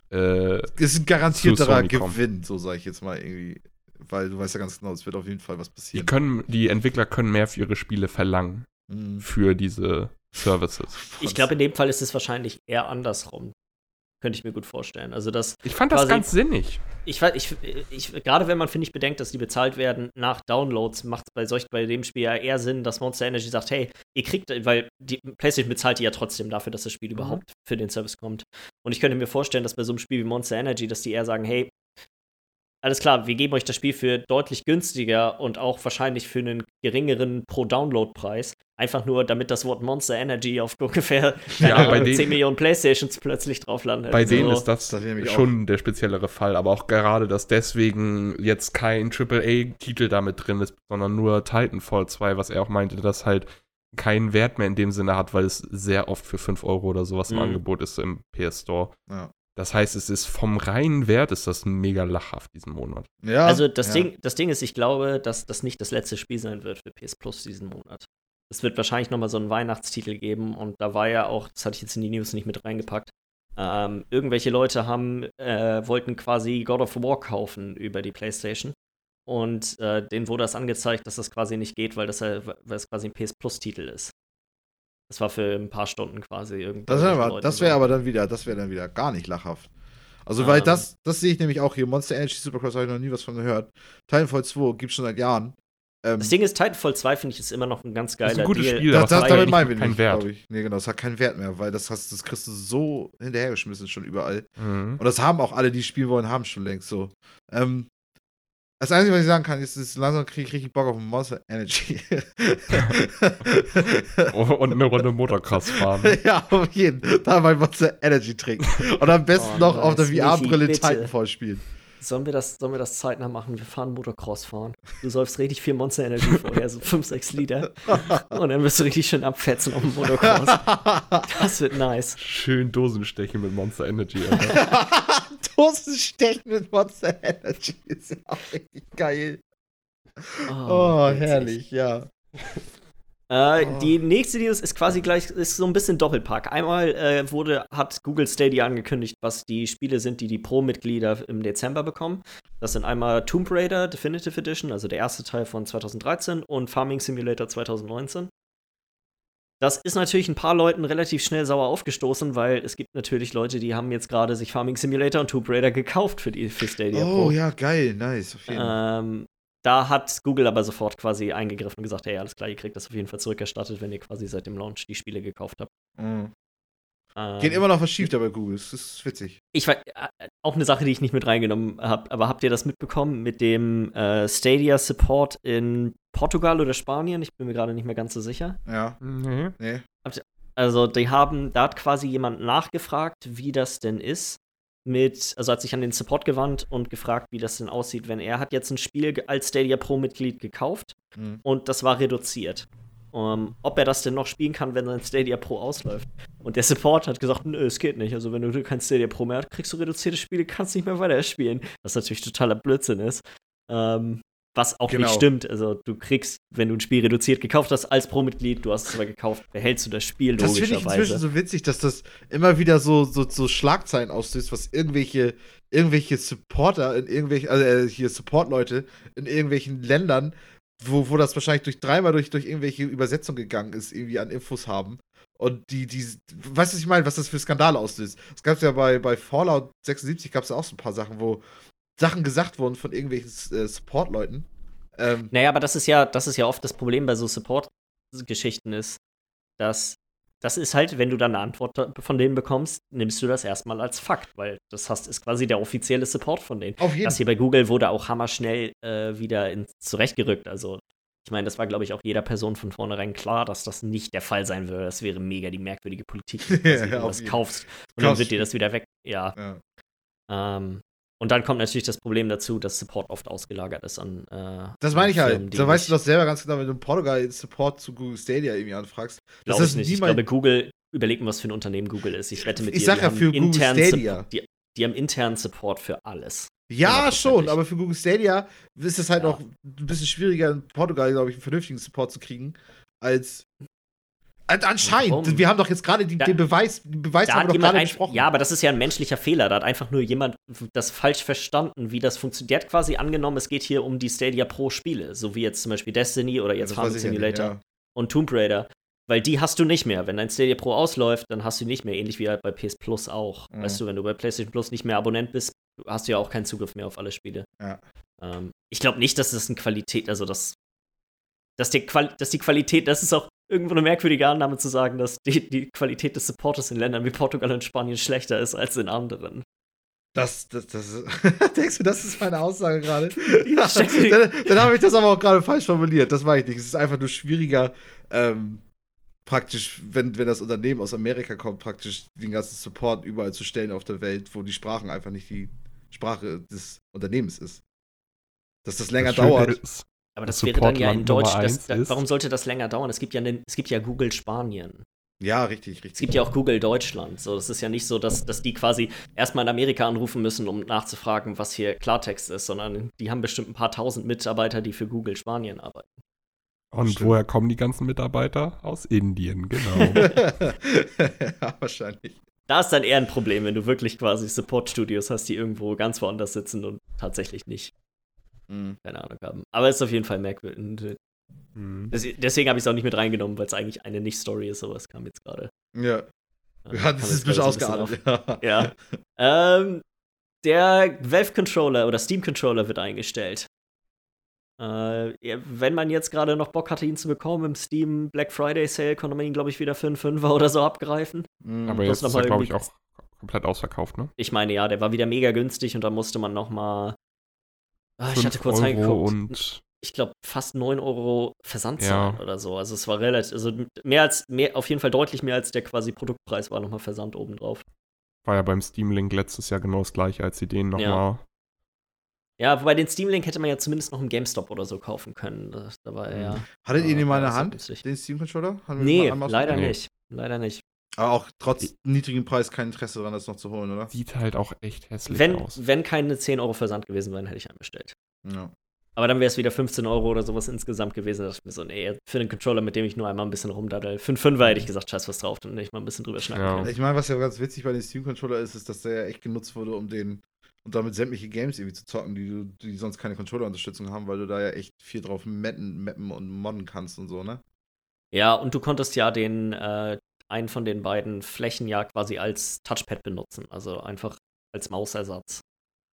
es ist ein garantierterer Gewinn, so sage ich jetzt mal irgendwie. Weil du weißt ja ganz genau, es wird auf jeden Fall was passieren.
Die Entwickler können mehr für ihre Spiele verlangen. Für diese Services.
Ich glaube, in dem Fall ist es wahrscheinlich eher andersrum. Könnte ich mir gut vorstellen. Also
ich fand das ganz sinnig.
Gerade wenn man, finde ich, bedenkt, dass die bezahlt werden nach Downloads, macht es bei dem Spiel ja eher Sinn, dass Monster Energy sagt, hey, ihr kriegt, weil die PlayStation bezahlt die ja trotzdem dafür, dass das Spiel überhaupt für den Service kommt. Und ich könnte mir vorstellen, dass bei so einem Spiel wie Monster Energy, dass die eher sagen, hey, alles klar, wir geben euch das Spiel für deutlich günstiger und auch wahrscheinlich für einen geringeren Pro-Download-Preis. Einfach nur, damit das Wort Monster Energy auf ungefähr 10 Millionen Playstations plötzlich drauf landet.
Bei denen ist das schon der speziellere Fall, aber auch gerade, dass deswegen jetzt kein AAA-Titel damit drin ist, sondern nur Titanfall 2, was er auch meinte, dass halt keinen Wert mehr in dem Sinne hat, weil es sehr oft für 5 € oder sowas im Angebot ist im PS Store. Ja. Das heißt, es ist vom reinen Wert ist das mega lachhaft diesen Monat.
Ja, also das Ding ist, ich glaube, dass das nicht das letzte Spiel sein wird für PS Plus diesen Monat. Es wird wahrscheinlich noch mal so einen Weihnachtstitel geben und da war ja auch, das hatte ich jetzt in die News nicht mit reingepackt, irgendwelche Leute wollten quasi God of War kaufen über die PlayStation und denen wurde das angezeigt, dass das quasi nicht geht, weil es quasi ein PS Plus Titel ist. Das war für ein paar Stunden quasi irgendwie.
Das wäre dann wieder gar nicht lachhaft. Also, weil das sehe ich nämlich auch hier. Monster Energy Supercross habe ich noch nie was von gehört. Titanfall 2 gibt es schon seit Jahren.
Das Ding ist, Titanfall 2 finde ich ist immer noch ein ganz geiler
Deal. Das ist ein gutes Spiel,
damit meinen wir
nicht,
glaube ich. Nee, genau, das hat keinen Wert mehr, weil das kriegst du so hinterhergeschmissen schon überall. Und das haben auch alle, die spielen wollen, haben schon längst so. Das Einzige, was ich sagen kann, ist langsam kriege ich richtig Bock auf Monster Energy.
Und eine Runde Motocross fahren.
Ja, auf jeden Fall. Da mal Monster Energy trinken. Und am besten noch auf der VR-Brille Titanfall spielen.
Sollen wir das zeitnah machen? Wir fahren Motocross fahren. Du säufst richtig viel Monster Energy vorher, so 5-6 Liter. Und dann wirst du richtig schön abfetzen auf dem Motocross. Das wird nice.
Schön Dosenstechen mit Monster Energy, Alter.
Dosenstechen mit Monster Energy ist ja auch richtig geil. Oh herrlich, ja.
Die nächste News ist quasi ist so ein bisschen Doppelpack. Einmal hat Google Stadia angekündigt, was die Spiele sind, die Pro-Mitglieder im Dezember bekommen. Das sind einmal Tomb Raider Definitive Edition, also der erste Teil von 2013 und Farming Simulator 2019. Das ist natürlich ein paar Leuten relativ schnell sauer aufgestoßen, weil es gibt natürlich Leute, die haben jetzt gerade sich Farming Simulator und Tomb Raider gekauft für Stadia Pro.
Oh ja, geil, nice. Auf jeden Fall.
Da hat Google aber sofort quasi eingegriffen und gesagt, hey, alles klar, ihr kriegt das auf jeden Fall zurückerstattet, wenn ihr quasi seit dem Launch die Spiele gekauft habt.
Geht immer noch was schief da bei Google, das ist witzig.
Auch eine Sache, die ich nicht mit reingenommen habe, aber habt ihr das mitbekommen mit dem Stadia-Support in Portugal oder Spanien? Ich bin mir gerade nicht mehr ganz so sicher.
Ja. Nee.
Also, da hat quasi jemand nachgefragt, wie das denn ist. Also hat sich an den Support gewandt und gefragt, wie das denn aussieht, wenn er hat jetzt ein Spiel als Stadia Pro-Mitglied gekauft und das war reduziert. Ob er das denn noch spielen kann, wenn sein Stadia Pro ausläuft. Und der Support hat gesagt, nö, es geht nicht. Also wenn du kein Stadia Pro mehr hast, kriegst du reduzierte Spiele, kannst nicht mehr weiterspielen. Was natürlich totaler Blödsinn ist. Was auch nicht stimmt. Also du kriegst, wenn du ein Spiel reduziert gekauft hast als Pro-Mitglied, du hast es aber gekauft, behältst du das Spiel
logischerweise. Das finde ich inzwischen so witzig, dass das immer wieder so Schlagzeilen auslöst, was irgendwelche Supporter in irgendwelchen, also hier Support-Leute in irgendwelchen Ländern, wo das wahrscheinlich dreimal durch irgendwelche Übersetzungen gegangen ist, irgendwie an Infos haben. Und die weißt du, was ich meine, was das für Skandale auslöst? Es gab ja bei Fallout 76 gab es ja auch so ein paar Sachen, wo Sachen gesagt wurden von irgendwelchen Support-Leuten.
Naja, aber das ist ja oft das Problem bei so Support-Geschichten ist, dass das ist halt, wenn du dann eine Antwort von denen bekommst, nimmst du das erstmal als Fakt, weil das ist quasi der offizielle Support von denen.
Auf jeden Fall.
Das hier bei Google wurde auch hammerschnell wieder zurechtgerückt. Also, ich meine, das war, glaube ich, auch jeder Person von vornherein klar, dass das nicht der Fall sein würde. Das wäre mega die merkwürdige Politik, dass du das kaufst und dann wird dir das wieder weg. Ja. Und dann kommt natürlich das Problem dazu, dass Support oft ausgelagert ist an
das meine ich halt. Da weißt du doch selber ganz genau, wenn du in Portugal Support zu Google Stadia irgendwie anfragst.
Glaube ich nicht. Ich glaube, Google, überleg mal, was für ein Unternehmen Google ist. Ich wette mit dir.
Ich sag ja für Google Stadia.
Die haben internen Support für alles.
Ja, schon, aber für Google Stadia ist es halt noch ein bisschen schwieriger, in Portugal, glaube ich, einen vernünftigen Support zu kriegen, als anscheinend. Warum? Wir haben doch jetzt gerade den Beweis haben wir doch gerade besprochen.
Ja, aber das ist ja ein menschlicher Fehler. Da hat einfach nur jemand das falsch verstanden, wie das funktioniert. Der hat quasi angenommen, es geht hier um die Stadia Pro-Spiele, so wie jetzt zum Beispiel Destiny oder jetzt Farming Simulator und Tomb Raider. Weil die hast du nicht mehr. Wenn dein Stadia Pro ausläuft, dann hast du nicht mehr. Ähnlich wie halt bei PS Plus auch. Mhm. Weißt du, wenn du bei PlayStation Plus nicht mehr Abonnent bist, hast du ja auch keinen Zugriff mehr auf alle Spiele.
Ja.
Ich glaube nicht, dass das eine Qualität, also dass die Qualität, das ist auch irgendwo eine merkwürdige Annahme zu sagen, dass die Qualität des Supporters in Ländern wie Portugal und Spanien schlechter ist als in anderen.
Denkst du, das ist meine Aussage gerade? dann habe ich das aber auch gerade falsch formuliert. Das meine ich nicht. Es ist einfach nur schwieriger, praktisch, wenn das Unternehmen aus Amerika kommt, praktisch den ganzen Support überall zu stellen auf der Welt, wo die Sprachen einfach nicht die Sprache des Unternehmens ist. Dass das länger dauert.
Aber das wäre dann ja in Deutsch. Warum sollte das länger dauern? Es gibt ja Google Spanien.
Ja, richtig.
Es gibt ja auch Google Deutschland. So, das ist ja nicht so, dass die quasi erstmal in Amerika anrufen müssen, um nachzufragen, was hier Klartext ist, sondern die haben bestimmt ein paar tausend Mitarbeiter, die für Google Spanien arbeiten.
Und woher kommen die ganzen Mitarbeiter? Aus Indien, genau.
Ja, wahrscheinlich.
Da ist dann eher ein Problem, wenn du wirklich quasi Support-Studios hast, die irgendwo ganz woanders sitzen und tatsächlich nicht. Keine Ahnung haben. Aber es ist auf jeden Fall merkwürdig. Deswegen habe ich es auch nicht mit reingenommen, weil es eigentlich eine Nicht-Story ist, aber es kam jetzt gerade.
Ja. Das ist ein bisschen ausgeartet.
Ja. Der Valve-Controller oder Steam-Controller wird eingestellt. Wenn man jetzt gerade noch Bock hatte, ihn zu bekommen, im Steam Black Friday Sale, konnte man ihn, glaube ich, wieder für einen Fünfer oder so abgreifen.
Aber jetzt ist er, glaube ich, auch komplett ausverkauft, ne?
Ich meine, ja, der war wieder mega günstig und da musste man noch mal ich hatte kurz reingeguckt. Und ich glaube, fast 9 € Versand zahlen oder so. Also es war relativ, also auf jeden Fall deutlich mehr als der quasi Produktpreis war nochmal Versand obendrauf.
War ja beim Steam Link letztes Jahr genau das gleiche, als sie den nochmal.
Ja, wobei den Steam Link hätte man ja zumindest noch im GameStop oder so kaufen können. Da war ja.
Hattet ihr den mal in der Hand, den Steam Controller?
Nee, leider nicht. Leider nicht.
Aber auch trotz niedrigem Preis kein Interesse daran, das noch zu holen, oder?
Sieht halt auch echt hässlich aus.
Wenn keine 10 € Versand gewesen wären, hätte ich einen bestellt.
Ja.
Aber dann wäre es wieder 15 € oder sowas insgesamt gewesen. Da dachte ich mir so, nee, für einen Controller, mit dem ich nur einmal ein bisschen rumdaddel. Für einen Fünfer hätte ich gesagt, scheiß was drauf, dann hätte ich mal ein bisschen drüber schnacken können.
Ich meine, was ja ganz witzig bei dem Steam-Controller ist, dass der ja echt genutzt wurde, um damit sämtliche Games irgendwie zu zocken, die sonst keine Controller-Unterstützung haben, weil du da ja echt viel drauf mappen und modden kannst und so, ne?
Ja, und du konntest ja einen von den beiden Flächen ja quasi als Touchpad benutzen, also einfach als Mausersatz.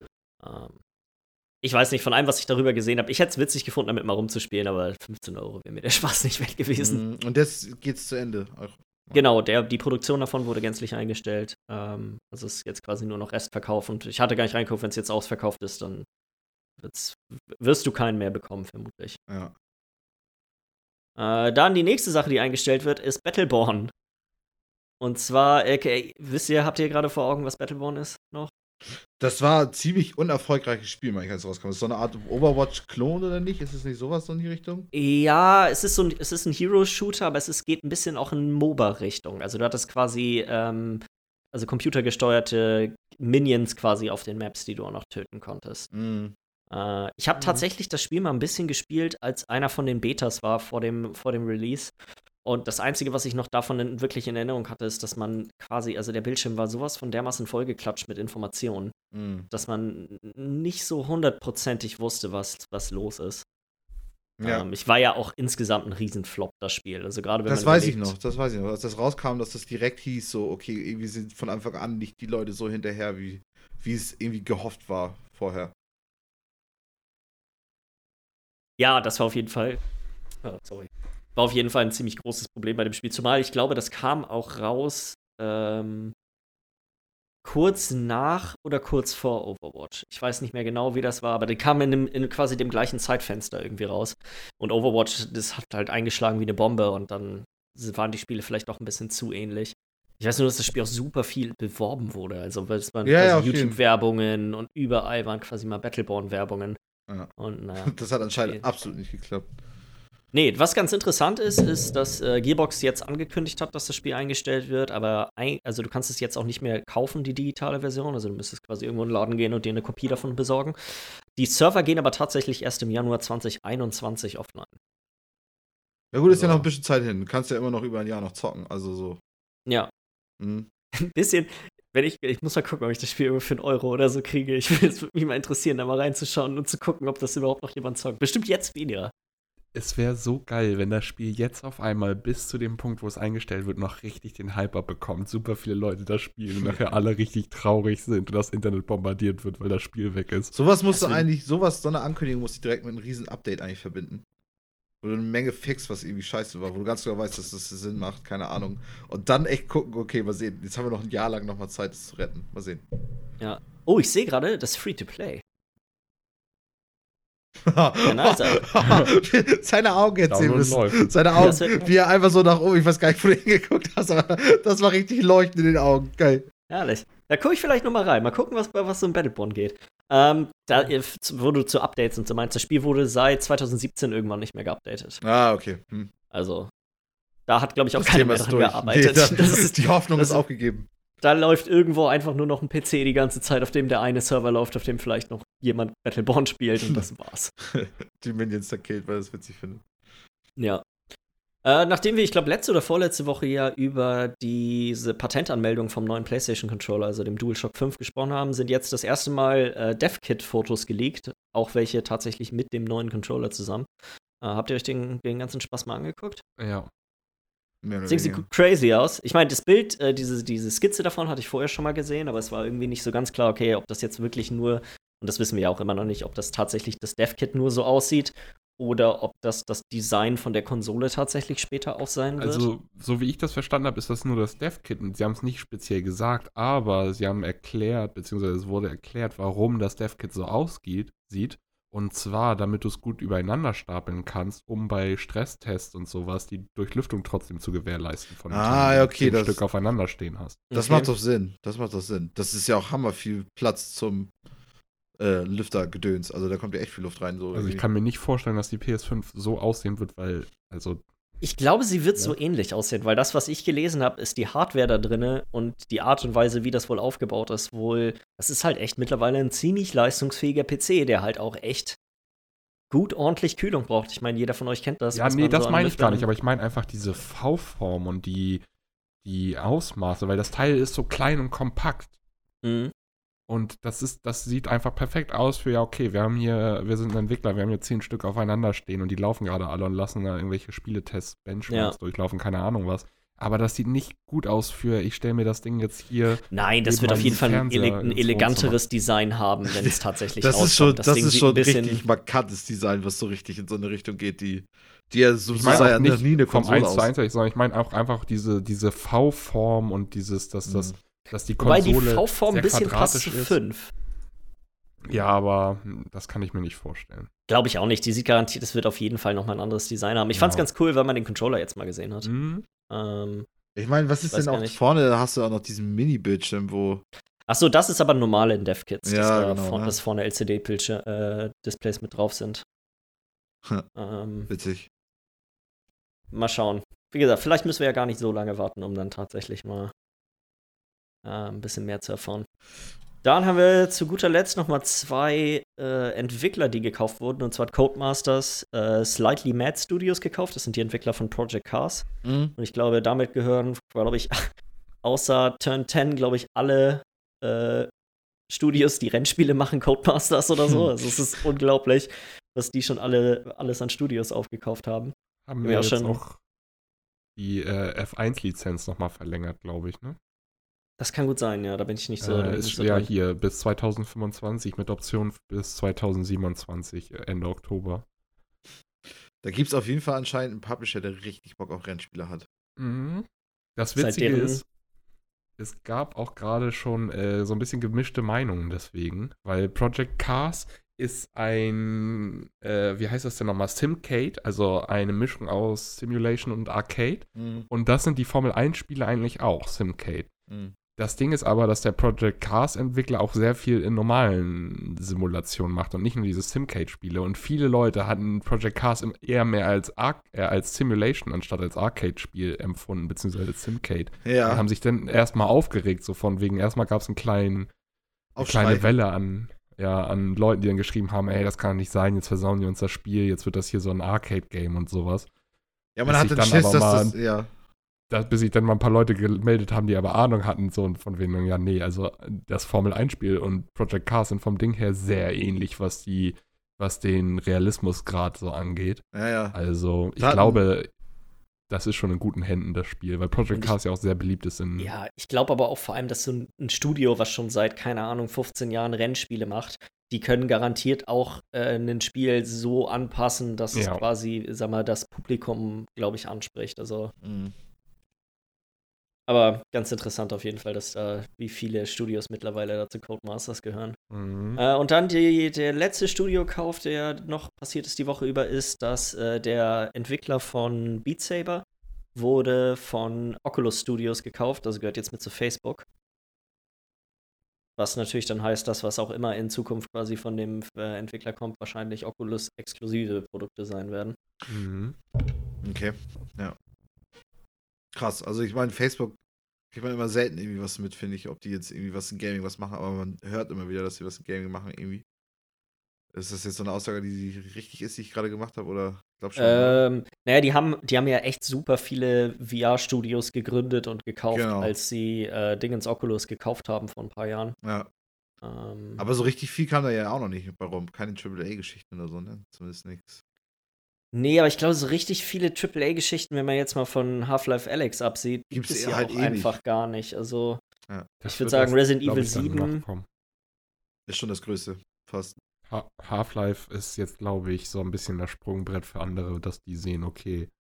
Ich weiß nicht, von allem, was ich darüber gesehen habe, ich hätte es witzig gefunden, damit mal rumzuspielen, aber 15 € wäre mir der Spaß nicht wert gewesen.
Und jetzt geht's zu Ende.
Genau, die Produktion davon wurde gänzlich eingestellt. Also es ist jetzt quasi nur noch Restverkauf und ich hatte gar nicht reingeguckt, wenn es jetzt ausverkauft ist, dann wirst du keinen mehr bekommen, vermutlich.
Ja.
Dann die nächste Sache, die eingestellt wird, ist Battleborn. Und zwar, habt ihr gerade vor Augen, was Battleborn ist noch?
Das war ein ziemlich unerfolgreiches Spiel, als es rauskam. Ist so eine Art Overwatch-Klon oder nicht? Ist es nicht sowas so in die Richtung?
Ja, es ist ein Hero-Shooter, aber geht ein bisschen auch in MOBA-Richtung. Also du hattest quasi computergesteuerte Minions quasi auf den Maps, die du auch noch töten konntest. Ich habe tatsächlich das Spiel mal ein bisschen gespielt, als einer von den Betas war vor dem Release. Und das Einzige, was ich noch davon wirklich in Erinnerung hatte, ist, dass man quasi, also der Bildschirm war sowas von dermaßen vollgeklatscht mit Informationen, dass man nicht so hundertprozentig wusste, was los ist.
Ja.
Ich war ja auch insgesamt ein Riesenflop, das Spiel. Also gerade wenn
das weiß ich noch. Als das rauskam, dass das direkt hieß, so, okay, irgendwie sind von Anfang an nicht die Leute so hinterher, wie es irgendwie gehofft war vorher.
Ja, das war auf jeden Fall. War auf jeden Fall ein ziemlich großes Problem bei dem Spiel. Zumal ich glaube, das kam auch raus kurz nach oder kurz vor Overwatch. Ich weiß nicht mehr genau, wie das war, aber die kam in quasi dem gleichen Zeitfenster irgendwie raus. Und Overwatch, das hat halt eingeschlagen wie eine Bombe und dann waren die Spiele vielleicht auch ein bisschen zu ähnlich. Ich weiß nur, dass das Spiel auch super viel beworben wurde. Also, weil es waren quasi YouTube-Werbungen und überall waren quasi mal Battleborn-Werbungen. Ja. Und naja.
Das hat anscheinend absolut nicht geklappt.
Nee, was ganz interessant ist, dass Gearbox jetzt angekündigt hat, dass das Spiel eingestellt wird, aber also du kannst es jetzt auch nicht mehr kaufen, die digitale Version, also du müsstest quasi irgendwo in den Laden gehen und dir eine Kopie davon besorgen. Die Server gehen aber tatsächlich erst im Januar 2021 offline.
Ja gut, ist ja noch ein bisschen Zeit hin. Du kannst ja immer noch über ein Jahr noch zocken, also so.
Ja. Ein bisschen, ich muss mal gucken, ob ich das Spiel irgendwie für 1 Euro oder so kriege. Es würde mich mal interessieren, da mal reinzuschauen und zu gucken, ob das überhaupt noch jemand zockt. Bestimmt jetzt weniger.
Es wäre so geil, wenn das Spiel jetzt auf einmal bis zu dem Punkt, wo es eingestellt wird, noch richtig den Hype abbekommt. Super viele Leute das spielen und nachher alle richtig traurig sind und das Internet bombardiert wird, weil das Spiel weg ist.
Sowas musst du eigentlich, so eine Ankündigung musst du direkt mit einem riesen Update eigentlich verbinden. Wo du eine Menge fixst, was irgendwie scheiße war, wo du ganz genau weißt, dass das Sinn macht, keine Ahnung. Und dann echt gucken, okay, mal sehen. Jetzt haben wir noch ein Jahr lang nochmal Zeit, das zu retten. Mal sehen.
Ja. Oh, ich sehe gerade, das ist Free-to-Play.
Seine Augen erzählen müssen. Seine Augen, wie er einfach so nach oben, ich weiß gar nicht, wo du hingeguckt hast, aber das war richtig leuchtend in den Augen. Geil.
Herrlich. Da gucke ich vielleicht noch mal rein. Mal gucken, was so in Battleborn geht. Wo du zu Updates und so meinst, das Spiel wurde seit 2017 irgendwann nicht mehr geupdatet.
Ah, okay.
Also, da hat, glaube ich, auch keiner mehr dran gearbeitet.
Nee, die Hoffnung ist aufgegeben.
Da läuft irgendwo einfach nur noch ein PC die ganze Zeit, auf dem der eine Server läuft, auf dem vielleicht noch jemand Battleborn spielt und das war's.
Die Minions da killt, weil ich das witzig finde.
Ja. Nachdem wir, ich glaube, letzte oder vorletzte Woche ja über diese Patentanmeldung vom neuen PlayStation-Controller, also dem DualShock 5, gesprochen haben, sind jetzt das erste Mal Dev-Kit-Fotos geleakt, auch welche tatsächlich mit dem neuen Controller zusammen. Habt ihr euch den ganzen Spaß mal angeguckt?
Ja.
Sieht crazy aus. Ich meine, das Bild, diese Skizze davon hatte ich vorher schon mal gesehen, aber es war irgendwie nicht so ganz klar, okay, ob das jetzt wirklich nur, und das wissen wir ja auch immer noch nicht, ob das tatsächlich das Dev-Kit nur so aussieht oder ob das Design von der Konsole tatsächlich später auch sein wird.
Also, so wie ich das verstanden habe, ist das nur das Dev-Kit. Und sie haben es nicht speziell gesagt, aber sie haben erklärt, beziehungsweise es wurde erklärt, warum das Dev-Kit so aussieht. Und zwar, damit du es gut übereinander stapeln kannst, um bei Stresstests und sowas die Durchlüftung trotzdem zu gewährleisten von dem
okay,
das Stück aufeinander stehen hast.
Das macht doch Sinn. Das ist ja auch hammer viel Platz zum Lüftergedöns. Also da kommt ja echt viel Luft rein. So
also
irgendwie.
Ich kann mir nicht vorstellen, dass die PS5 so aussehen wird, weil, also
ich glaube, sie wird so ähnlich aussehen, weil das, was ich gelesen habe, ist die Hardware da drinne und die Art und Weise, wie das wohl aufgebaut ist, das ist halt echt mittlerweile ein ziemlich leistungsfähiger PC, der halt auch echt gut ordentlich Kühlung braucht. Ich meine, jeder von euch kennt das.
Ja, nee, das meine ich gar nicht, aber ich meine einfach diese V-Form und die Ausmaße, weil das Teil ist so klein und kompakt.
Mhm.
Und das sieht einfach perfekt aus für, ja, okay, wir sind ein Entwickler, wir haben hier 10 Stück aufeinander stehen und die laufen gerade alle und lassen da irgendwelche Spieletests, Benchmarks durchlaufen, keine Ahnung was. Aber das sieht nicht gut aus für, ich stelle mir das Ding jetzt hier.
Nein, das wird auf jeden Fall ein eleganteres Design haben, wenn es tatsächlich
rauskommt. Das ist schon ein richtig markantes Design, was so richtig in so eine Richtung geht, die ja so
ich meine nicht nie eine Konsole vom 1:1, sondern ich meine auch einfach diese V-Form und dieses, dass die Konsole
Wobei die V-Form ein bisschen passt zu 5.
Ja, aber das kann ich mir nicht vorstellen.
Glaube ich auch nicht. Die sieht garantiert, es wird auf jeden Fall noch mal ein anderes Design haben. Ich fand's ganz cool, weil man den Controller jetzt mal gesehen hat.
Ich meine, was ist denn auch vorne? Da hast du auch noch diesen Mini-Bildschirm, wo.
Achso, das ist aber normal in Dev-Kits,
ja,
dass vorne LCD-Displays mit drauf sind.
Witzig.
Mal schauen. Wie gesagt, vielleicht müssen wir ja gar nicht so lange warten, um dann tatsächlich mal ein bisschen mehr zu erfahren. Dann haben wir zu guter Letzt noch mal 2 Entwickler, die gekauft wurden. Und zwar hat Codemasters Slightly Mad Studios gekauft. Das sind die Entwickler von Project Cars. Und ich glaube, damit gehören, glaube ich, außer Turn 10, glaube ich, alle Studios, die Rennspiele machen, Codemasters oder so. Also es ist unglaublich, was die schon alles an Studios aufgekauft haben.
Haben wir jetzt auch die F1-Lizenz noch mal verlängert, glaube ich, ne?
Das kann gut sein, ja, da bin ich nicht so.
Ist ja hier bis 2025 mit Option bis 2027, Ende Oktober.
Da gibt es auf jeden Fall anscheinend einen Publisher, der richtig Bock auf Rennspiele hat.
Mhm. Das Witzige ist, es gab auch gerade schon so ein bisschen gemischte Meinungen deswegen, weil Project Cars ist ein, wie heißt das denn nochmal, Simcade, also eine Mischung aus Simulation und Arcade. Und das sind die Formel-1-Spiele eigentlich auch, Simcade. Das Ding ist aber, dass der Project Cars-Entwickler auch sehr viel in normalen Simulationen macht und nicht nur diese Simcade-Spiele. Und viele Leute hatten Project Cars eher mehr als Simulation anstatt als Arcade-Spiel empfunden, beziehungsweise Simcade.
Ja.
Und haben sich dann erstmal aufgeregt, so von wegen, erstmal gab es eine kleine Welle an Leuten, die dann geschrieben haben, ey, das kann nicht sein, jetzt versauen die uns das Spiel, jetzt wird das hier so ein Arcade-Game und sowas.
Ja, man hatte Schiss, dass das, ja.
Bis sich dann mal ein paar Leute gemeldet haben, die aber Ahnung hatten, so von wegen, ja, nee, also das Formel-1-Spiel und Project Cars sind vom Ding her sehr ähnlich, was den Realismusgrad so angeht.
Ja.
Also, ich glaube, das ist schon in guten Händen, das Spiel, weil Project Cars ja auch sehr beliebt ist in.
Ja, ich glaube aber auch vor allem, dass so ein Studio, was schon seit, keine Ahnung, 15 Jahren Rennspiele macht, die können garantiert auch ein Spiel so anpassen, dass es quasi, sag mal, das Publikum, glaube ich, anspricht. Also. Aber ganz interessant auf jeden Fall, dass wie viele Studios mittlerweile dazu Codemasters gehören. Und dann der letzte Studiokauf, der noch passiert ist die Woche über, ist, dass der Entwickler von Beat Saber wurde von Oculus Studios gekauft, also gehört jetzt mit zu Facebook. Was natürlich dann heißt, dass was auch immer in Zukunft quasi von dem Entwickler kommt, wahrscheinlich Oculus-exklusive Produkte sein werden.
Okay, ja. Krass, also ich meine, Facebook kriegt man immer selten irgendwie was mit, finde ich, ob die jetzt irgendwie was in Gaming was machen, aber man hört immer wieder, dass sie was in Gaming machen irgendwie. Ist das jetzt so eine Aussage, die richtig ist, die ich gerade gemacht habe, oder? Ich glaube schon.
Naja, die haben ja echt super viele VR-Studios gegründet und gekauft, als sie Dingens Oculus gekauft haben vor ein paar Jahren.
Ja. Aber so richtig viel kam da ja auch noch nicht bei rum. Keine AAA-Geschichten oder so, ne? Zumindest nichts.
Nee, aber ich glaube, so richtig viele AAA-Geschichten, wenn man jetzt mal von Half-Life Alyx absieht, gibt es ja halt auch einfach gar nicht. Also, ich würde sagen, Resident Evil 7
ist schon das Größte, fast.
Half-Life ist jetzt, glaube ich, so ein bisschen das Sprungbrett für andere, dass die sehen, okay,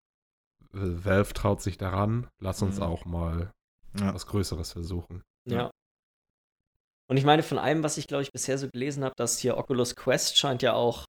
Valve traut sich daran, lass uns auch mal was Größeres versuchen.
Ja. Und ich meine, von allem, was ich, glaube ich, bisher so gelesen habe, dass hier Oculus Quest scheint ja auch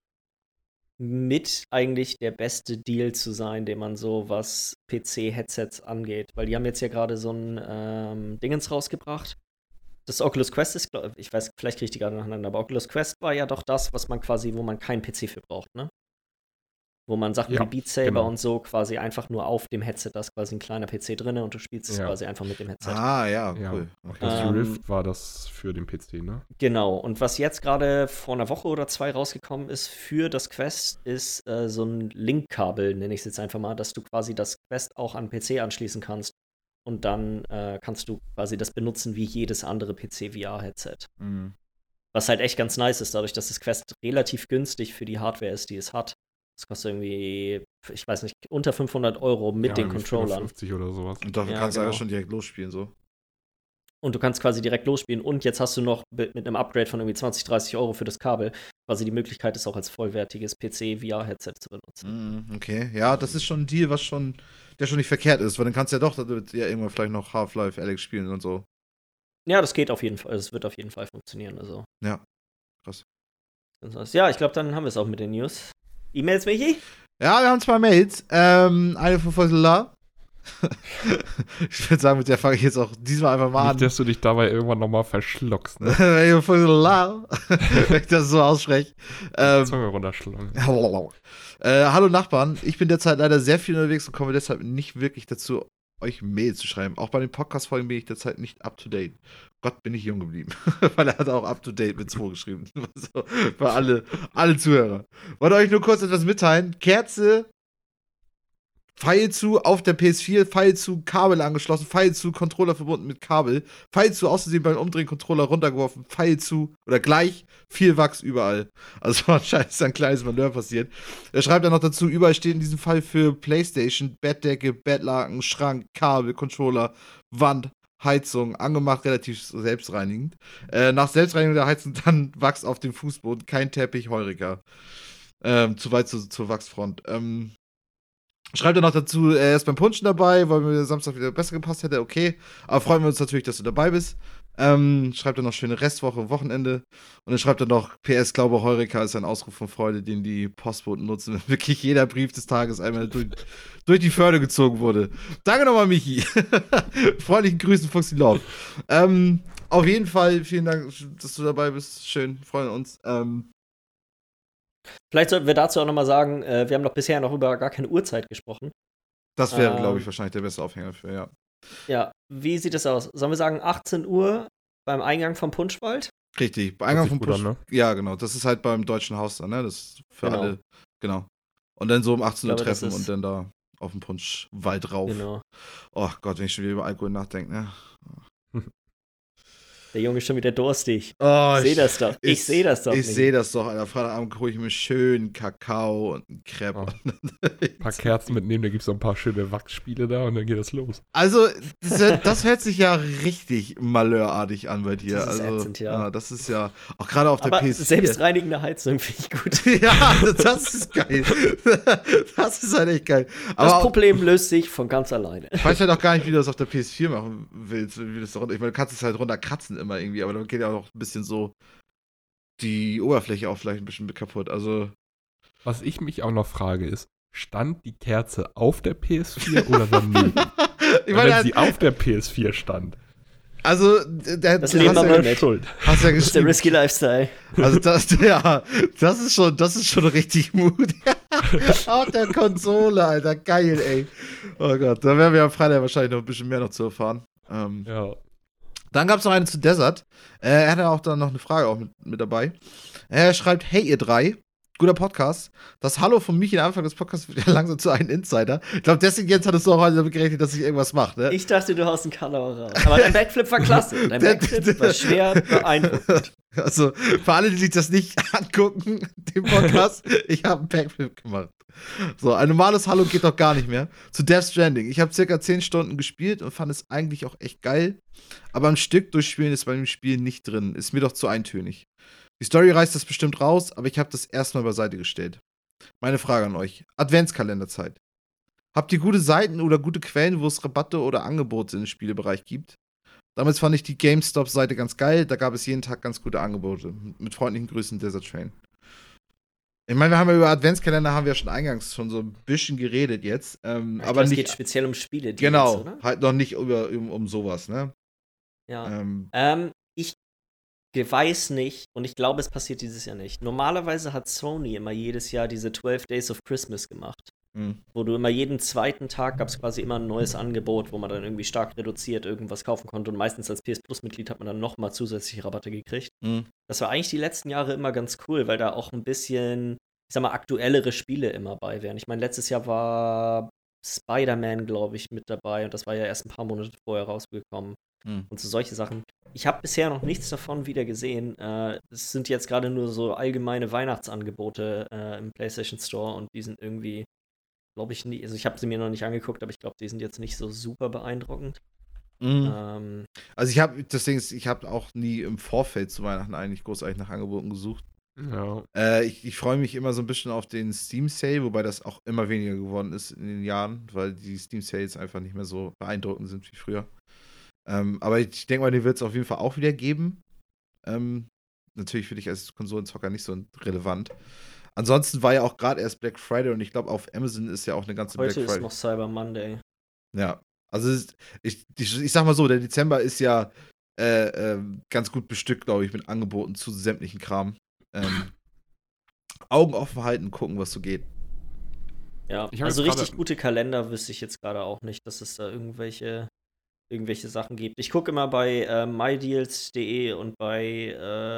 mit eigentlich der beste Deal zu sein, den man so, was PC-Headsets angeht. Weil die haben jetzt ja gerade so ein Dingens rausgebracht. Das Oculus Quest ist, ich weiß, vielleicht kriege ich die gerade nacheinander, aber Oculus Quest war ja doch das, was man quasi, wo man keinen PC für braucht, ne? Wo man Sachen wie Beat Saber und so quasi einfach nur auf dem Headset, da ist quasi ein kleiner PC drin und du spielst es quasi einfach mit dem Headset.
Ah, ja, cool.
Okay. Das Rift war das für den PC, ne?
Genau, und was jetzt gerade vor einer Woche oder 2 rausgekommen ist für das Quest, ist so ein Link-Kabel, nenne ich es jetzt einfach mal, dass du quasi das Quest auch an PC anschließen kannst. Und dann kannst du quasi das benutzen wie jedes andere PC-VR-Headset. Was halt echt ganz nice ist, dadurch, dass das Quest relativ günstig für die Hardware ist, die es hat. Das kostet irgendwie, ich weiß nicht, unter 500 € mit den Controllern.
50 oder sowas.
Und dafür kannst du ja schon direkt losspielen, so.
Und du kannst quasi direkt losspielen. Und jetzt hast du noch mit einem Upgrade von irgendwie 20, 30 € für das Kabel quasi die Möglichkeit, es auch als vollwertiges PC-VR-Headset zu benutzen.
Okay, ja, das ist schon ein Deal, der schon nicht verkehrt ist, weil dann kannst du ja doch irgendwann vielleicht noch Half-Life Alyx spielen und so.
Ja, das geht auf jeden Fall. Das wird auf jeden Fall funktionieren. Also.
Ja, krass.
Ja, ich glaube, dann haben wir es auch mit den News. E-Mails, Michi?
Ja, wir haben 2 Mails. Eine von Fosselar. Ich würde sagen, mit der fange ich jetzt auch diesmal einfach mal an.
Nicht, dass du dich dabei irgendwann nochmal verschluckst, ne?
Wenn ich das so ausspreche.
Zunge runterschlagen.
Hallo Nachbarn, ich bin derzeit leider sehr viel unterwegs und komme deshalb nicht wirklich dazu, euch Mail zu schreiben. Auch bei den Podcast-Folgen bin ich derzeit nicht up to date. Gott, bin ich jung geblieben. Weil er hat auch up to date mit 2 geschrieben. So, für alle Zuhörer. Wollte euch nur kurz etwas mitteilen. Kerze, Pfeil zu auf der PS4, Pfeil zu Kabel angeschlossen, Pfeil zu Controller verbunden mit Kabel, Pfeil zu auszusehen beim Umdrehen Controller runtergeworfen, Pfeil zu oder gleich viel Wachs überall. Also anscheinend ist ein kleines Malheur passiert. Er schreibt dann noch dazu, überall steht in diesem Fall für PlayStation, Bettdecke, Bettlaken, Schrank, Kabel, Controller, Wand, Heizung, angemacht, relativ selbstreinigend. Nach Selbstreinigung der Heizung dann Wachs auf dem Fußboden, kein Teppich, Heureka. Zu weit zur Wachsfront. Schreibt er noch dazu, er ist beim Punschen dabei, weil mir Samstag wieder besser gepasst hätte, okay. Aber freuen wir uns natürlich, dass du dabei bist. Schreibt er noch schöne Restwoche und Wochenende. Und dann schreibt er noch, PS, glaube, Heureka ist ein Ausruf von Freude, den die Postboten nutzen, wenn wirklich jeder Brief des Tages einmal durch die Förde gezogen wurde. Danke nochmal, Michi. Freundlichen Grüßen, Fuchsi Love. Auf jeden Fall, vielen Dank, dass du dabei bist. Schön, freuen uns.
Vielleicht sollten wir dazu auch nochmal sagen, wir haben doch bisher noch über gar keine Uhrzeit gesprochen.
Das wäre, glaube ich, wahrscheinlich der beste Aufhänger für, ja.
Ja, wie sieht das aus? Sollen wir sagen 18 Uhr beim Eingang vom Punschwald?
Richtig, beim Eingang vom Punschwald. Ne? Ja, genau. Das ist halt beim Deutschen Haus dann, ne? Das ist für alle, genau. Und dann so um 18 Uhr treffen und dann da auf dem Punschwald rauf. Genau. Oh Gott, wenn ich schon wieder über Alkohol nachdenke, ne?
Der Junge ist schon wieder durstig. Oh, ich sehe das doch. Ich sehe das doch.
Ich sehe das doch. Alter. Freitagabend hole ich mir schön Kakao und einen Crepe.
Oh. Ein paar Kerzen mitnehmen, da gibt es noch ein paar schöne Wachsspiele da und dann geht das los.
Also, das hört sich ja richtig malheurartig an bei dir.
Das ist ätzend, ja.
Das ist ja, auch gerade auf
aber
der PS4.
Selbstreinigende Heizung finde ich gut.
Ja, das ist geil. Das ist halt echt geil.
Aber das Problem löst sich von ganz alleine.
Ich weiß halt auch gar nicht, wie du das auf der PS4 machen willst. Wie das ich meine, du kannst es halt runterkratzen immer irgendwie, aber dann geht ja auch noch ein bisschen so die Oberfläche auch vielleicht ein bisschen kaputt. Also.
Was ich mich auch noch frage ist, stand die Kerze auf der PS4 oder daneben? Wenn sie auf der PS4 stand.
Also,
das Leben aber nicht schuld.
Hast ja
das ist der risky Lifestyle.
Also das ist schon richtig mutig. Auf der Konsole, Alter, geil, ey. Oh Gott, da werden wir am Freitag wahrscheinlich noch ein bisschen mehr noch zu erfahren.
Ja.
Dann gab es noch eine zu Desert. Er hatte auch dann noch eine Frage auch mit dabei. Er schreibt, hey ihr drei, guter Podcast. Das Hallo von Michi am Anfang des Podcasts wird ja langsam zu einem Insider. Ich glaube, deswegen jetzt hattest du auch heute damit gerechnet, dass ich irgendwas mache, ne?
Ich dachte, du haust einen Color raus. Aber dein Backflip war klasse. Dein Backflip war schwer beeindruckend.
Also, für alle, die sich das nicht angucken, den Podcast, ich habe einen Backflip gemacht. So, ein normales Hallo geht doch gar nicht mehr. Zu Death Stranding. Ich habe circa 10 Stunden gespielt und fand es eigentlich auch echt geil. Aber ein Stück durchspielen ist bei dem Spiel nicht drin. Ist mir doch zu eintönig. Die Story reißt das bestimmt raus, aber ich habe das erstmal beiseite gestellt. Meine Frage an euch. Adventskalenderzeit. Habt ihr gute Seiten oder gute Quellen, wo es Rabatte oder Angebote im Spielebereich gibt? Damals fand ich die GameStop-Seite ganz geil. Da gab es jeden Tag ganz gute Angebote. Mit freundlichen Grüßen, Desert Train. Ich meine, wir haben ja über Adventskalender haben wir schon eingangs schon so ein bisschen geredet jetzt. Aber
es geht speziell um Spiele.
Genau, jetzt, oder? Halt noch nicht um sowas, ne?
Ja. Ich weiß nicht und ich glaube, es passiert dieses Jahr nicht. Normalerweise hat Sony immer jedes Jahr diese 12 Days of Christmas gemacht. Wo du immer jeden zweiten Tag gab es quasi immer ein neues Angebot, wo man dann irgendwie stark reduziert irgendwas kaufen konnte und meistens als PS Plus-Mitglied hat man dann nochmal zusätzliche Rabatte gekriegt. Das war eigentlich die letzten Jahre immer ganz cool, weil da auch ein bisschen, ich sag mal, aktuellere Spiele immer bei wären. Ich meine, letztes Jahr war Spider-Man, glaube ich, mit dabei und das war ja erst ein paar Monate vorher rausgekommen. Und so solche Sachen. Ich habe bisher noch nichts davon wieder gesehen. Es sind jetzt gerade nur so allgemeine Weihnachtsangebote im PlayStation Store und die sind irgendwie, glaube ich, nicht, also ich habe sie mir noch nicht angeguckt, aber ich glaube, die sind jetzt nicht so super beeindruckend.
Also ich habe auch nie im Vorfeld zu Weihnachten eigentlich großartig nach Angeboten gesucht.
Ja.
Ich freue mich immer so ein bisschen auf den Steam Sale, wobei das auch immer weniger geworden ist in den Jahren, weil die Steam Sales einfach nicht mehr so beeindruckend sind wie früher. Aber ich denke mal, den wird es auf jeden Fall auch wieder geben. Natürlich für dich als Konsolenzocker nicht so relevant. Ansonsten war ja auch gerade erst Black Friday und ich glaube, auf Amazon ist ja auch eine ganze
Heute
Black Friday.
Heute ist noch Cyber Monday.
Ja, also ich sag mal so, der Dezember ist ja ganz gut bestückt, glaube ich, mit Angeboten zu sämtlichen Kram. Augen offen halten, gucken, was so geht.
Ja,
Ich hab
also
jetzt
richtig gute Kalender wüsste ich jetzt gerade auch nicht, dass es da irgendwelche Sachen gibt. Ich gucke immer bei mydeals.de und bei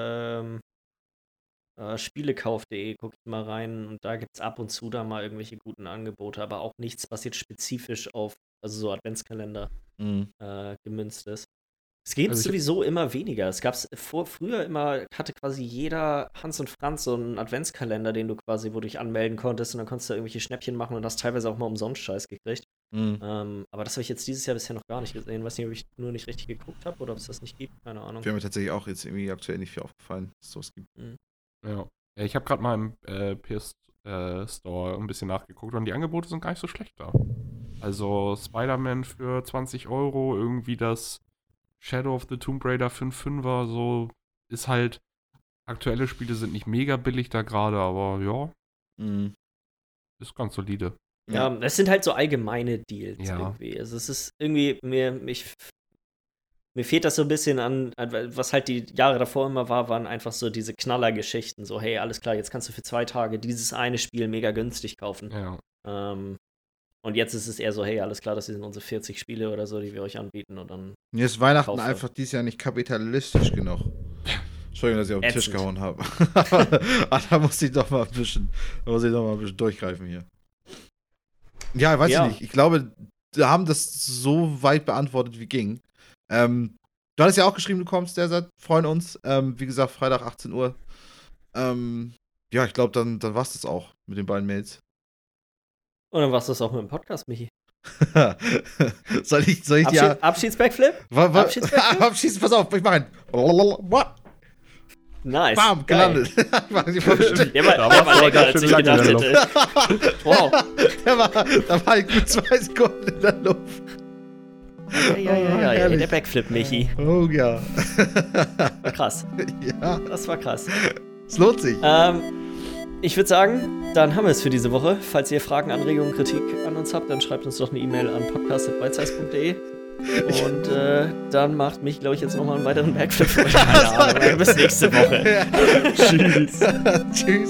spielekauf.de gucke ich mal rein und da gibt es ab und zu da mal irgendwelche guten Angebote, aber auch nichts, was jetzt spezifisch auf, also so Adventskalender gemünzt ist. Es gibt
Also
sowieso immer weniger. Es gab's früher immer, hatte quasi jeder Hans und Franz so einen Adventskalender, den du quasi, wo du dich anmelden konntest und dann konntest du irgendwelche Schnäppchen machen und hast teilweise auch mal umsonst Scheiß gekriegt. Aber das habe ich jetzt dieses Jahr bisher noch gar nicht gesehen. Weiß nicht, ob ich nur nicht richtig geguckt habe oder ob es das nicht gibt. Keine Ahnung.
Wäre mir tatsächlich auch jetzt irgendwie aktuell nicht viel aufgefallen, dass es sowas gibt.
Ja. Ich habe gerade mal im PS Store ein bisschen nachgeguckt und die Angebote sind gar nicht so schlecht da. Also Spider-Man für 20 €, irgendwie das Shadow of the Tomb Raider 5,5er, so ist halt, aktuelle Spiele sind nicht mega billig da gerade, aber ja, ist ganz solide.
Ja, es sind halt so allgemeine Deals
Ja.
irgendwie. Also es ist irgendwie, mir fehlt das so ein bisschen an, was halt die Jahre davor immer waren einfach so diese Knallergeschichten. So, hey, alles klar, jetzt kannst du für 2 Tage dieses eine Spiel mega günstig kaufen.
Ja.
Und jetzt ist es eher so, hey, alles klar, das sind unsere 40 Spiele oder so, die wir euch anbieten und dann.
Mir ist Weihnachten
Kaufe.
einfach dieses Jahr nicht kapitalistisch genug. Entschuldigung, dass ich auf den Tisch
Ätzend.
gehauen habe. Aber da muss ich doch mal ein bisschen durchgreifen hier. Ja, weiß ich nicht. Ich glaube, wir haben das so weit beantwortet, wie ging. Du hattest ja auch geschrieben, du kommst, Desert. Freuen uns. Wie gesagt, Freitag 18 Uhr. Ja, ich glaube, dann war's das auch mit den beiden Mails.
Und dann war's das auch mit dem Podcast, Michi.
soll ich dir.
Abschieds-Backflip?
Abschieds, pass auf, ich mach einen.
Nice.
Bam, gelandet.
Der war länger, als ich gedacht hätte. Wow.
Da war ich gut 2 Sekunden in der Luft.
Ja,
herrlich.
der Backflip, Michi.
Oh ja.
War krass.
Ja,
Das war krass.
es lohnt sich.
Ich würde sagen, dann haben wir es für diese Woche. Falls ihr Fragen, Anregungen, Kritik an uns habt, dann schreibt uns doch eine E-Mail an podcast@bitesize.de. Und dann macht mich, glaube ich, jetzt nochmal einen weiteren Backflip für euch. Keine Ahnung. Bis nächste Woche.
Tschüss. Tschüss.